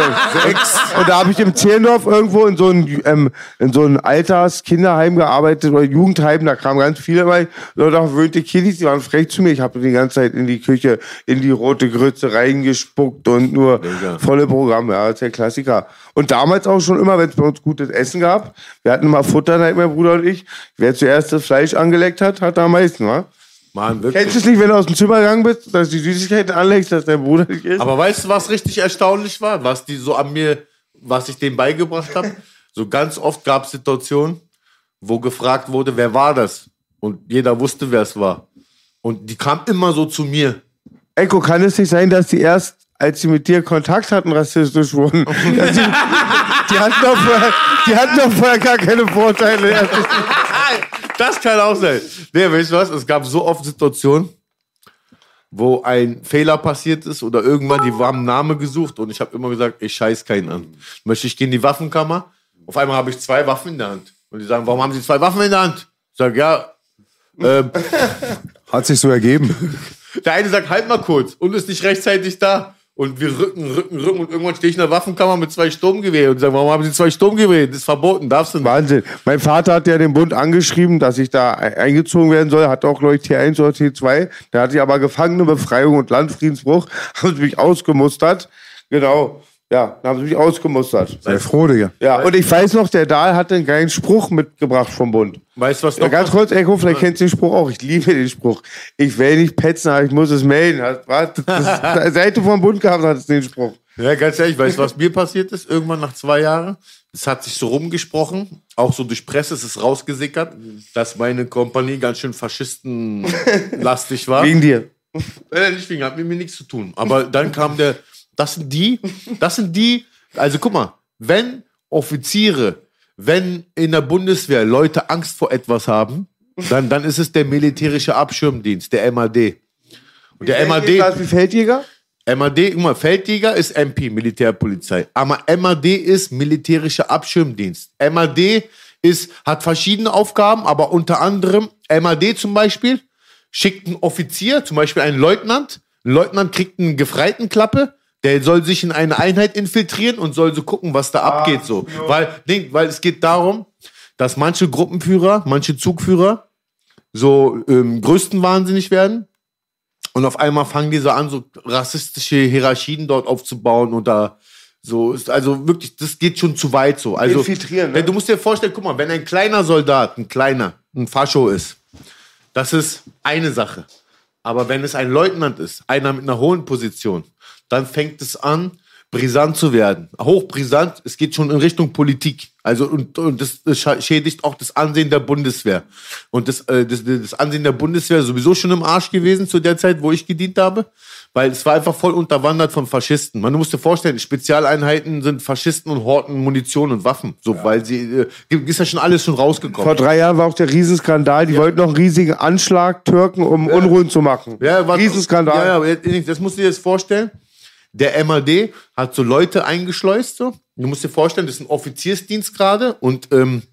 Und da habe ich im Zehlendorf irgendwo in so ein Alters-Kinderheim gearbeitet oder Jugendheim, da kamen ganz viele rein. Und da verwöhnte Kiddies, die waren frech zu mir. Ich habe die ganze Zeit in die Küche, in die rote Grütze reingespuckt und nur volle Programme. Ja, das ist der Klassiker. Und damals auch schon immer, wenn es bei uns gutes Essen gab, wir hatten immer Futterneid, mein Bruder und ich. Wer zuerst das Fleisch angeleckt hat, hat da am meisten, wa? Mann, wirklich. Kennst du es nicht, wenn du aus dem Zimmer gegangen bist, dass du die Süßigkeiten anlegst, dass dein Bruder nicht isst? Aber weißt du, was richtig erstaunlich war? Was ich denen beigebracht habe? So ganz oft gab es Situationen, wo gefragt wurde, wer war das? Und jeder wusste, wer es war. Und die kamen immer so zu mir. Echo, kann es nicht sein, dass die erst, als sie mit dir Kontakt hatten, rassistisch wurden? Die hatten doch vorher gar keine Vorteile. Das kann auch sein. Nee, weißt du was? Es gab so oft Situationen, wo ein Fehler passiert ist oder irgendwann, die haben einen Namen gesucht und ich habe immer gesagt, ich scheiß keinen an. Möchte ich gehen in die Waffenkammer? Auf einmal habe ich 2 Waffen in der Hand. Und die sagen, warum haben Sie 2 Waffen in der Hand? Ich sage, ja. Hat sich so ergeben. Der eine sagt, halt mal kurz und ist nicht rechtzeitig da. Und wir rücken und irgendwann stehe ich in der Waffenkammer mit 2 Sturmgewehren und sage, warum haben Sie 2 Sturmgewehre? Das ist verboten, darfst du nicht. Wahnsinn. Mein Vater hat ja den Bund angeschrieben, dass ich da eingezogen werden soll. Hat auch, glaube ich, T1 oder T2. Da hatte ich aber Gefangenenbefreiung und Landfriedensbruch. Haben sie mich ausgemustert. Genau. Ja, dann haben sie mich ausgemustert. Sei froh, Digga. Ja, und ich weiß noch, der Dahl hatte einen geilen Spruch mitgebracht vom Bund. Weißt du was Ja, noch? ganz kurz, Echo, vielleicht kennst du den Spruch auch. Ich liebe den Spruch. Ich will nicht petzen, aber ich muss es melden. Seit du vom Bund gehabt hast, den Spruch. Ja, ganz ehrlich, weißt du, was mir passiert ist? Irgendwann nach 2 Jahren. Es hat sich so rumgesprochen, auch so durch Presse ist es rausgesickert, dass meine Kompanie ganz schön faschistenlastig war. Wegen dir. Nicht wegen, hat mit mir nichts zu tun. Aber dann kam das sind die, also guck mal, wenn Offiziere, wenn in der Bundeswehr Leute Angst vor etwas haben, dann ist es der militärische Abschirmdienst, der MAD. Und der MAD... Wie Feldjäger? MAD, guck mal, Feldjäger ist MP, Militärpolizei. Aber MAD ist militärischer Abschirmdienst. MAD hat verschiedene Aufgaben, aber unter anderem MAD zum Beispiel schickt einen Offizier, zum Beispiel einen Leutnant. Ein Leutnant kriegt eine Gefreitenklappe, der soll sich in eine Einheit infiltrieren und soll so gucken, was da abgeht. So. Weil es geht darum, dass manche Gruppenführer, manche Zugführer so größtenwahnsinnig werden. Und auf einmal fangen die so an, so rassistische Hierarchien dort aufzubauen und da so ist, also wirklich, das geht schon zu weit so. Also, infiltrieren, ne? Du musst dir vorstellen, guck mal, wenn ein kleiner Soldat, ein Fascho ist, das ist eine Sache. Aber wenn es ein Leutnant ist, einer mit einer hohen Position, dann fängt es an, brisant zu werden. Hochbrisant, es geht schon in Richtung Politik. Also und das schädigt auch das Ansehen der Bundeswehr. Und das Ansehen der Bundeswehr ist sowieso schon im Arsch gewesen zu der Zeit, wo ich gedient habe. Weil es war einfach voll unterwandert von Faschisten. Man muss dir vorstellen, Spezialeinheiten sind Faschisten und horten Munition und Waffen. So, ja. Weil ist ja schon alles schon rausgekommen. Vor 3 Jahren war auch der Riesenskandal. Die wollten noch einen riesigen Anschlag Türken, um Unruhen zu machen. Ja, Riesenskandal. Ja, das musst du dir jetzt vorstellen. Der MAD hat so Leute eingeschleust. So. Du musst dir vorstellen, das ist ein Offiziersdienst gerade und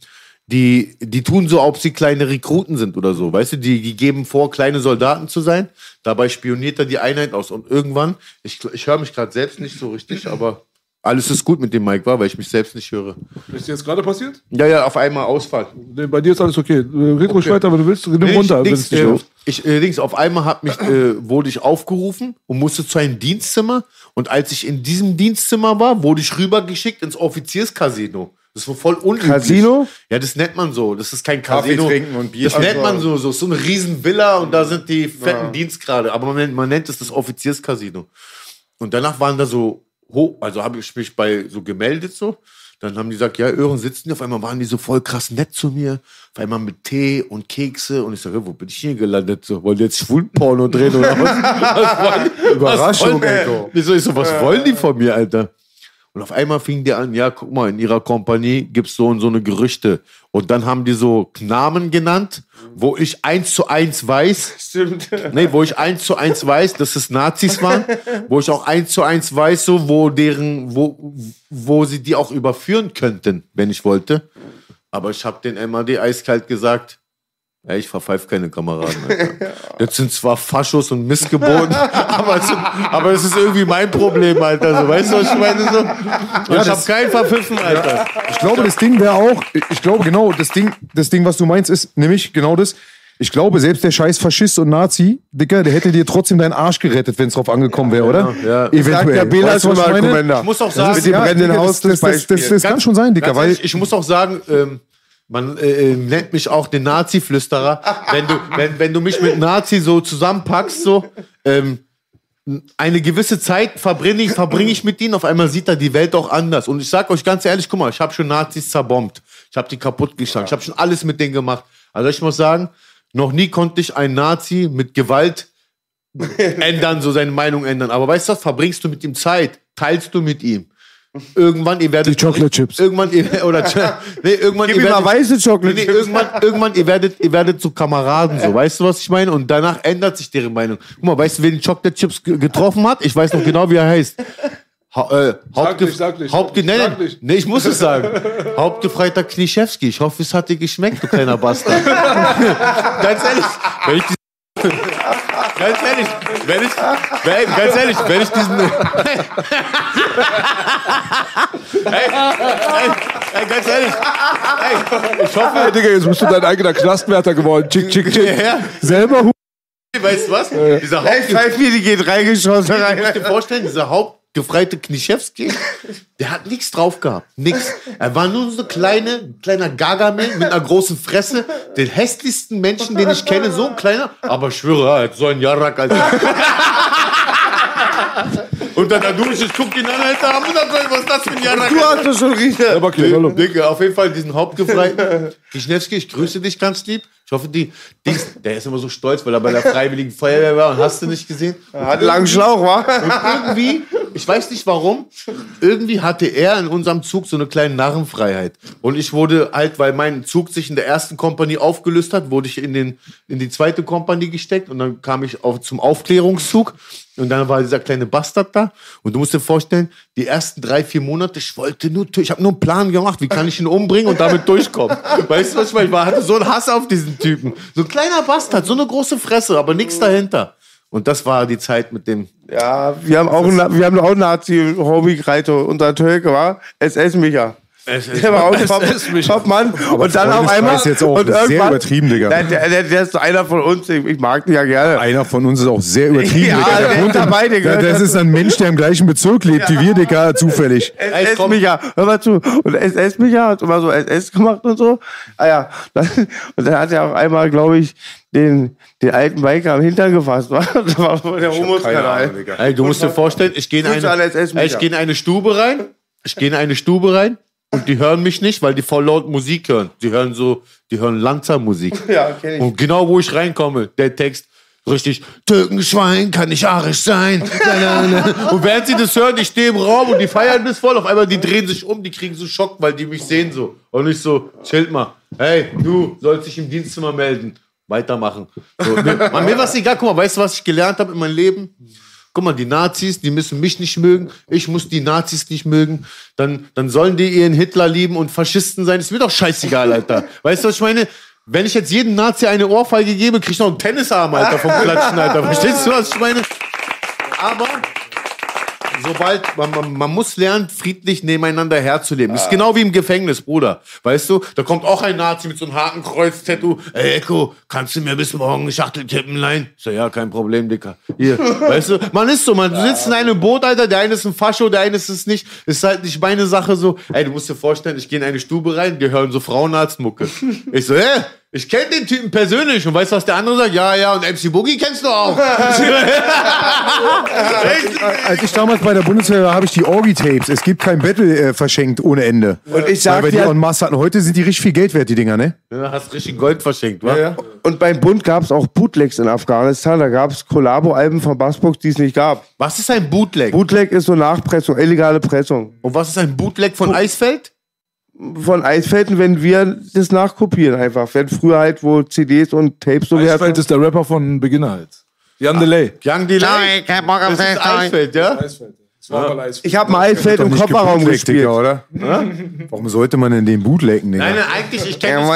die tun so, ob sie kleine Rekruten sind oder so. Weißt du, die geben vor, kleine Soldaten zu sein. Dabei spioniert er die Einheit aus. Und irgendwann, ich höre mich gerade selbst nicht so richtig, aber alles ist gut mit dem Mike, weil ich mich selbst nicht höre. Ist dir jetzt gerade passiert? Ja, auf einmal Ausfall. Nee, bei dir ist alles okay. Red ruhig weiter, wenn du willst. Nimm runter, wenn es nicht auf einmal wurde ich aufgerufen und musste zu einem Dienstzimmer. Und als ich in diesem Dienstzimmer war, wurde ich rübergeschickt ins Offizierscasino. Das war voll unüblich. Casino? Ja, das nennt man so. Das ist kein Casino. Kaffee trinken und Bier. Das nennt man so. So eine riesen Villa und da sind die fetten Dienstgrade. Aber man nennt es das Offizierscasino. Und danach waren da so also habe ich mich bei so gemeldet so. Dann haben die gesagt, ja, Ören sitzen die. Auf einmal waren die so voll krass nett zu mir. Auf einmal mit Tee und Kekse. Und ich sage, wo bin ich hier gelandet? So, wollen die jetzt Schwulenporno drehen oder was? Überraschung, Echo. Ich so, was wollen die von mir, Alter? Und auf einmal fingen die an, ja, guck mal, in ihrer Kompanie gibt's so und so eine Gerüchte. Und dann haben die so Namen genannt, wo ich 1:1 weiß. Stimmt. Nee, wo ich 1:1 weiß, dass es Nazis waren. Wo ich auch 1:1 weiß, so, wo sie die auch überführen könnten, wenn ich wollte. Aber ich habe den MAD eiskalt gesagt, ja, ich verpfeife keine Kameraden. Alter. Das sind zwar Faschos und Missgeburten, aber es ist irgendwie mein Problem, Alter. So, weißt du, was ich meine? So? Und ich habe keinen verpfiffen, Alter. Ich glaube, das Ding wäre auch, das Ding, was du meinst, ist nämlich genau das. Ich glaube, selbst der scheiß Faschist und Nazi, Dicker, der hätte dir trotzdem deinen Arsch gerettet, wenn es drauf angekommen wäre, oder? Ja. Eventuell. Der Bela ist ich muss auch sagen, mit dem brennenden Haus das kann schon sein, Dicker. Weil ich muss auch sagen, man nennt mich auch den Nazi-Flüsterer. Wenn du mich mit Nazi so zusammenpackst, so eine gewisse Zeit verbringe ich mit ihnen, auf einmal sieht er die Welt auch anders. Und ich sag euch ganz ehrlich, guck mal, ich habe schon Nazis zerbombt. Ich habe die kaputtgeschlagen. Ich habe schon alles mit denen gemacht. Also ich muss sagen, noch nie konnte ich einen Nazi mit Gewalt ändern, so seine Meinung ändern. Aber weißt du was, verbringst du mit ihm Zeit, teilst du mit ihm. Irgendwann, ihr werdet... Die Chocolate Chips. Irgendwann, irgendwann... Gib mir mal weiße Chocolate Nee, Chips. irgendwann, ihr werdet so Kameraden, so. Weißt du, was ich meine? Und danach ändert sich deren Meinung. Guck mal, weißt du, wen Chocolate Chips getroffen hat? Ich weiß noch genau, wie er heißt. Sag nicht. Nee, ich muss es sagen. Hauptgefreiter Knischewski. Ich hoffe, es hat dir geschmeckt, du kleiner Bastard. Ganz ehrlich, wenn ich diesen... ganz ehrlich. Ich hoffe, Digga, jetzt bist du dein eigener Knastwärter geworden. Chick. Ja. Selber Weißt du was? Dieser Die geht reingeschossen rein. Ich muss dir vorstellen, dieser hauptgefreite Knischewski, der hat nichts drauf gehabt. Nix. Er war nur so kleiner Gargamel mit einer großen Fresse. Den hässlichsten Menschen, den ich kenne, so ein kleiner. Aber ich schwöre, er hat so ein Jarak, Alter. Und dann ich guck ihn an, Alter, was ist das für ein Jarak? Du hast das schon richtig. Aber okay, hallo. Digga, auf jeden Fall diesen Hauptgefreiten. Kischnewski, ich grüße dich ganz lieb. Ich hoffe, der ist immer so stolz, weil er bei der Freiwilligen Feuerwehr war und hast du nicht gesehen. Er hat einen langen Schlauch, wa? Und irgendwie, ich weiß nicht warum, irgendwie hatte er in unserem Zug so eine kleine Narrenfreiheit. Und ich wurde halt, weil mein Zug sich in der ersten Kompanie aufgelöst hat, wurde ich in die zweite Kompanie gesteckt und dann kam ich zum Aufklärungszug. Und dann war dieser kleine Bastard da. Und du musst dir vorstellen, die ersten 3-4 Monate, ich habe nur einen Plan gemacht, wie kann ich ihn umbringen und damit durchkommen. Weißt du, was ich meine? Ich hatte so einen Hass auf diesen Typen. So ein kleiner Bastard, so eine große Fresse, aber nichts dahinter. Und das war die Zeit mit dem... Ja, wir haben auch einen Nazi-Homie Kreito, unser Türke, war SS-Micha. Der war auch top Mann. Und dann auf einmal. Das ist jetzt auch sehr übertrieben, Digga. Der ist so einer von uns, ich mag den ja gerne. Einer von uns ist auch sehr übertrieben, Ja, Digga. der wohnt dabei, Digga. Das ist ein Mensch, der im gleichen Bezirk lebt wie wir, Digga, zufällig. SS-Micha, hör mal zu. Und SS-Micha hat immer so SS gemacht und so. Ah ja. Und dann hat er auch einmal, glaube ich, den alten Biker am Hintern gefasst. Das war der Humuskanal. Ey, du musst dir vorstellen, ich gehe in eine Stube rein. Und die hören mich nicht, weil die voll laut Musik hören. Die hören Lanza-Musik. Ja, kenn ich. Und genau wo ich reinkomme, der Text, richtig, Türkenschwein, kann nicht arisch sein. Und während sie das hören, ich stehe im Raum und die feiern das voll. Auf einmal, die drehen sich um, die kriegen so Schock, weil die mich sehen so. Und ich so, chillt mal. Hey, du sollst dich im Dienstzimmer melden. Weitermachen. So, mir was egal. Guck mal, weißt du, was ich gelernt habe in meinem Leben? Guck mal, die Nazis, die müssen mich nicht mögen, ich muss die Nazis nicht mögen, dann sollen die ihren Hitler lieben und Faschisten sein, ist mir doch scheißegal, Alter. Weißt du, was ich meine? Wenn ich jetzt jedem Nazi eine Ohrfeige gebe, krieg ich noch einen Tennisarm, Alter, vom Klatschen, Alter. Verstehst du, was ich meine? Aber sobald, man muss lernen, friedlich nebeneinander herzuleben. Das ist genau wie im Gefängnis, Bruder. Weißt du, da kommt auch ein Nazi mit so einem Hakenkreuz-Tattoo. Ey, Echo, kannst du mir bis morgen eine Schachtel Kippen leihen? Ich so, ja, kein Problem, Dicker. Hier, weißt du, man ist so, man sitzt in einem Boot, Alter, der eine ist ein Fascho, der eine ist es nicht. Ist halt nicht meine Sache so. Ey, du musst dir vorstellen, ich gehe in eine Stube rein, die hören so Frauenarztmucke. Ich so, ich kenne den Typen persönlich und weißt du, was der andere sagt? Ja, und MC Boogie kennst du auch. Als ich damals bei der Bundeswehr war, habe ich die Orgi-Tapes. Es gibt kein Battle verschenkt ohne Ende. Und ich sag weil die dir, en masse hatten. Heute sind die richtig viel Geld wert, die Dinger, ne? Ja, hast richtig Gold verschenkt, wa? Ja. und beim Bund gab es auch Bootlegs in Afghanistan. Da gab es Kollabo-Alben von Bassbox, die es nicht gab. Was ist ein Bootleg? Bootleg ist so Nachpressung, illegale Pressung. Und was ist ein Bootleg von Eisfeld? Von Eisfelden, wenn wir das nachkopieren einfach. Wenn früher halt, wo CDs und Tapes so Eisfeld ist der Rapper von Beginn halt. Jan Delay. Young Delay? Das ist Eisfeld, ja? Eisfeld. Das war mal Eisfeld. Ich habe ein Eisfeld im Kofferraum gespielt. Digga, oder? Warum sollte man denn den Bootleggen, Digga? Nein, eigentlich, ich kenne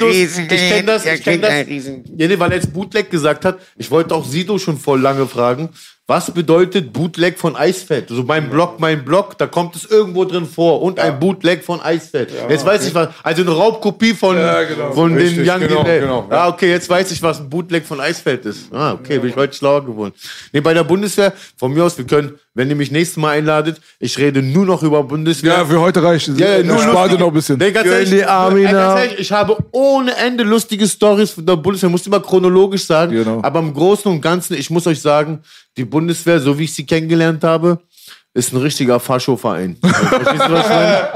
das von Sidos. Ja, nee, weil er jetzt Bootleg gesagt hat, ich wollte auch Sido schon voll lange fragen, was bedeutet Bootleg von Eisfeld? Also mein Blog, da kommt es irgendwo drin vor. Und ein Bootleg von Eisfeld. Ja, jetzt weiß ich was. Also eine Raubkopie von Richtig, den Young Delay. Genau. Ah, okay, jetzt weiß ich, was ein Bootleg von Eisfeld ist. Ah, okay, bin ich heute schlauer geworden. Nee, bei der Bundeswehr, von mir aus, wir können, wenn ihr mich nächstes Mal einladet, ich rede nur noch über Bundeswehr. Ja, für heute reicht es. Ja, nur sparte noch ein bisschen. Nee, ganz ehrlich, ganz ehrlich, ich habe ohne Ende lustige Stories von der Bundeswehr. Muss immer chronologisch sagen. Genau. Aber im Großen und Ganzen, ich muss euch sagen, die Bundeswehr, so wie ich sie kennengelernt habe, ist ein richtiger Fascho-Verein. Verstehst du, was ich meine?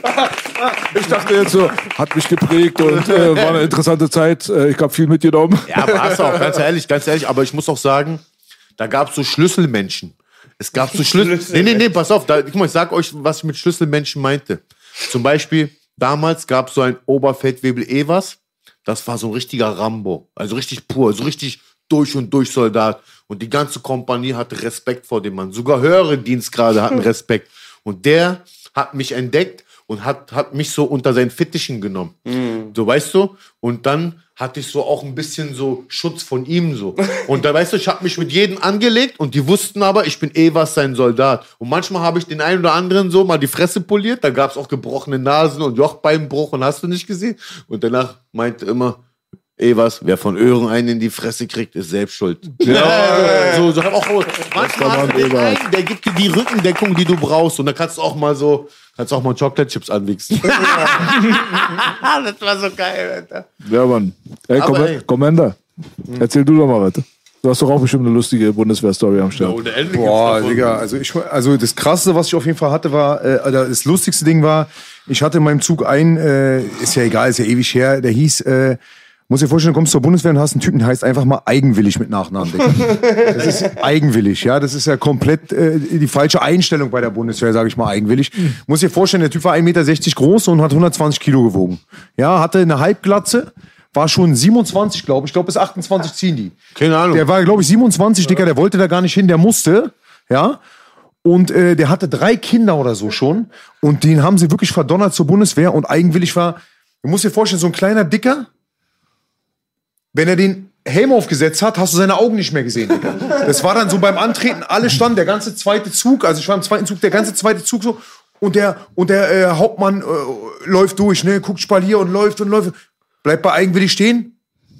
Ich dachte jetzt so, hat mich geprägt und war eine interessante Zeit. Ich habe viel mitgenommen. Ja, war es auch, ganz ehrlich. Aber ich muss auch sagen, da gab es so Schlüsselmenschen. Es gab so Nee, pass auf. Guck mal, ich sag euch, was ich mit Schlüsselmenschen meinte. Zum Beispiel, damals gab es so ein Oberfeldwebel Evers. Das war so ein richtiger Rambo. Also richtig pur, so richtig durch und durch Soldat. Und die ganze Kompanie hatte Respekt vor dem Mann. Sogar höhere Dienstgrade hatten Respekt. Und der hat mich entdeckt und hat mich so unter seinen Fittichen genommen. So, weißt du? Und dann hatte ich so auch ein bisschen so Schutz von ihm so. Und da, weißt du, ich habe mich mit jedem angelegt und die wussten aber, ich bin was sein Soldat. Und manchmal habe ich den einen oder anderen so mal die Fresse poliert. Da gab es auch gebrochene Nasen und Jochbeinbruch und hast du nicht gesehen? Und danach meinte immer, was, wer von Öhren einen in die Fresse kriegt, ist selbst schuld. Ja, so hab auch manchmal hast du den einen, der gibt dir die Rückendeckung, die du brauchst. Und da kannst du auch mal Chocolate Chips anwichsen. Das war so geil, Alter. Ja, Mann. Ey, Commander, erzähl du doch mal weiter. Du hast doch auch bestimmt eine lustige Bundeswehr-Story am Start. Boah, Digga, also das Krasseste, was ich auf jeden Fall hatte, war, das lustigste Ding war, ich hatte in meinem Zug einen, ist ja egal, ist ja ewig her, der hieß, muss dir vorstellen, du kommst zur Bundeswehr und hast einen Typen, der heißt einfach mal Eigenwillig mit Nachnamen. Das ist eigenwillig, ja. Das ist ja komplett die falsche Einstellung bei der Bundeswehr, sage ich mal, eigenwillig. Muss dir vorstellen, der Typ war 1,60 Meter groß und hat 120 Kilo gewogen. Ja, hatte eine Halbglatze, war schon 27, glaube ich. Ich glaube, bis 28 ziehen die. Keine Ahnung. Der war, glaube ich, 27, Dicker, der wollte da gar nicht hin, der musste, ja. Und der hatte 3 Kinder oder so schon. Und den haben sie wirklich verdonnert zur Bundeswehr. Und eigenwillig war, du musst dir vorstellen, so ein kleiner Dicker, wenn er den Helm aufgesetzt hat, hast du seine Augen nicht mehr gesehen. Digga. Das war dann so beim Antreten, alle standen, der ganze zweite Zug, also ich war im zweiten Zug, der ganze zweite Zug so, und der Hauptmann läuft durch, ne, guckt Spalier und läuft, bleibt bei Eigenwillig stehen,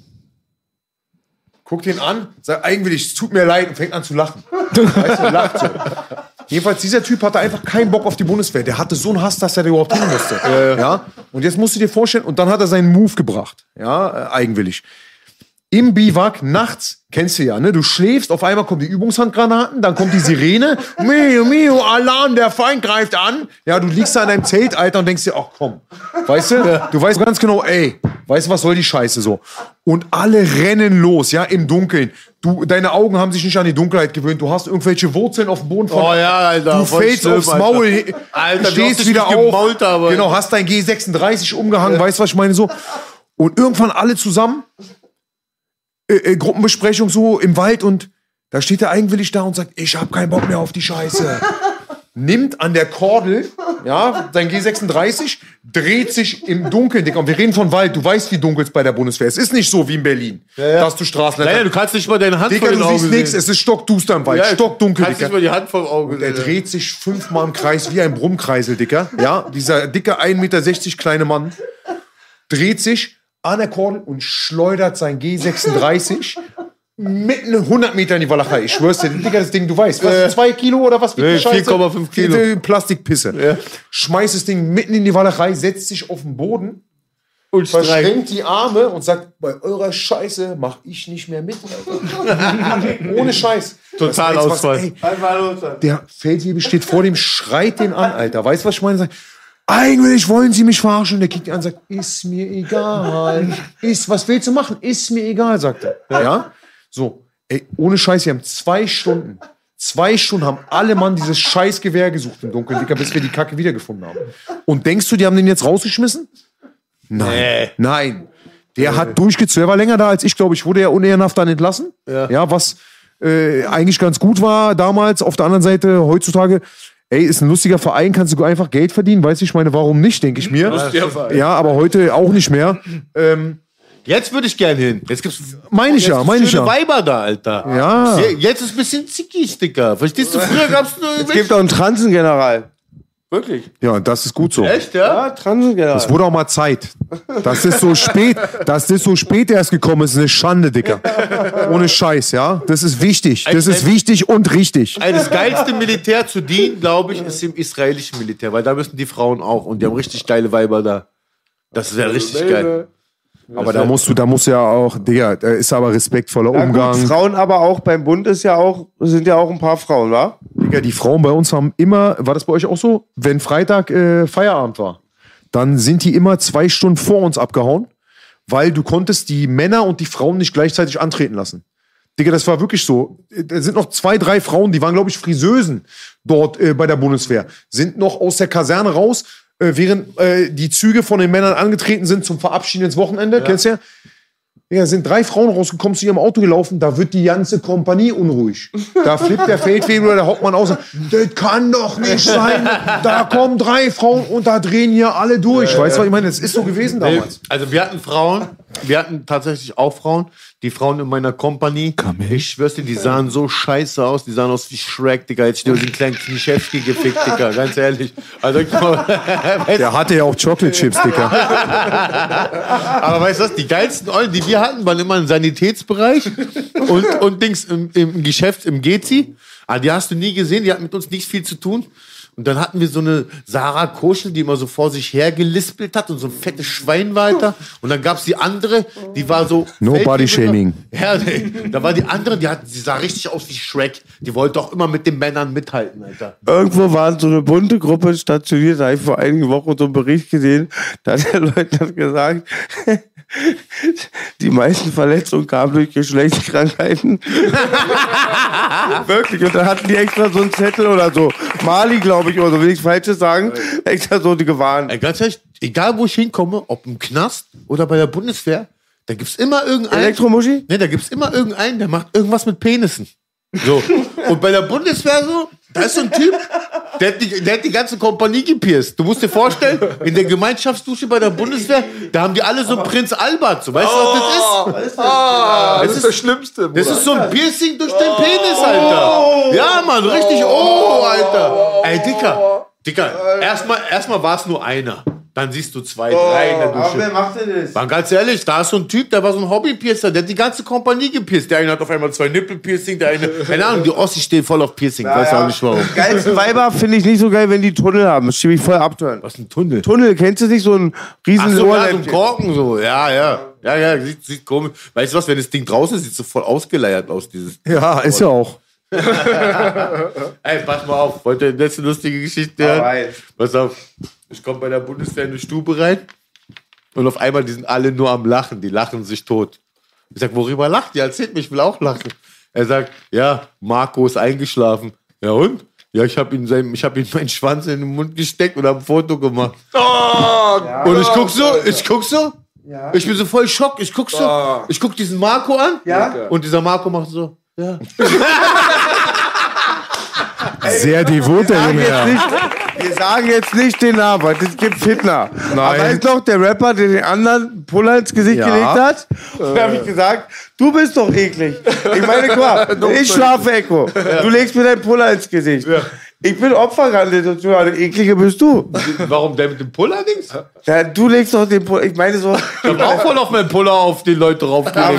guckt ihn an, sagt Eigenwillig, es tut mir leid, und fängt an zu lachen. Weißt du, lacht so. Jedenfalls, dieser Typ hatte einfach keinen Bock auf die Bundeswehr. Der hatte so einen Hass, dass er da überhaupt hin musste. Ja? Und jetzt musst du dir vorstellen, und dann hat er seinen Move gebracht. Ja, Eigenwillig. Im Biwak, nachts, kennst du ja, ne? Du schläfst, auf einmal kommen die Übungshandgranaten, dann kommt die Sirene. Mio, Mio, Alarm, der Feind greift an. Ja, du liegst da in deinem Zelt, Alter, und denkst dir, ach komm. Weißt du? Du weißt ganz genau, ey, weißt du, was soll die Scheiße so? Und alle rennen los, ja, im Dunkeln. Deine Augen haben sich nicht an die Dunkelheit gewöhnt. Du hast irgendwelche Wurzeln auf dem Boden von. Oh ja, Alter. Du fällst aufs Maul, Alter, stehst wieder auf. Genau, hast dein G36 umgehangen, weißt du, was ich meine? So. Und irgendwann alle zusammen. Gruppenbesprechung so im Wald und da steht er Eigenwillig da und sagt, ich hab keinen Bock mehr auf die Scheiße. Nimmt an der Kordel, ja, sein G36, dreht sich im Dunkeln, Digga. Und wir reden von Wald, du weißt, wie dunkel es bei der Bundeswehr ist. Es ist nicht so wie in Berlin, dass du Straßen... Naja, du kannst nicht mal deine Hand Digga, vor den Augen sehen. Du siehst nichts, es ist stockduster im Wald, stockdunkel, Digga. Du kannst Digga. nicht mal die Hand vom Auge Und er dreht sich 5-mal im Kreis wie ein Brummkreisel, Digga. Ja, dieser dicke 1,60 Meter kleine Mann dreht sich an der Kordel und schleudert sein G36 mitten 100 Meter in die Walachei. Ich schwör's dir, Digga, das Ding, du weißt, was, 2 Kilo oder was? 4,5 Kilo. Plastikpisse. Ja. Schmeißt das Ding mitten in die Walachei, setzt sich auf den Boden und verschränkt die Arme und sagt, bei eurer Scheiße mach ich nicht mehr mit, Alter. Ohne Scheiß. Total Ausfall. Der Feldwebel steht vor dem, schreit den an, Alter. Weißt du, was ich meine? Sagt, Eigentlich wollen sie mich verarschen. Der kickt ihn an und sagt, ist mir egal. Was willst du machen? Ist mir egal, sagt er. Ja? So, ey, ohne Scheiß, wir haben 2 Stunden. 2 Stunden haben alle Mann dieses Scheißgewehr gesucht im Dunkeln, Dicker, bis wir die Kacke wiedergefunden haben. Und denkst du, die haben den jetzt rausgeschmissen? Nein. Nein. Der hat durchgezogen. Er war länger da als ich, glaube ich. Wurde ja unehrenhaft dann entlassen. Ja, was eigentlich ganz gut war damals. Auf der anderen Seite, heutzutage, ey, ist ein lustiger Verein, kannst du einfach Geld verdienen. Weißt du, ich meine, warum nicht, denke ich mir. Ja, aber heute auch nicht mehr. Jetzt würde ich gerne hin. Jetzt gibt's meine ich ja. Weiber da, Alter. Ja. Jetzt ist ein bisschen Zickig-Sticker. Verstehst du? Früher gab's nur... Es gibt auch einen Transengeneral. Wirklich? Ja, das ist gut so. Echt, ja? Ja, Transengeneral. Das wurde auch mal Zeit. Dass das so spät erst gekommen ist eine Schande, Dicker. Ohne Scheiß, ja? Das ist wichtig. Das ist wichtig und richtig. Das geilste Militär zu dienen, glaube ich, ist im israelischen Militär. Weil da müssen die Frauen auch. Und die haben richtig geile Weiber da. Das ist ja richtig geil. Aber da musst du ja auch, Digga, da ist aber respektvoller Umgang. Gut, Frauen aber auch beim Bund sind ja auch ein paar Frauen, wa? Digga, die Frauen bei uns haben immer, war das bei euch auch so? Wenn Freitag Feierabend war, dann sind die immer 2 Stunden vor uns abgehauen, weil du konntest die Männer und die Frauen nicht gleichzeitig antreten lassen. Digga, das war wirklich so. Da sind noch 2, 3 Frauen, die waren, glaube ich, Friseusen dort bei der Bundeswehr, sind noch aus der Kaserne raus, während die Züge von den Männern angetreten sind zum Verabschieden ins Wochenende, kennst du ja? Ja, sind 3 Frauen rausgekommen, zu ihrem Auto gelaufen, da wird die ganze Kompanie unruhig. Da flippt der Feldwebel oder der Hauptmann aus und das kann doch nicht sein. Da kommen 3 Frauen und da drehen hier alle durch. Weißt du, was ich meine? Das ist so gewesen damals. Also wir hatten Frauen, wir hatten tatsächlich auch Frauen. Die Frauen in meiner Company, ich schwör's dir, die sahen so scheiße aus. Die sahen aus wie Shrek, Digga. Jetzt steht den kleinen Knieschewski gefickt, Digga. Ganz ehrlich. Also, Der hatte ja auch Chocolate Chips, Digga. aber weißt du was? Die geilsten Eulen, die wir hatten, waren immer im Sanitätsbereich und Dings im Geschäft, im Gezi. Aber die hast du nie gesehen, die hatten mit uns nicht viel zu tun. Und dann hatten wir so eine Sarah Koschel, die immer so vor sich her gelispelt hat und so ein fettes Schwein weiter. Und dann gab's die andere, die war so... No Body Shaming. Ja, nee. Da war die andere, die sah richtig aus wie Shrek. Die wollte auch immer mit den Männern mithalten, Alter. Irgendwo war so eine bunte Gruppe stationiert, da habe ich vor einigen Wochen so einen Bericht gesehen, da hat der Leutnant gesagt, die meisten Verletzungen kamen durch Geschlechtskrankheiten. Wirklich, und dann hatten die extra so einen Zettel oder so. Mali, glaube ich, oder so, will ich Falsches sagen, extra so die gewarnt. Ey, ganz ehrlich, egal wo ich hinkomme, ob im Knast oder bei der Bundeswehr, da gibt's immer irgendeinen... Elektromuschi? Ne, da gibt's immer irgendeinen, der macht irgendwas mit Penissen. So. Und bei der Bundeswehr so, da ist so ein Typ, der hat die ganze Kompanie gepierst. Du musst dir vorstellen, in der Gemeinschaftsdusche bei der Bundeswehr, da haben die alle so Prinz Albert. So. Weißt du, was das ist? Das ist das Schlimmste. Das ist so ein Piercing durch den Penis, Alter. Ja, Mann, richtig. Oh, Alter. Ey, Dicker. Erstmal war es nur einer. Dann siehst du 2, 3 in der Dusche. Aber wer macht denn das? War ganz ehrlich, da ist so ein Typ, der war so ein Hobby-Piercer, der hat die ganze Kompanie gepierst. Der eine hat auf einmal 2 Nippel-Piercing, der eine... Keine Ahnung, die Ossis stehen voll auf Piercing. Weiß auch nicht warum. Geilsten Weiber finde ich nicht so geil, wenn die Tunnel haben. Das schiebe ich voll abtören. Was ist ein Tunnel? Tunnel, kennst du nicht? So ein riesen Ach so, ja, so ein Ohrläppchen. Korken so. Ja, sieht komisch. Weißt du was, wenn das Ding draußen ist, sieht so voll ausgeleiert aus, dieses... Ja, ist ja auch. Ey, pass mal auf, wollt ihr eine letzte lustige Geschichte hören? Pass auf, ich komme bei der Bundeswehr in eine Stube rein und auf einmal, die sind alle nur am Lachen, die lachen sich tot. Ich sag, worüber lacht ihr? Erzählt mir, ich will auch lachen. Er sagt, ja, Marco ist eingeschlafen. Ja und? Ja, ich hab ihm meinen Schwanz in den Mund gesteckt und hab ein Foto gemacht. Und ich guck so, Ja. ich bin so voll Schock, ich guck diesen Marco an und dieser Marco macht so, ja. Sehr devot, der Junge. Wir sagen jetzt nicht den Namen, weil das gibt Fitner. Aber weißt noch, der Rapper, der den anderen Puller ins Gesicht gelegt hat? Da habe ich gesagt, du bist doch eklig. Ich meine, guck mal, ich schlafe Echo. Du legst mir deinen Puller ins Gesicht. Ich bin Opfer der Situation, der Eklige bist du. Warum der mit dem Puller-Dings? Ja, du legst doch den Puller, ich meine so... Ich hab auch voll auf meinen Puller auf die Leute draufgelegt.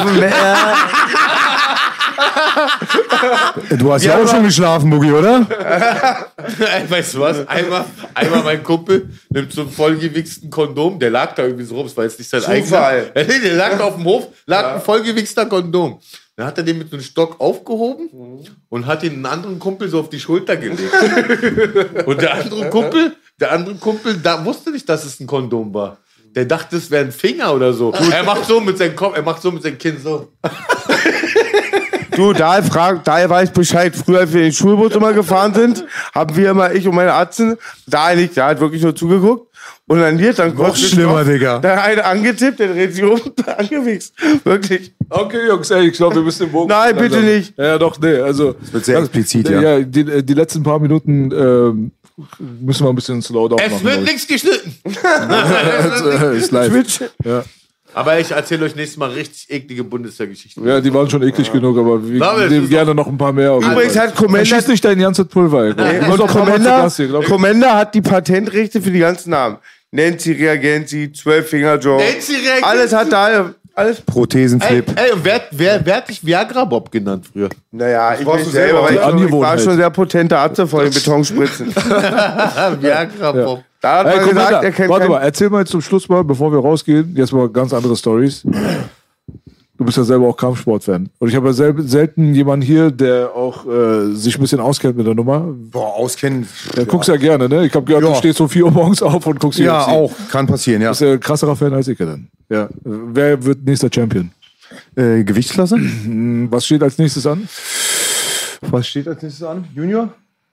Du hast ja auch schon geschlafen, Boogie, oder? Ey, weißt du was? Einmal mein Kumpel nimmt so einen vollgewichsten Kondom, der lag da irgendwie so rum, das war jetzt nicht sein eigener. Der lag da auf dem Hof, ein vollgewichster Kondom. Dann hat er den mit einem Stock aufgehoben und hat ihn einen anderen Kumpel so auf die Schulter gelegt. Und der andere Kumpel, da wusste nicht, dass es ein Kondom war. Der dachte, es wäre ein Finger oder so. Er macht so mit seinem Kopf, er macht so mit seinem Kinn so. Du, daher weiß Bescheid. Früher, als wir in den Schulbus immer gefahren sind, haben wir immer, ich und meine Atzen, der hat wirklich nur zugeguckt. Und dann Noch schlimmer, Digga. Da hat einer angetippt, der dreht sich um, angewichst. Wirklich. Okay, Jungs, ey, ich glaube, wir müssen den Bogen... Nein, bitte nicht. Ja, doch, nee, also... Das wird sehr explizit, ja. Ja, die letzten paar Minuten müssen wir ein bisschen Slowdown machen. Es wird nichts geschnitten. Ist live. Ja. Aber ich erzähle euch nächstes Mal richtig eklige Bundeswehrgeschichten. Ja, die waren schon eklig genug, aber wir nehmen gerne noch ein paar mehr. Übrigens hat Commander... Schieß nicht dein ganzes Pulver, ey. Commander hat die Patentrechte für die ganzen Namen. Nancy Reagenzi, 12-Finger-Joe. Nancy Reagenzi. Alles hat da... Alles. Prothesenflip. Ey, und wer hat dich Viagra-Bob genannt früher? Naja, ich warst bin du selber, weil selber ich war schon sehr potenter Arzt vor den Betonspritzen. Viagra-Bob. Da hat man Hey, gesagt, er kennt warte mal, erzähl mal jetzt zum Schluss mal, bevor wir rausgehen, jetzt mal ganz andere Storys. Du bist ja selber auch Kampfsport-Fan. Und ich habe ja selten jemanden hier, der auch sich ein bisschen auskennt mit der Nummer. Boah, auskennen. Ja, guckst ja gerne, ne? Ich habe gehört, du stehst um 4 Uhr morgens auf und guckst Ja, UFC. auch. Kann passieren, ja. Du bist ja ein krasserer Fan als ich dann. Ja. Wer wird nächster Champion? Gewichtsklasse? Was steht als nächstes an? Was steht als nächstes an? Junior?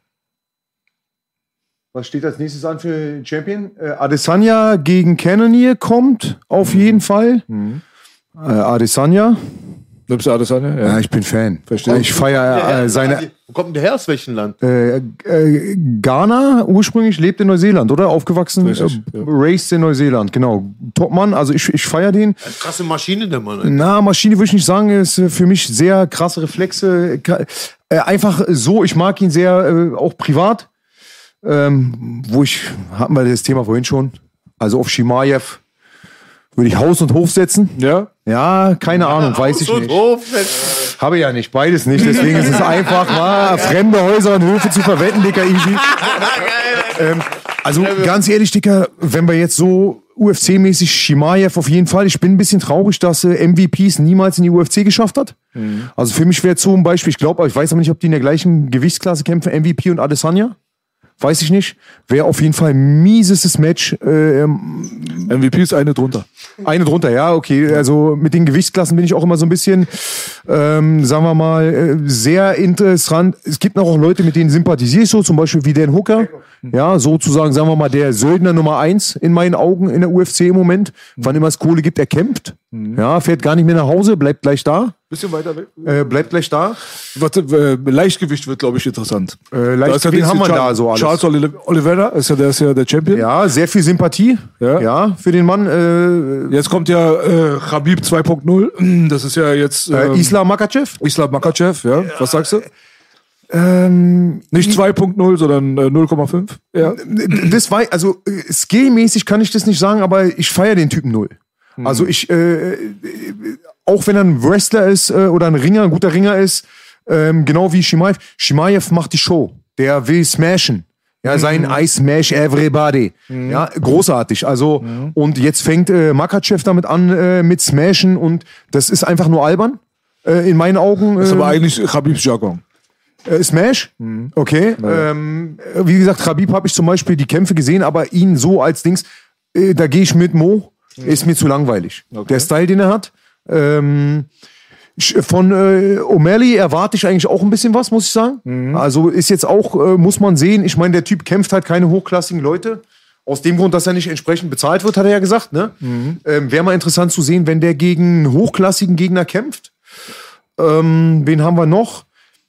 Was steht als nächstes an für Champion? Adesanya gegen Cannonier kommt auf jeden Fall. Adesanya. Nimmst du Adesanya? Ja, ich bin Fan. Verstehe. Ich feiere seine... Wo kommt denn der her? Aus welchem Land? Ghana ursprünglich, lebt in Neuseeland, oder? Aufgewachsen, Richtig, ja. raised in Neuseeland, genau. Topmann, also ich feiere den. Eine krasse Maschine, der Mann. Alter. Na, Maschine würde ich nicht sagen, ist für mich sehr krasse Reflexe. Einfach so, ich mag ihn sehr, auch privat. Hatten wir das Thema vorhin schon. Also auf Chimaev würde ich Haus und Hof setzen. Ja? Ja, keine Ahnung, weiß ich nicht. Habe ich ja nicht, beides nicht. Deswegen ist es einfach, fremde Häuser und Höfe zu verwetten, Dicker, easy. Also ganz ehrlich, Dicker, wenn wir jetzt so UFC-mäßig Chimaev auf jeden Fall. Ich bin ein bisschen traurig, dass MVPs niemals in die UFC geschafft hat. Also für mich wäre so ein Beispiel, ich weiß aber nicht, ob die in der gleichen Gewichtsklasse kämpfen, MVP und Adesanya. Weiß ich nicht. Wäre auf jeden Fall ein miesestes Match. MVP ist eine drunter. Eine drunter, ja, okay. Also mit den Gewichtsklassen bin ich auch immer so ein bisschen, sagen wir mal, sehr interessant. Es gibt noch auch Leute, mit denen sympathisiere ich so, zum Beispiel wie Dan Hooker. Ja, sozusagen, sagen wir mal, der Söldner Nummer 1 in meinen Augen in der UFC im Moment. Wann immer es Kohle gibt, er kämpft. Ja, fährt gar nicht mehr nach Hause, bleibt gleich da. Bisschen weiter weg. Bleibt gleich da. Leichtgewicht wird, glaube ich, interessant. Leichtgewicht haben wir da so alles. Charles Oliveira ist ja der Champion. Ja, sehr viel Sympathie. Ja, für den Mann. Jetzt kommt ja Khabib 2.0. Das ist ja jetzt Islam Makhachev. Islam Makhachev, ja. Was sagst du? Nicht 2.0, sondern 0,5. Ja. Das war, also skillmäßig kann ich das nicht sagen, aber ich feiere den Typen 0. Also auch wenn er ein Wrestler ist oder ein guter Ringer ist, genau wie Chimaev. Chimaev macht die Show. Der will smashen. Ja, sein I smash everybody. Ja, großartig. Also, und jetzt fängt Makhachev damit an mit Smashen und das ist einfach nur albern. In meinen Augen. Das ist aber eigentlich Khabibs Jargon. Smash? Okay. Wie gesagt, Khabib habe ich zum Beispiel die Kämpfe gesehen, aber ihn so als Dings, da gehe ich mit Mo, ist mir zu langweilig. Okay. Der Style, den er hat. Von O'Malley erwarte ich eigentlich auch ein bisschen was, muss ich sagen. Also ist jetzt auch, muss man sehen, ich meine, der Typ kämpft halt keine hochklassigen Leute. Aus dem Grund, dass er nicht entsprechend bezahlt wird, hat er ja gesagt. Ne? Wäre mal interessant zu sehen, wenn der gegen einen hochklassigen Gegner kämpft. Wen haben wir noch?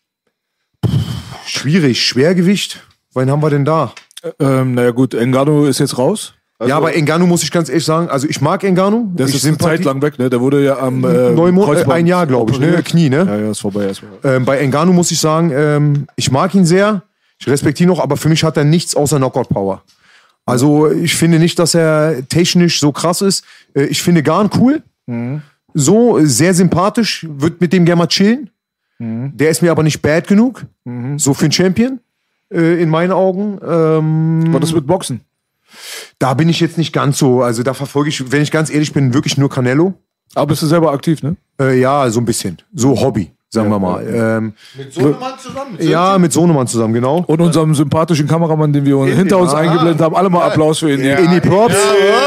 Schwierig, Schwergewicht. Wen haben wir denn da? Naja gut, Ngannou ist jetzt raus. Also, ja, aber Ngannou muss ich ganz ehrlich sagen, also ich mag Ngannou. Das ist eine Zeit lang weg, ne? Der wurde ja am 9 ein Jahr, glaube ich, ne? Knie, ne? Ja, ist vorbei erstmal. Bei Ngannou muss ich sagen, ich mag ihn sehr, ich respektiere ihn noch, aber für mich hat er nichts außer Knockout-Power. Also ich finde nicht, dass er technisch so krass ist. Ich finde Garn cool. So, sehr sympathisch, würde mit dem gerne mal chillen. Der ist mir aber nicht bad genug. So für einen Champion, in meinen Augen. Was ist mit Boxen? Da bin ich jetzt nicht ganz so, also da verfolge ich, wenn ich ganz ehrlich bin, wirklich nur Canelo. Aber bist du selber aktiv, ne? Ja, so ein bisschen. So Hobby, sagen wir mal. Mit Sohnemann zusammen? Ja, mit Sohnemann zusammen, genau. Und unserem sympathischen Kameramann, den wir hinter uns eingeblendet haben. Alle mal Applaus für ihn. Inni Props.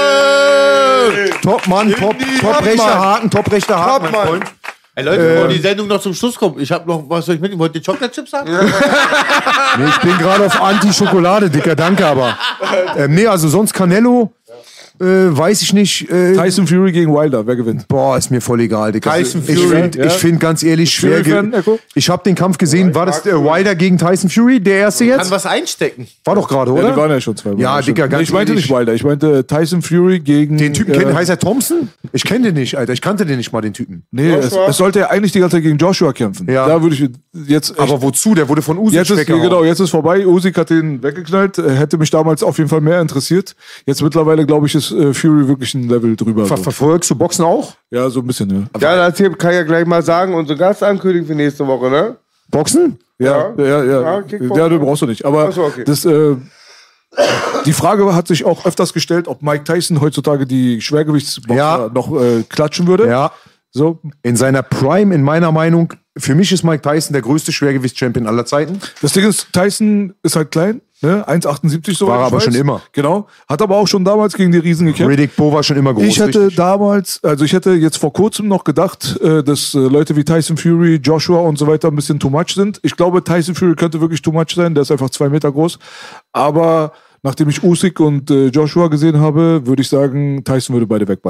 Top Mann, top rechter Haken, mein Freund. Ey Leute, bevor die Sendung noch zum Schluss kommt, ich habe noch, was soll ich mitnehmen? Wollt ihr Chocolate Chips haben? Nee, ich bin gerade auf Anti-Schokolade, Dicker, danke aber. Nee, also sonst Canelo, weiß ich nicht. Tyson Fury gegen Wilder, wer gewinnt? Boah, ist mir voll egal, Dicker. Tyson Fury. Ich finde ganz ehrlich schwer. Ich habe den Kampf gesehen, war das Wilder gegen Tyson Fury, der erste jetzt? Kann was einstecken. War doch gerade, oder? Ja, die waren ja schon zweimal. Ja, Dicker, ganz Ich meinte ehrlich. nicht Wilder, ich meinte Tyson Fury gegen... Den Typen heißt er Thompson? Ich kenne den nicht, Alter. Ich kannte den nicht mal, den Typen. Nee, es sollte ja eigentlich die ganze Zeit gegen Joshua kämpfen. Ja. Da würde ich jetzt... Aber wozu? Der wurde von Usyk weggehauen. Genau, jetzt ist vorbei. Usyk hat den weggeknallt. Hätte mich damals auf jeden Fall mehr interessiert. Jetzt mittlerweile, glaube ich, ist Fury wirklich ein Level drüber. Verfolgst du Boxen auch? Ja, so ein bisschen, ja. Ja, das hier kann ich ja gleich mal sagen, unsere Gastankündigung für nächste Woche, ne? Boxen? Ja. Kickboxen. Ja, du brauchst du nicht. Aber Ach so, okay. die Frage hat sich auch öfters gestellt, ob Mike Tyson heutzutage die Schwergewichtsboxer noch klatschen würde. Ja. So. In seiner Prime, in meiner Meinung, für mich ist Mike Tyson der größte Schwergewichts-Champion aller Zeiten. Das Ding ist, Tyson ist halt klein, ne? 1,78 so. War er aber schon immer. Genau. Hat aber auch schon damals gegen die Riesen gekämpft. Riddick Bowe war schon immer groß. Ich hätte richtig. ich hätte jetzt vor kurzem noch gedacht, dass Leute wie Tyson Fury, Joshua und so weiter ein bisschen too much sind. Ich glaube, Tyson Fury könnte wirklich too much sein. Der ist einfach 2 Meter groß. Aber nachdem ich Usyk und Joshua gesehen habe, würde ich sagen, Tyson würde beide wegballern.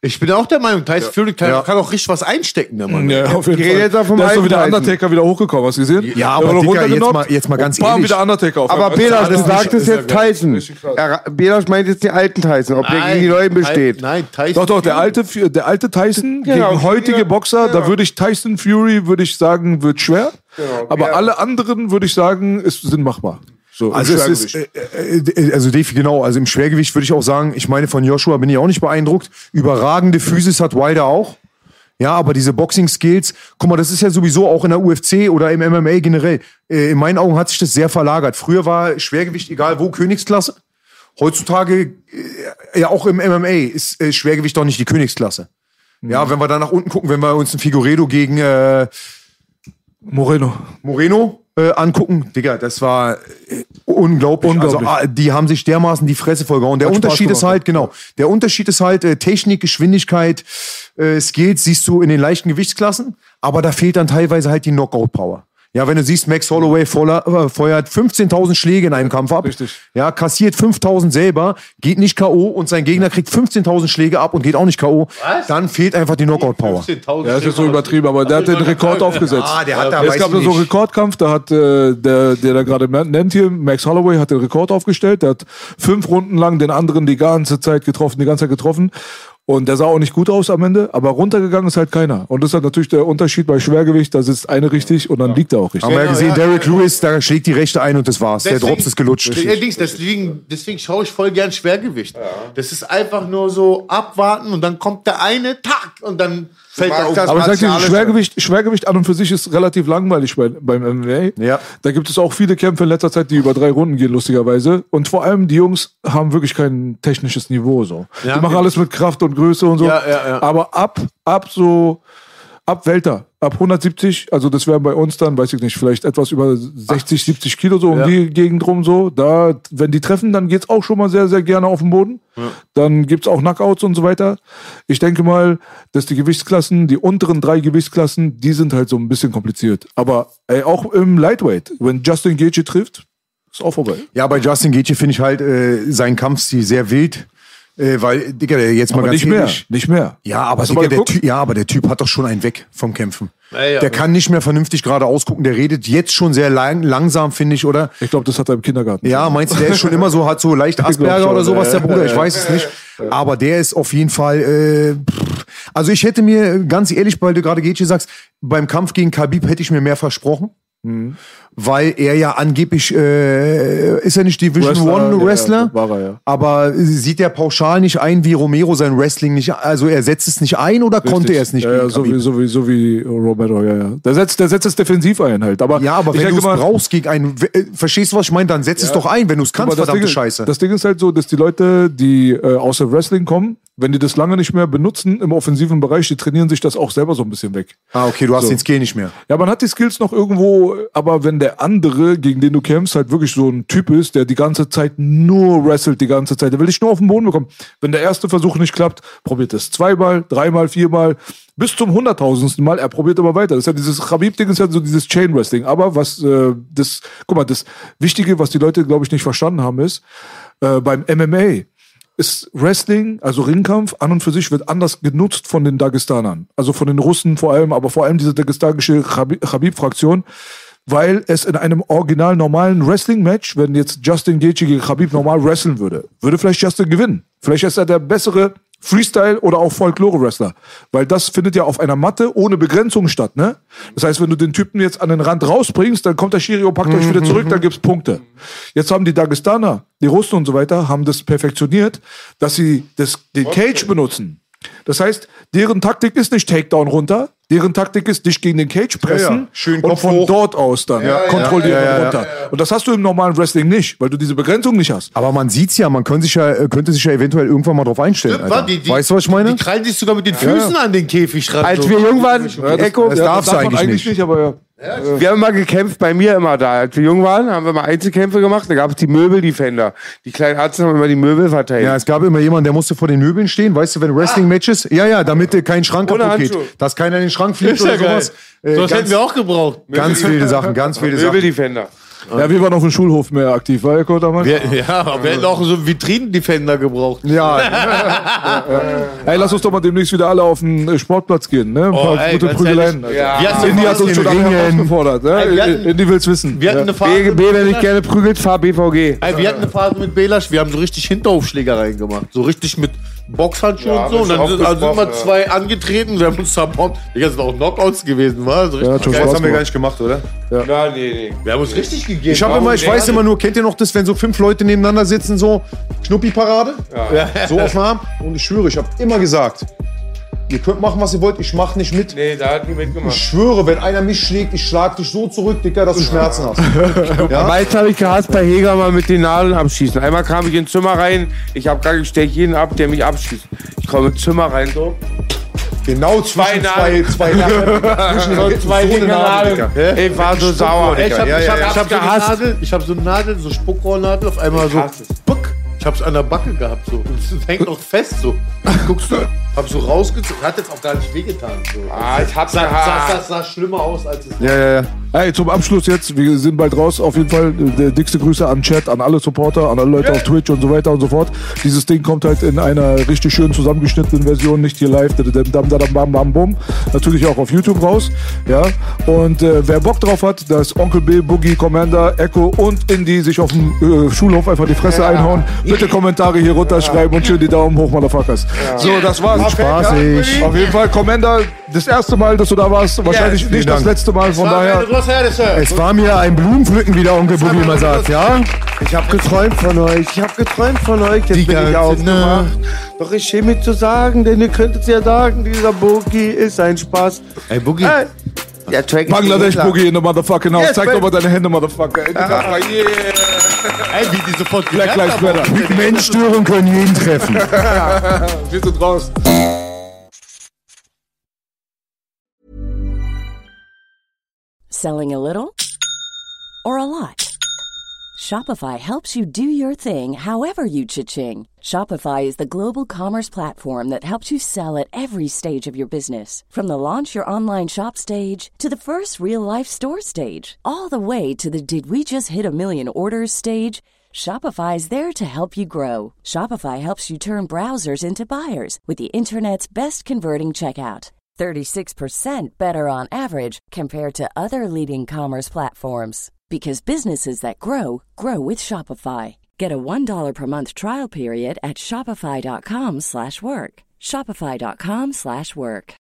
Ich bin auch der Meinung, Tyson Fury kann auch richtig was einstecken, der Mann. Ja, auf jeden Wir Fall. reden jetzt auch vom Da ist doch wieder alten Undertaker wieder hochgekommen, hast du gesehen? Ja, aber Der wurde Digga, runtergenockt jetzt mal ganz und bam, ehrlich. wieder Undertaker auf. Aber Belasch, du sagtest jetzt Tyson. Richtig krass. Belasch meint jetzt den alten Tyson, ob der gegen die neuen besteht. Nein, Tyson. Doch, der alte Tyson Genau, gegen heutige Boxer, genau. da würde ich Tyson Fury, würde ich sagen, wird schwer. Aber ja. alle anderen, würde ich sagen, sind machbar. So, im Also es Schwergewicht. ist, also genau, also im Schwergewicht würde ich auch sagen, ich meine von Joshua bin ich auch nicht beeindruckt. Überragende Physis hat Wilder auch. Ja, aber diese Boxing-Skills, guck mal, das ist ja sowieso auch in der UFC oder im MMA generell. In meinen Augen hat sich das sehr verlagert. Früher war Schwergewicht egal wo, Königsklasse. Heutzutage, ja auch im MMA ist Schwergewicht doch nicht die Königsklasse. Ja, wenn wir da nach unten gucken, wenn wir uns ein Figueiredo gegen Moreno angucken, Digga, das war unglaublich. Also die haben sich dermaßen die Fresse vollgehauen. Der Unterschied ist halt, der Unterschied ist halt Technik, Geschwindigkeit, Skills siehst du in den leichten Gewichtsklassen, aber da fehlt dann teilweise halt die Knockout-Power. Ja, wenn du siehst, Max Holloway feuert 15.000 Schläge in einem Kampf ab. Richtig. Ja, kassiert 5.000 selber, geht nicht K.O. und sein Gegner kriegt 15.000 Schläge ab und geht auch nicht K.O. Was? Dann fehlt einfach die Knockout-Power. Ja, das ist so übertrieben, aber der hat den Rekord aufgesetzt. Ah, der hat da, Es weiß gab ich so einen nicht. Rekordkampf, da hat der da gerade nennt hier, Max Holloway, hat den Rekord aufgestellt. Der hat 5 Runden lang den anderen die ganze Zeit getroffen. Und der sah auch nicht gut aus am Ende, aber runtergegangen ist halt keiner. Und das ist halt natürlich der Unterschied bei Schwergewicht, da sitzt eine richtig und dann liegt er auch richtig. Haben wir ja gesehen, Derek Lewis, da schlägt die rechte ein und das war's. Der Drops ist gelutscht. Deswegen schaue ich voll gern Schwergewicht. Das ist einfach nur so abwarten und dann kommt der eine Tag und dann fällt er um. Aber ich sag dir, Schwergewicht an und für sich ist relativ langweilig beim MMA. Ja. Da gibt es auch viele Kämpfe in letzter Zeit, die über 3 Runden gehen, lustigerweise. Und vor allem die Jungs haben wirklich kein technisches Niveau. So. Ja. Die machen alles mit Kraft und Größe und so. Ja. Aber ab Welter, ab 170, also das wäre bei uns dann, weiß ich nicht, vielleicht etwas über 60, 70 Kilo so um die Gegend rum so. Da, wenn die treffen, dann geht's auch schon mal sehr, sehr gerne auf den Boden. Ja. Dann gibt's auch Knockouts und so weiter. Ich denke mal, dass die Gewichtsklassen, die unteren 3 Gewichtsklassen, die sind halt so ein bisschen kompliziert. Aber auch im Lightweight, wenn Justin Gaethje trifft, ist auch vorbei. Ja, bei Justin Gaethje finde ich halt seinen Kampfstil sehr wild. Weil, Digga, jetzt mal Aber ganz ehrlich. nicht mehr. Ja, aber Hast du mal Digga, geguckt? aber der Typ hat doch schon einen weg vom Kämpfen. Ja. Der kann nicht mehr vernünftig gerade ausgucken. Der redet jetzt schon sehr langsam, finde ich, oder? Ich glaube, das hat er im Kindergarten. Ja, meinst du, der ist schon immer so, hat so leicht Asperger schon, oder sowas, der ja. Bruder? Ich weiß es nicht. Aber der ist auf jeden Fall, also ich hätte mir, ganz ehrlich, weil du gerade Gaethje sagst, beim Kampf gegen Khabib hätte ich mir mehr versprochen. Weil er ja angeblich, ist er nicht Division One Wrestler? Ja, war er, ja. Aber sieht er pauschal nicht ein, wie Romero sein Wrestling nicht, also er setzt es nicht ein oder konnte er es nicht? Ja, gegen Khabib? so wie Romero, ja. Der setzt es defensiv ein halt. Aber Ja, aber ich wenn du denke es mal, brauchst gegen einen, verstehst du, was ich meine? Dann setz es doch ein, wenn du es kannst, aber verdammte Scheiße. Das Ding ist halt so, dass die Leute, die aus dem Wrestling kommen, wenn die das lange nicht mehr benutzen im offensiven Bereich, die trainieren sich das auch selber so ein bisschen weg. Ah, okay, du hast So. den Skill nicht mehr. Ja, man hat die Skills noch irgendwo, aber wenn der andere, gegen den du kämpfst, halt wirklich so ein Typ ist, der die ganze Zeit nur wrestelt, die ganze Zeit, der will dich nur auf den Boden bekommen. Wenn der erste Versuch nicht klappt, probiert es 2-mal, 3-mal, 4-mal, bis zum 100.000. Mal, er probiert aber weiter. Das ist ja dieses Khabib-Ding, ist ja so dieses Chain-Wrestling. Aber was, das Wichtige, was die Leute, glaube ich, nicht verstanden haben, ist, beim MMA ist Wrestling, also Ringkampf, an und für sich wird anders genutzt von den Dagestanern. Also von den Russen vor allem, aber vor allem diese dagestanische Khabib-Fraktion, weil es in einem original normalen Wrestling-Match, wenn jetzt Justin Gaethje gegen Khabib normal wresteln würde vielleicht Justin gewinnen. Vielleicht ist er der bessere Freestyle- oder auch Folklore-Wrestler. Weil das findet ja auf einer Matte ohne Begrenzung statt, ne? Das heißt, wenn du den Typen jetzt an den Rand rausbringst, dann kommt der Schiri und packt euch wieder zurück, dann gibt's Punkte. Jetzt haben die Dagestaner, die Russen und so weiter, haben das perfektioniert, dass sie den Cage benutzen. Das heißt, deren Taktik ist nicht Takedown runter, deren Taktik ist dich gegen den Cage pressen Ja. Schön und Kopf von hoch. dort aus dann kontrollieren und runter. Und das hast du im normalen Wrestling nicht, weil du diese Begrenzung nicht hast. Aber man sieht's ja, man könnte sich ja eventuell irgendwann mal drauf einstellen. Alter. Weißt du, was ich meine? Die krallen sich sogar mit den Füßen an den Käfig ran. Als so. wir jung waren, Echo, das darfst du darf man eigentlich nicht. aber ja. wir haben mal gekämpft, bei mir immer da. Als wir jung waren, haben wir mal Einzelkämpfe gemacht, da gab es die Möbeldefender. Die kleinen Arzten haben immer die Möbel verteilt. Ja, es gab immer jemanden, der musste vor den Möbeln stehen, weißt du, wenn Wrestling-Matches, damit kein Schrank Ohne kaputt geht, Handschuhe. dass keiner in den Schrank fliegt Ist ja oder geil. sowas. Das hätten wir auch gebraucht. Ganz wilde Sachen, ganz wilde Sachen. Möbeldefender. Ja, wir waren auf dem Schulhof mehr aktiv, war Echo damals? Wir hätten auch so einen Vitrinen-Defender gebraucht. Ja, Ey, lass uns doch mal demnächst wieder alle auf den Sportplatz gehen, ne? Ein paar ey, gute ganz Prügeleien. ehrlich, ja. Indy hat uns schon lange herausgefordert. Ne? Ey, wir hatten- Indy will's wissen. Wir hatten eine Phase. BGB, wenn ich gerne prügelt, fahr BVG. Ey, wir hatten eine Phase mit Belasch, wir haben so richtig Hinterhofschlägereien gemacht. So richtig mit Boxhandschuhen und so. Und dann sind immer zwei angetreten, wir haben uns zerbombt. Das sind auch Knockouts gewesen, war so Ja, richtig schon geil. das haben wir gar nicht gemacht, oder? Nee. Wir haben uns richtig gegeben. Ich weiß immer nur, kennt ihr noch das, wenn so 5 Leute nebeneinander sitzen, so Schnuppi-Parade? Ja. So auf dem Arm. Und ich schwöre, ich habe immer gesagt, ihr könnt machen, was ihr wollt, ich mach nicht mit. Nee, da hat nie mitgemacht. Ich schwöre, wenn einer mich schlägt, ich schlag dich so zurück, Dicker, dass du Schmerzen hast. Ja? Meist habe ich gehasst bei Heger mal mit den Nadeln abschießen. Einmal kam ich ins Zimmer rein, ich habe gar gesteckt jeden ab, der mich abschießt. Ich komme ins Zimmer rein, so. Genau zwischen Nadeln. zwei Nadeln. So zwei dicke Nadeln. Ich war so sauer. Ey, ich hab so eine gehasst. Nadel, ich hab so eine Nadel, so Spuckrohrnadel, auf einmal so, hasse es. buck. Ich hab's an der Backe gehabt, so. Und es hängt noch fest, so. Guckst du, hab so rausgezogen, hat jetzt auch gar nicht wehgetan, so. Ich hab's sah schlimmer aus, als es Ja. Hey, zum Abschluss jetzt, wir sind bald raus, auf jeden Fall dickste Grüße an Chat, an alle Supporter, an alle Leute auf Twitch und so weiter und so fort. Dieses Ding kommt halt in einer richtig schön zusammengeschnittenen Version, nicht hier live, bam, bam, bum. Natürlich auch auf YouTube raus, ja. Und wer Bock drauf hat, dass Onkel B, Boogie, Commander, Echo und Indy sich auf dem Schulhof einfach die Fresse einhauen, bitte Kommentare hier runterschreiben und schön die Daumen hoch, Motherfuckers. So, das war's. Spaßig. Auf jeden Fall, Commander, das erste Mal, dass du da warst, wahrscheinlich nicht das letzte Mal, von daher... Es war mir ein Blumenpflücken, wie der Onkel Boogie immer sagt, ja? Ich habe geträumt von euch. Jetzt bin ich aufgewacht. Doch ich schäme mich zu sagen, denn ihr könntet ja sagen, dieser Boogie ist ein Spaß. Ey, Boogie. Der Track ist Bangladesh nicht Boogie in the motherfucking house. Yes, Zeig man. doch mal deine Hände, Motherfucker. Ey, wie die sofort Black Lives Matter. Pigmentstörungen können jeden treffen. Wir sind raus. Selling a little or a lot? Shopify helps you do your thing however you cha-ching. Shopify is the global commerce platform that helps you sell at every stage of your business. From the launch your online shop stage to the first real-life store stage, all the way to the did we just hit a million orders stage. Shopify is there to help you grow. Shopify helps you turn browsers into buyers with the internet's best converting checkout. 36% better on average compared to other leading commerce platforms. Because businesses that grow, grow with Shopify. Get a $1 per month trial period at shopify.com/work. Shopify.com/work.